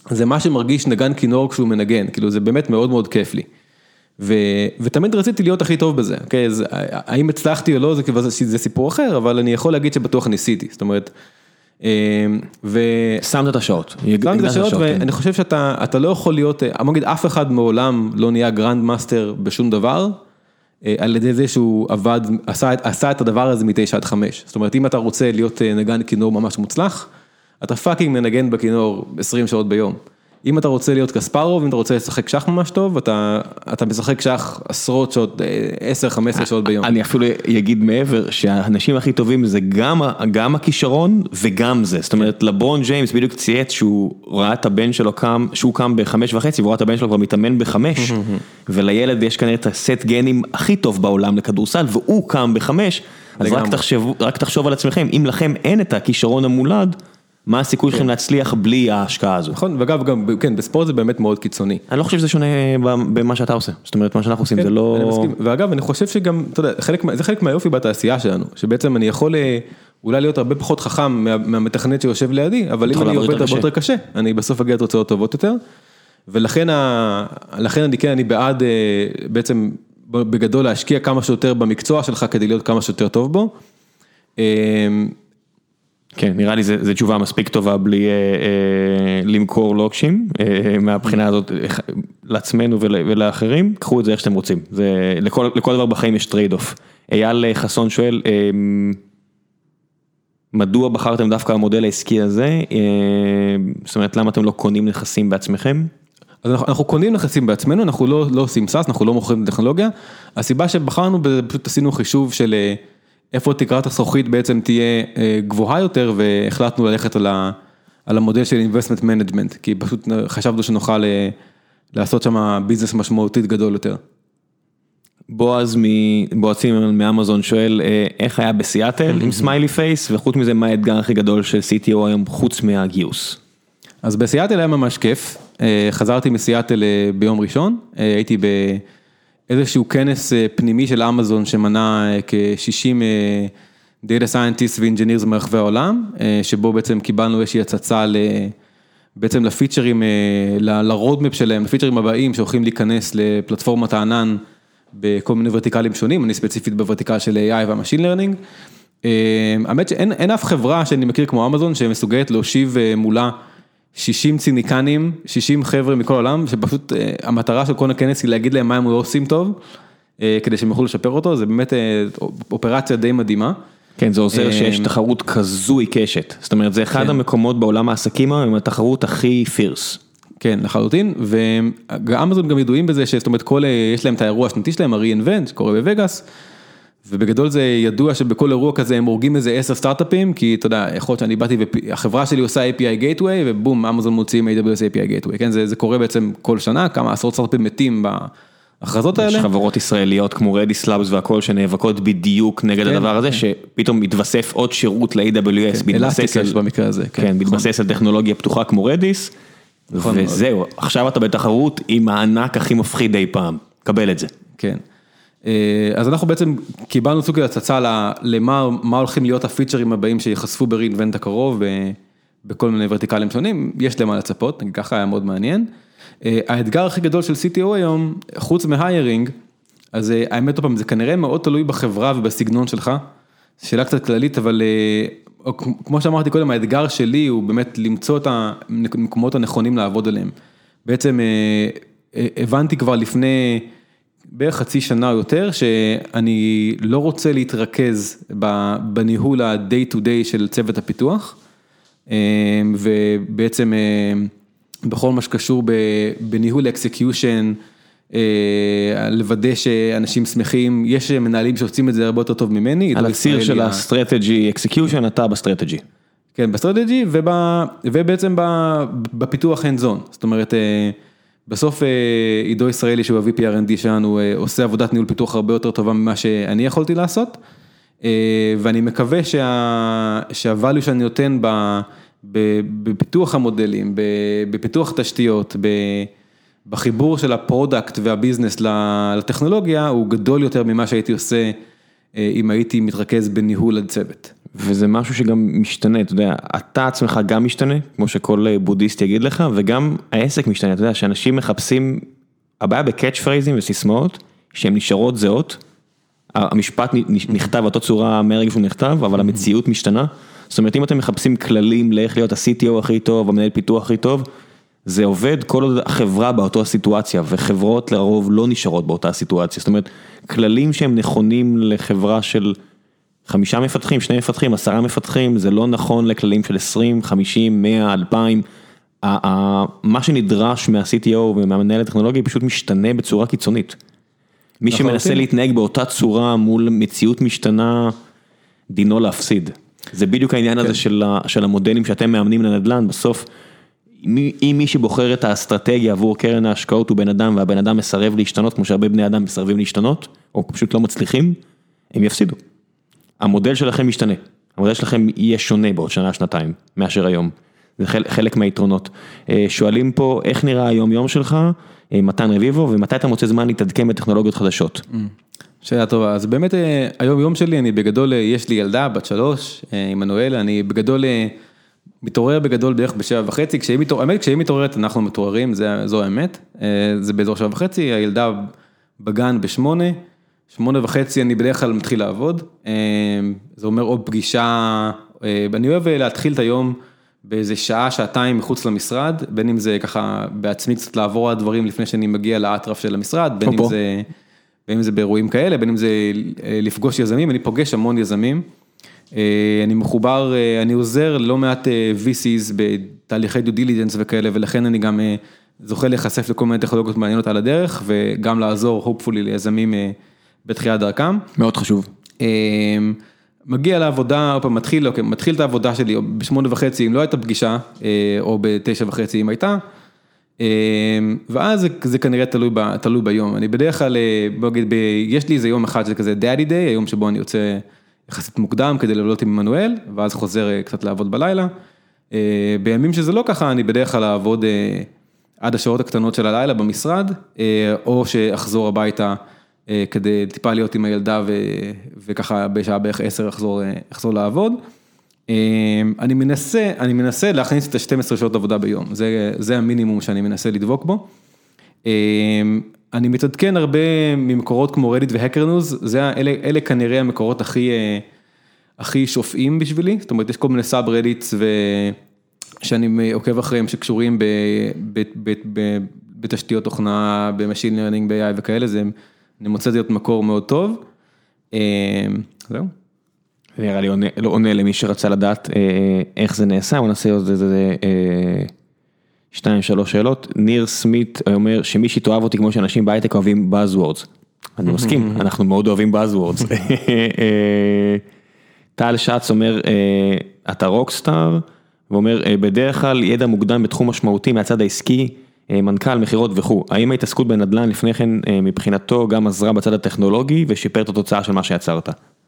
זה מה שמרגיש נגן כינור כשהוא מנגן, כאילו זה באמת מאוד מאוד כיף לי. ו, ותמיד רציתי להיות הכי טוב בזה, אוקיי? אז, האם הצלחתי או לא, זה, זה סיפור אחר, אבל אני יכול להגיד שבטוח ניסיתי, זאת אומרת, ו... שמת את השעות. שמת את השעות, ואני חושב שאתה, אתה לא יכול להיות, אני אגיד, אף אחד מעולם לא נהיה גרנד מאסטר בשום דבר, על ידי זה שהוא עבד, עשה, עשה את הדבר הזה מתשע עד חמש. זאת אומרת, אם אתה רוצה להיות נגן כינור ממש מוצלח, אתה פאקינג מנגן בכינור עשרים שעות ביום. אם אתה רוצה להיות קספרוב, אם אתה רוצה לשחק שח ממש טוב, אתה, אתה משחק שח עשרות שעות, עשר חמש עשרה שעות ביום. אני אפילו אגיד מעבר, שהאנשים הכי טובים זה גם, גם הכישרון וגם זה. זאת אומרת, לברון ג'יימס בדיוק צייץ שהוא ראה את הבן שלו קם, שהוא קם בחמש וחצי, והוא ראה את הבן שלו כבר מתאמן בחמש, ולילד יש כנראה את הסט גנים הכי טוב בעולם לכדורסל, והוא קם בחמש, אז רק תחשב, רק תחשוב על עצמכם, אם לכם אין את הכישרון המולד, מה הסיכוי שלכם להצליח בלי ההשקעה הזו? נכון, ואגב, גם, כן, בספורט זה באמת מאוד קיצוני. אני לא חושב שזה שונה במה שאתה עושה, זאת אומרת, מה שאנחנו עושים זה לא... אני מסכים, ואגב, אני חושב שגם, אתה יודע, זה חלק מהיופי בתעשייה שלנו, שבעצם אני יכול אולי להיות הרבה פחות חכם מהמתכנת שיושב לידי, אבל אם אני עובד הרבה יותר קשה, אני בסוף אגיע לתוצאות טובות יותר, ולכן אני כן, אני בעד בעצם בגדול להשקיע כמה שיותר במקצוע שלך, כדי להיות כמה שיותר טוב בו. כן, נראה לי זו תשובה מספיק טובה בלי למכור לוקשים, מהבחינה הזאת לעצמנו ולאחרים, קחו את זה איך שאתם רוצים, לכל דבר בחיים יש טרייד אוף. אייל חסון שואל, מדוע בחרתם דווקא המודל העסקי הזה, זאת אומרת למה אתם לא קונים נכסים בעצמכם? אז אנחנו, אנחנו קונים נכסים בעצמנו, אנחנו לא, לא עושים סאס, אנחנו לא מוכרים טכנולוגיה, הסיבה שבחרנו, פשוט עשינו חישוב של איפה תקרת הזכוכית בעצם תהיה גבוהה יותר, והחלטנו ללכת על, ה, על המודל של investment management, כי פשוט חשבנו שנוכל לעשות שם ביזנס משמעותית גדול יותר. בועז מבועזים מאמזון שואל, איך היה בסיאטל עם סמיילי פייס, וחוץ מזה מה האתגר הכי גדול של סי טי או היום חוץ מהגיוס? אז בסיאטל היה ממש כיף, חזרתי מסיאטל ביום ראשון, הייתי באיזשהו כנס פנימי של אמזון שמנה כ-שישים Data Scientists ו-Engineers מרחבי העולם, שבו בעצם קיבלנו איזושהי הצצה בעצם לפיצ'רים, לרודמפ שלהם, לפיצ'רים הבאים שהולכים להיכנס לפלטפורמת הענן בכל מיני ורטיקלים שונים, אני ספציפית בוורטיקל של איי איי והמשין לרנינג. האמת שאין אין אף חברה שאני מכיר כמו אמזון שמסוגלת להושיב מולה שישים ציניקנים, שישים חבר'ה מכל העולם, שפשוט המטרה של כל הכנס היא להגיד להם מה הם לא עושים טוב, כדי שהם יוכלו לשפר אותו, זה באמת אופרציה די מדהימה. כן, זה עוזר שיש תחרות כזו עיקשת, זאת אומרת, זה אחד המקומות בעולם העסקים עם התחרות הכי פירס. כן, לחלוטין, ואמזון גם ידועים בזה, שזאת אומרת, כל, יש להם את האירוע השנתי שלהם, ה-Reinvent, שקורה בווגאס, ובגדול זה ידוע שבכל אירוע כזה הם הורגים איזה עשר סטארט-אפים, כי אתה יודע, יכול להיות שאני באתי, והחברה שלי עושה איי פי איי Gateway, ובום, אמזון מוציאים איי דאבליו אס איי פי איי Gateway, כן, זה, זה קורה בעצם כל שנה, כמה עשרות סטארט-אפים מתים בהכרזות האלה. יש חברות ישראליות כמו Redis Labs והכל, שנאבקות בדיוק נגד כן, הדבר הזה, כן. שפתאום מתווסף עוד שירות ל-איי דאבליו אס, כן, מתבסס על, במקרה הזה, כן, כן, מתבסס על טכנולוגיה פתוחה כמו Redis, וזהו, עכשיו אתה בתחרות עם הענק הכי מפחיד אי פעם, קבל את זה. כן. אז אנחנו בעצם קיבלנו סוג של הצצה למה מה הולכים להיות הפיצ'רים הבאים שיחשפו ב-Reinvent הקרוב בכל מיני ורטיקלים שונים, יש למה לצפות, ככה היה מאוד מעניין. האתגר הכי גדול של סי טי או היום, חוץ מהיירינג, אז האמת פעם, זה כנראה מאוד תלוי בחברה ובסגנון שלך, שאלה קצת כללית, אבל כמו שאמרתי קודם, האתגר שלי הוא באמת למצוא את המקומות הנכונים לעבוד עליהם. בעצם הבנתי כבר לפני בערך חצי שנה או יותר, שאני לא רוצה להתרכז בניהול ה-day to day של צוות הפיתוח, ובעצם בכל מה שקשור בניהול execution, לוודא שאנשים שמחים, יש מנהלים שעושים את זה הרבה יותר טוב ממני. על הציר של ה-strategy execution, אתה ב-strategy. כן, ב-strategy, ובעצם בפיתוח hands on, זאת אומרת, בסוף עידו ישראלי שהוא ה-וי פי אר אנד די שלנו עושה עבודת ניהול פיתוח הרבה יותר טובה ממה שאני יכולתי לעשות, ואני מקווה שהvalue שאני נותן בפיתוח המודלים, בפיתוח תשתיות, בחיבור של הפרודקט והביזנס לטכנולוגיה, הוא גדול יותר ממה שהייתי עושה אם הייתי מתרכז בניהול הצוות. וזה משהו שגם משתנה, אתה יודע, אתה עצמך גם משתנה, כמו שכל בודהיסט יגיד לך, וגם העסק משתנה, אתה יודע, שאנשים מחפשים, הבעיה בקאץ' פרייזים וסיסמאות, שהן נשארות זהות, המשפט נכתב באותה צורה מהרגע שהוא נכתב, אבל המציאות משתנה, זאת אומרת, אם אתם מחפשים כללים לאיך להיות ה-סי טי או הכי טוב, המנהל פיתוח הכי טוב, זה עובד כל עוד החברה באותה סיטואציה, וחברות לרוב לא נשארות באותה סיטואציה, זאת אומרת, כללים שהם נכונים לחברה של חמישה מפתחים, שני מפתחים, עשרה מפתחים, זה לא נכון לכללים של עשרים, חמישים, מאה, אלפיים, מה שנדרש מה-סי טי או ומהמנהל הטכנולוגי פשוט משתנה בצורה קיצונית. מי שמנסה להתנהג באותה צורה מול מציאות משתנה, דינו להפסיד. זה בדיוק העניין הזה של המודלים שאתם מאמנים לנדל"ן, בסוף, אם מי שבוחר את האסטרטגיה עבור קרן ההשקעות הוא בן אדם, והבן אדם מסרב להשתנות, כמו שהרבה בני אדם מסרבים להשתנות, או פשוט לא מצליחים, הם יפסידו. המודל שלכם משתנה, המודל שלכם יהיה שונה בעוד שנה, שנתיים, מאשר היום. זה חלק מהיתרונות. שואלים פה, איך נראה היום יום שלך, מתן רביבו, ומתי אתה מוצא זמן להתעדכן בטכנולוגיות חדשות? שאלה טובה, אז באמת היום יום שלי, אני בגדול, יש לי ילדה בת שלוש, עמנואל, אני בגדול מתעורר בגדול בערך בשבע וחצי, כשהיא מתעוררת אנחנו מתעוררים, זו האמת, זה באזור שבע וחצי, הילדה בגן בשמונה, שמונה וחצי אני בדרך כלל מתחיל לעבוד, זה אומר עוד פגישה, אני אוהב להתחיל את היום באיזה שעה, שעתיים מחוץ למשרד, בין אם זה ככה בעצמי קצת לעבור על הדברים לפני שאני מגיע לאטרף של המשרד, בין אם זה, בין אם זה באירועים כאלה, בין אם זה לפגוש יזמים, אני פוגש המון יזמים, אני מחובר, אני עוזר לא מעט וי סי'ס בתהליכי due diligence וכאלה, ולכן אני גם זוכה להיחשף לכל מיני טכנולוגיות מעניינות על הדרך, וגם לעזור, hopefully, ליזמים בתחילת דרכם. מאוד חשוב. מגיע לעבודה, או פעם מתחיל, אוקיי, מתחיל את העבודה שלי, או בשמונה וחצי, אם לא הייתה פגישה, או בתשע וחצי, אם הייתה, ואז זה, זה כנראה תלוי, ב, תלוי ביום. אני בדרך כלל, בוא נגיד, ב, יש לי איזה יום אחד שזה כזה Daddy Day, היום שבו אני יוצא יחסית מוקדם, כדי לבלות עם עמנואל, ואז חוזר קצת לעבוד בלילה. בימים שזה לא ככה, אני בדרך כלל לעבוד עד השעות הקטנות של הלילה במשרד, או שאחזור הביתה, כדי טיפה להיות עם הילדה וככה בשעה בערך עשר אחזור לעבוד. אני מנסה, אני מנסה להכניס את ה-שתים עשרה שעות עבודה ביום, זה, זה המינימום שאני מנסה לדבוק בו. אני מתעדכן הרבה ממקורות כמו רדיט והקר ניוז, זה, אלה, אלה כנראה המקורות הכי, הכי שופעים בשבילי, זאת אומרת יש כל מיני סאב רדיטס שאני עוקב אחריהם שקשורים ב, ב, ב, ב, בתשתיות תוכנה, במשין לרנינג, ב-איי איי וכאלה, זה אני מוצא את זה להיות מקור מאוד טוב. זהו. נראה לי לא עונה למי שרצה לדעת איך זה נעשה, הוא נעשה עוד איזה שתיים, שלוש שאלות. ניר סמית אומר שמי שתאהב אותי כמו שאנשים בהייטק אוהבים Buzzwords. אני מסכים, אנחנו מאוד אוהבים Buzzwords. טל שץ אומר, אתה רוקסטאר, ואומר, בדרך כלל ידע מוקדם בתחום משמעותי מהצד העסקי, מנכ"ל, מחירות וכו'. האם ההתעסקות בנדל"ן לפני כן מבחינתו גם עזרה בצד הטכנולוגי ושיפר את התוצאה של מה שיצרת?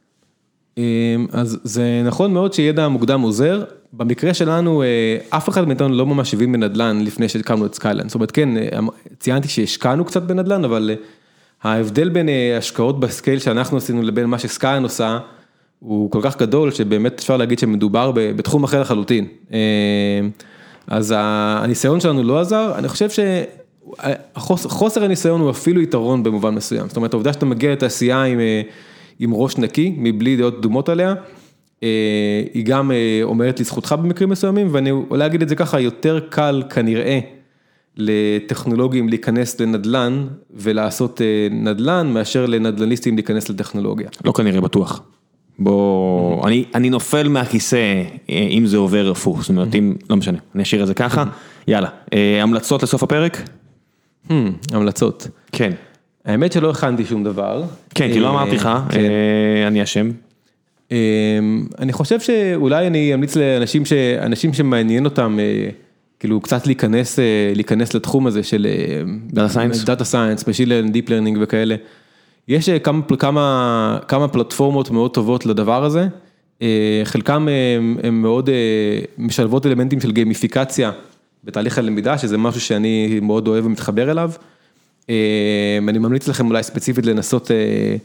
אז זה נכון מאוד שידע מוקדם עוזר. במקרה שלנו, אף אחד מאיתנו לא ממש הבין בנדל"ן לפני שהקמנו את סקיילנד. זאת אומרת, כן, ציינתי שהשקענו קצת בנדל"ן, אבל ההבדל בין השקעות בסקייל שאנחנו עשינו לבין מה שסקיילנד עושה, הוא כל כך גדול שבאמת אפשר להגיד שמדובר בתחום אחר לחלוטין. אז הניסיון שלנו לא עזר, אני חושב שחוסר הניסיון הוא אפילו יתרון במובן מסוים, זאת אומרת, העובדה שאתה מגיע לתעשייה עם, עם ראש נקי, מבלי דעות דומות עליה, היא גם אומרת לזכותך במקרים מסוימים, ואני אולי אגיד את זה ככה, יותר קל כנראה לטכנולוגים להיכנס לנדל"ן, ולעשות נדל"ן, מאשר לנדל"ניסטים להיכנס לטכנולוגיה. לא כנראה בטוח. בוא, אני, אני נופל מהכיסא אם זה עובר הפוך, זאת אומרת, אם, לא משנה, אני אשאיר את זה ככה, יאללה, המלצות לסוף הפרק? המלצות. כן. האמת שלא הכנתי שום דבר. כן, כי לא אמרתי לך, אני אשם. אני חושב שאולי אני אמליץ לאנשים שאנשים שמעניין אותם, כאילו קצת להיכנס, להיכנס לתחום הזה של Data Science, Data Science, Machine Learning, Deep Learning וכאלה. יש כמה, כמה, כמה פלטפורמות מאוד טובות לדבר הזה, חלקם הם מאוד משלבות אלמנטים של גיימיפיקציה בתהליך הלמידה, שזה משהו שאני מאוד אוהב ומתחבר אליו. אני ממליץ לכם אולי ספציפית לנסות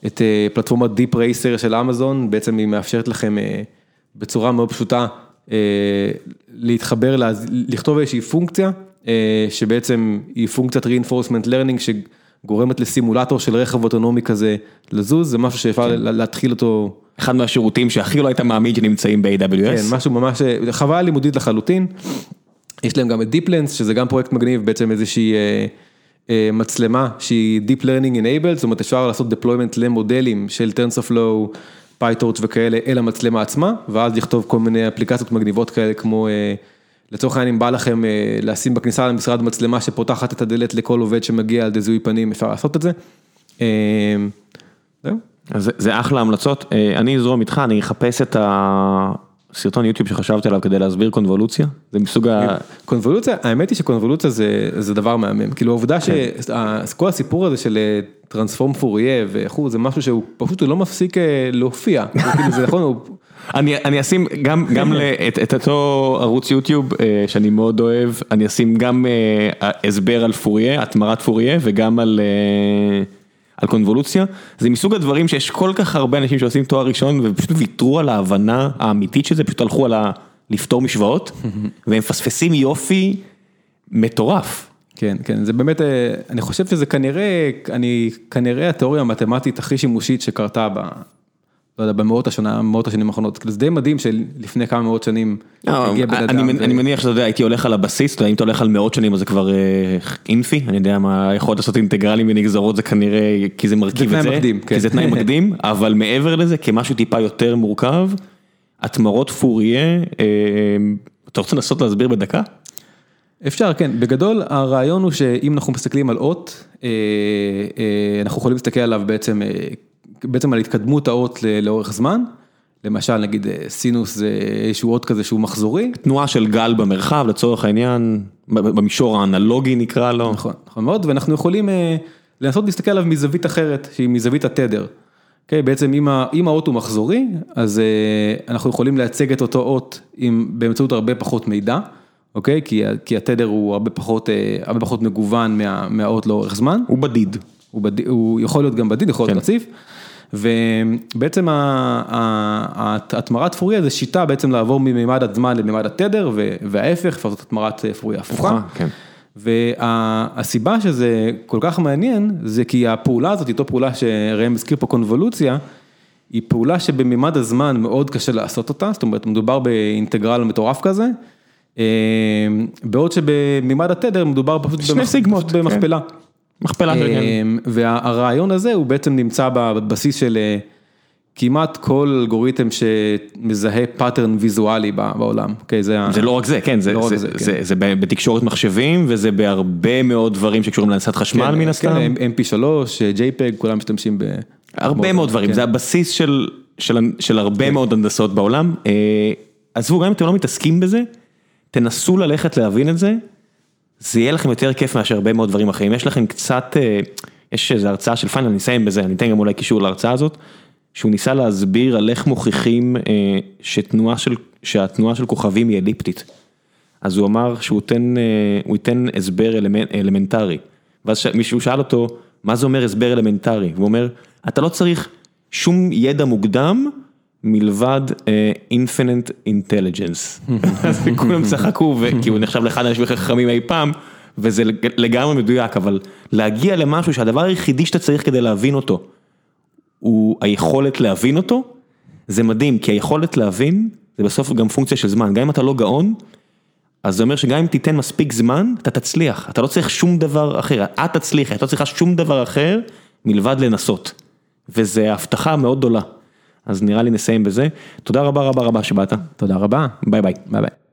את פלטפורמת Deep Racer של אמזון, בעצם היא מאפשרת לכם בצורה מאוד פשוטה להתחבר, לכתוב איזושהי פונקציה, שבעצם היא פונקציית reinforcement learning, שגורמת לסימולטור של רכב אוטונומי כזה לזוז, זה משהו שאפשר להתחיל אותו. אחד מהשירותים שהכי לא היית מאמין שנמצאים ב-איי דאבליו אס. כן, משהו ממש, חוויה לימודית לחלוטין. יש להם גם את DeepLens, שזה גם פרויקט מגניב, בעצם איזושהי מצלמה שהיא Deep Learning Enabled, זאת אומרת אפשר לעשות deployment למודלים של TensorFlow, PyTorch וכאלה, אל המצלמה עצמה, ואז לכתוב כל מיני אפליקציות מגניבות כאלה, כמו לצורך העניין, אם בא לכם לשים בכניסה למשרד מצלמה שפותחת את הדלת לכל עובד שמגיע על ידי זיהוי פנים, אפשר לעשות את זה. זהו. אז זה אחלה המלצות, אני אזרום איתך, אני אחפש את הסרטון יוטיוב שחשבתי עליו כדי להסביר קונבולוציה, זה מסוג ה... קונבולוציה, האמת היא שקונבולוציה זה דבר מהמם, כאילו העובדה שכל הסיפור הזה של טרנספורם פוריה וכו', זה משהו שהוא פשוט לא מפסיק להופיע, כאילו זה נכון, אני אשים גם את אותו ערוץ יוטיוב שאני מאוד אוהב, אני אשים גם הסבר על פוריה, התמרת פוריה וגם על... על קונבולוציה, זה מסוג הדברים שיש כל כך הרבה אנשים שעושים תואר ראשון, ופשוט ויתרו על ההבנה האמיתית של זה, פשוט הלכו על לפתור משוואות, והם פספסים יופי מטורף. כן, כן, זה באמת, אני חושב שזה כנראה, אני, כנראה התיאוריה המתמטית הכי שימושית שקרתה ב... לא יודע, במאות השנה, במאות השנים האחרונות, זה די מדהים שלפני כמה מאות שנים הגיע בן אדם. אני מניח שאתה יודע, הייתי הולך על הבסיס, אם אתה הולך על מאות שנים, אז זה כבר אינפי, אני יודע מה, יכול לעשות אינטגרלים ונגזרות, זה כנראה, כי זה מרכיב את זה, כי זה תנאי מקדים, אבל מעבר לזה, כמשהו טיפה יותר מורכב, התמרות פוריה, אתה רוצה לנסות להסביר בדקה? אפשר, כן, בגדול הרעיון הוא שאם אנחנו מסתכלים על אות, אנחנו יכולים להסתכל עליו בעצם, בעצם על התקדמות האות לאורך זמן, למשל נגיד סינוס זה איזשהו אות כזה שהוא מחזורי. תנועה של גל במרחב לצורך העניין, במישור האנלוגי נקרא לו. נכון, נכון מאוד, ואנחנו יכולים לנסות להסתכל עליו מזווית אחרת, שהיא מזווית התדר. Okay, בעצם אם, אם האות הוא מחזורי, אז אנחנו יכולים להציג את אותו אות עם, באמצעות הרבה פחות מידע, אוקיי? כי, כי התדר הוא הרבה פחות, הרבה פחות מגוון מה, מהאות לאורך זמן. הוא בדיד. הוא, בד... הוא יכול להיות גם בדיד, יכול להיות רציף, ובעצם התמרת פוריה זה שיטה בעצם לעבור מממד הזמן לממד התדר, וההפך, זאת התמרת פוריה הפוכה, והסיבה שזה כל כך מעניין, זה כי הפעולה הזאת, איתו פעולה שראם מזכיר פה קונבולוציה, היא פעולה שבממד הזמן מאוד קשה לעשות אותה, זאת אומרת, מדובר באינטגרל מטורף כזה, בעוד שבממד התדר מדובר פשוט במכפלה. מכפלה של גן. והרעיון הזה הוא בעצם נמצא בבסיס של כמעט כל אלגוריתם שמזהה פאטרן ויזואלי בעולם. זה לא רק זה, כן, זה בתקשורת מחשבים, וזה בהרבה מאוד דברים שקשורים להנדסת חשמל מן הסתם. אם פי שלוש, ג'יי פי ג', כולם משתמשים ב... הרבה מאוד דברים, זה הבסיס של הרבה מאוד הנדסות בעולם. עזבו, גם אם אתם לא מתעסקים בזה, תנסו ללכת להבין את זה, זה יהיה לכם יותר כיף מאשר הרבה מאוד דברים אחרים. יש לכם קצת, יש איזו הרצאה של פיינל, אני אסיים בזה, אני אתן גם אולי קישור להרצאה הזאת, שהוא ניסה להסביר על איך מוכיחים שתנועה של, שהתנועה של כוכבים היא אליפטית. אז הוא אמר שהוא ייתן, הוא ייתן הסבר אלמנ, אלמנטרי. ואז מישהו שאל אותו, מה זה אומר הסבר אלמנטרי? והוא אומר, אתה לא צריך שום ידע מוקדם, מלבד infinite intelligence. אז כולם צחקו, כי הוא נחשב לאחד האנשים החכמים אי פעם, וזה לגמרי מדויק, אבל להגיע למשהו שהדבר היחידי שאתה צריך כדי להבין אותו, הוא היכולת להבין אותו, זה מדהים, כי היכולת להבין, זה בסוף גם פונקציה של זמן, גם אם אתה לא גאון, אז זה אומר שגם אם תיתן מספיק זמן, אתה תצליח, אתה לא צריך שום דבר אחר, את תצליח, אתה לא צריכה שום דבר אחר, מלבד לנסות, וזה הבטחה מאוד גדולה. אז נראה לי נסיים בזה. תודה רבה רבה רבה שבאת. תודה רבה. ביי ביי. ביי ביי.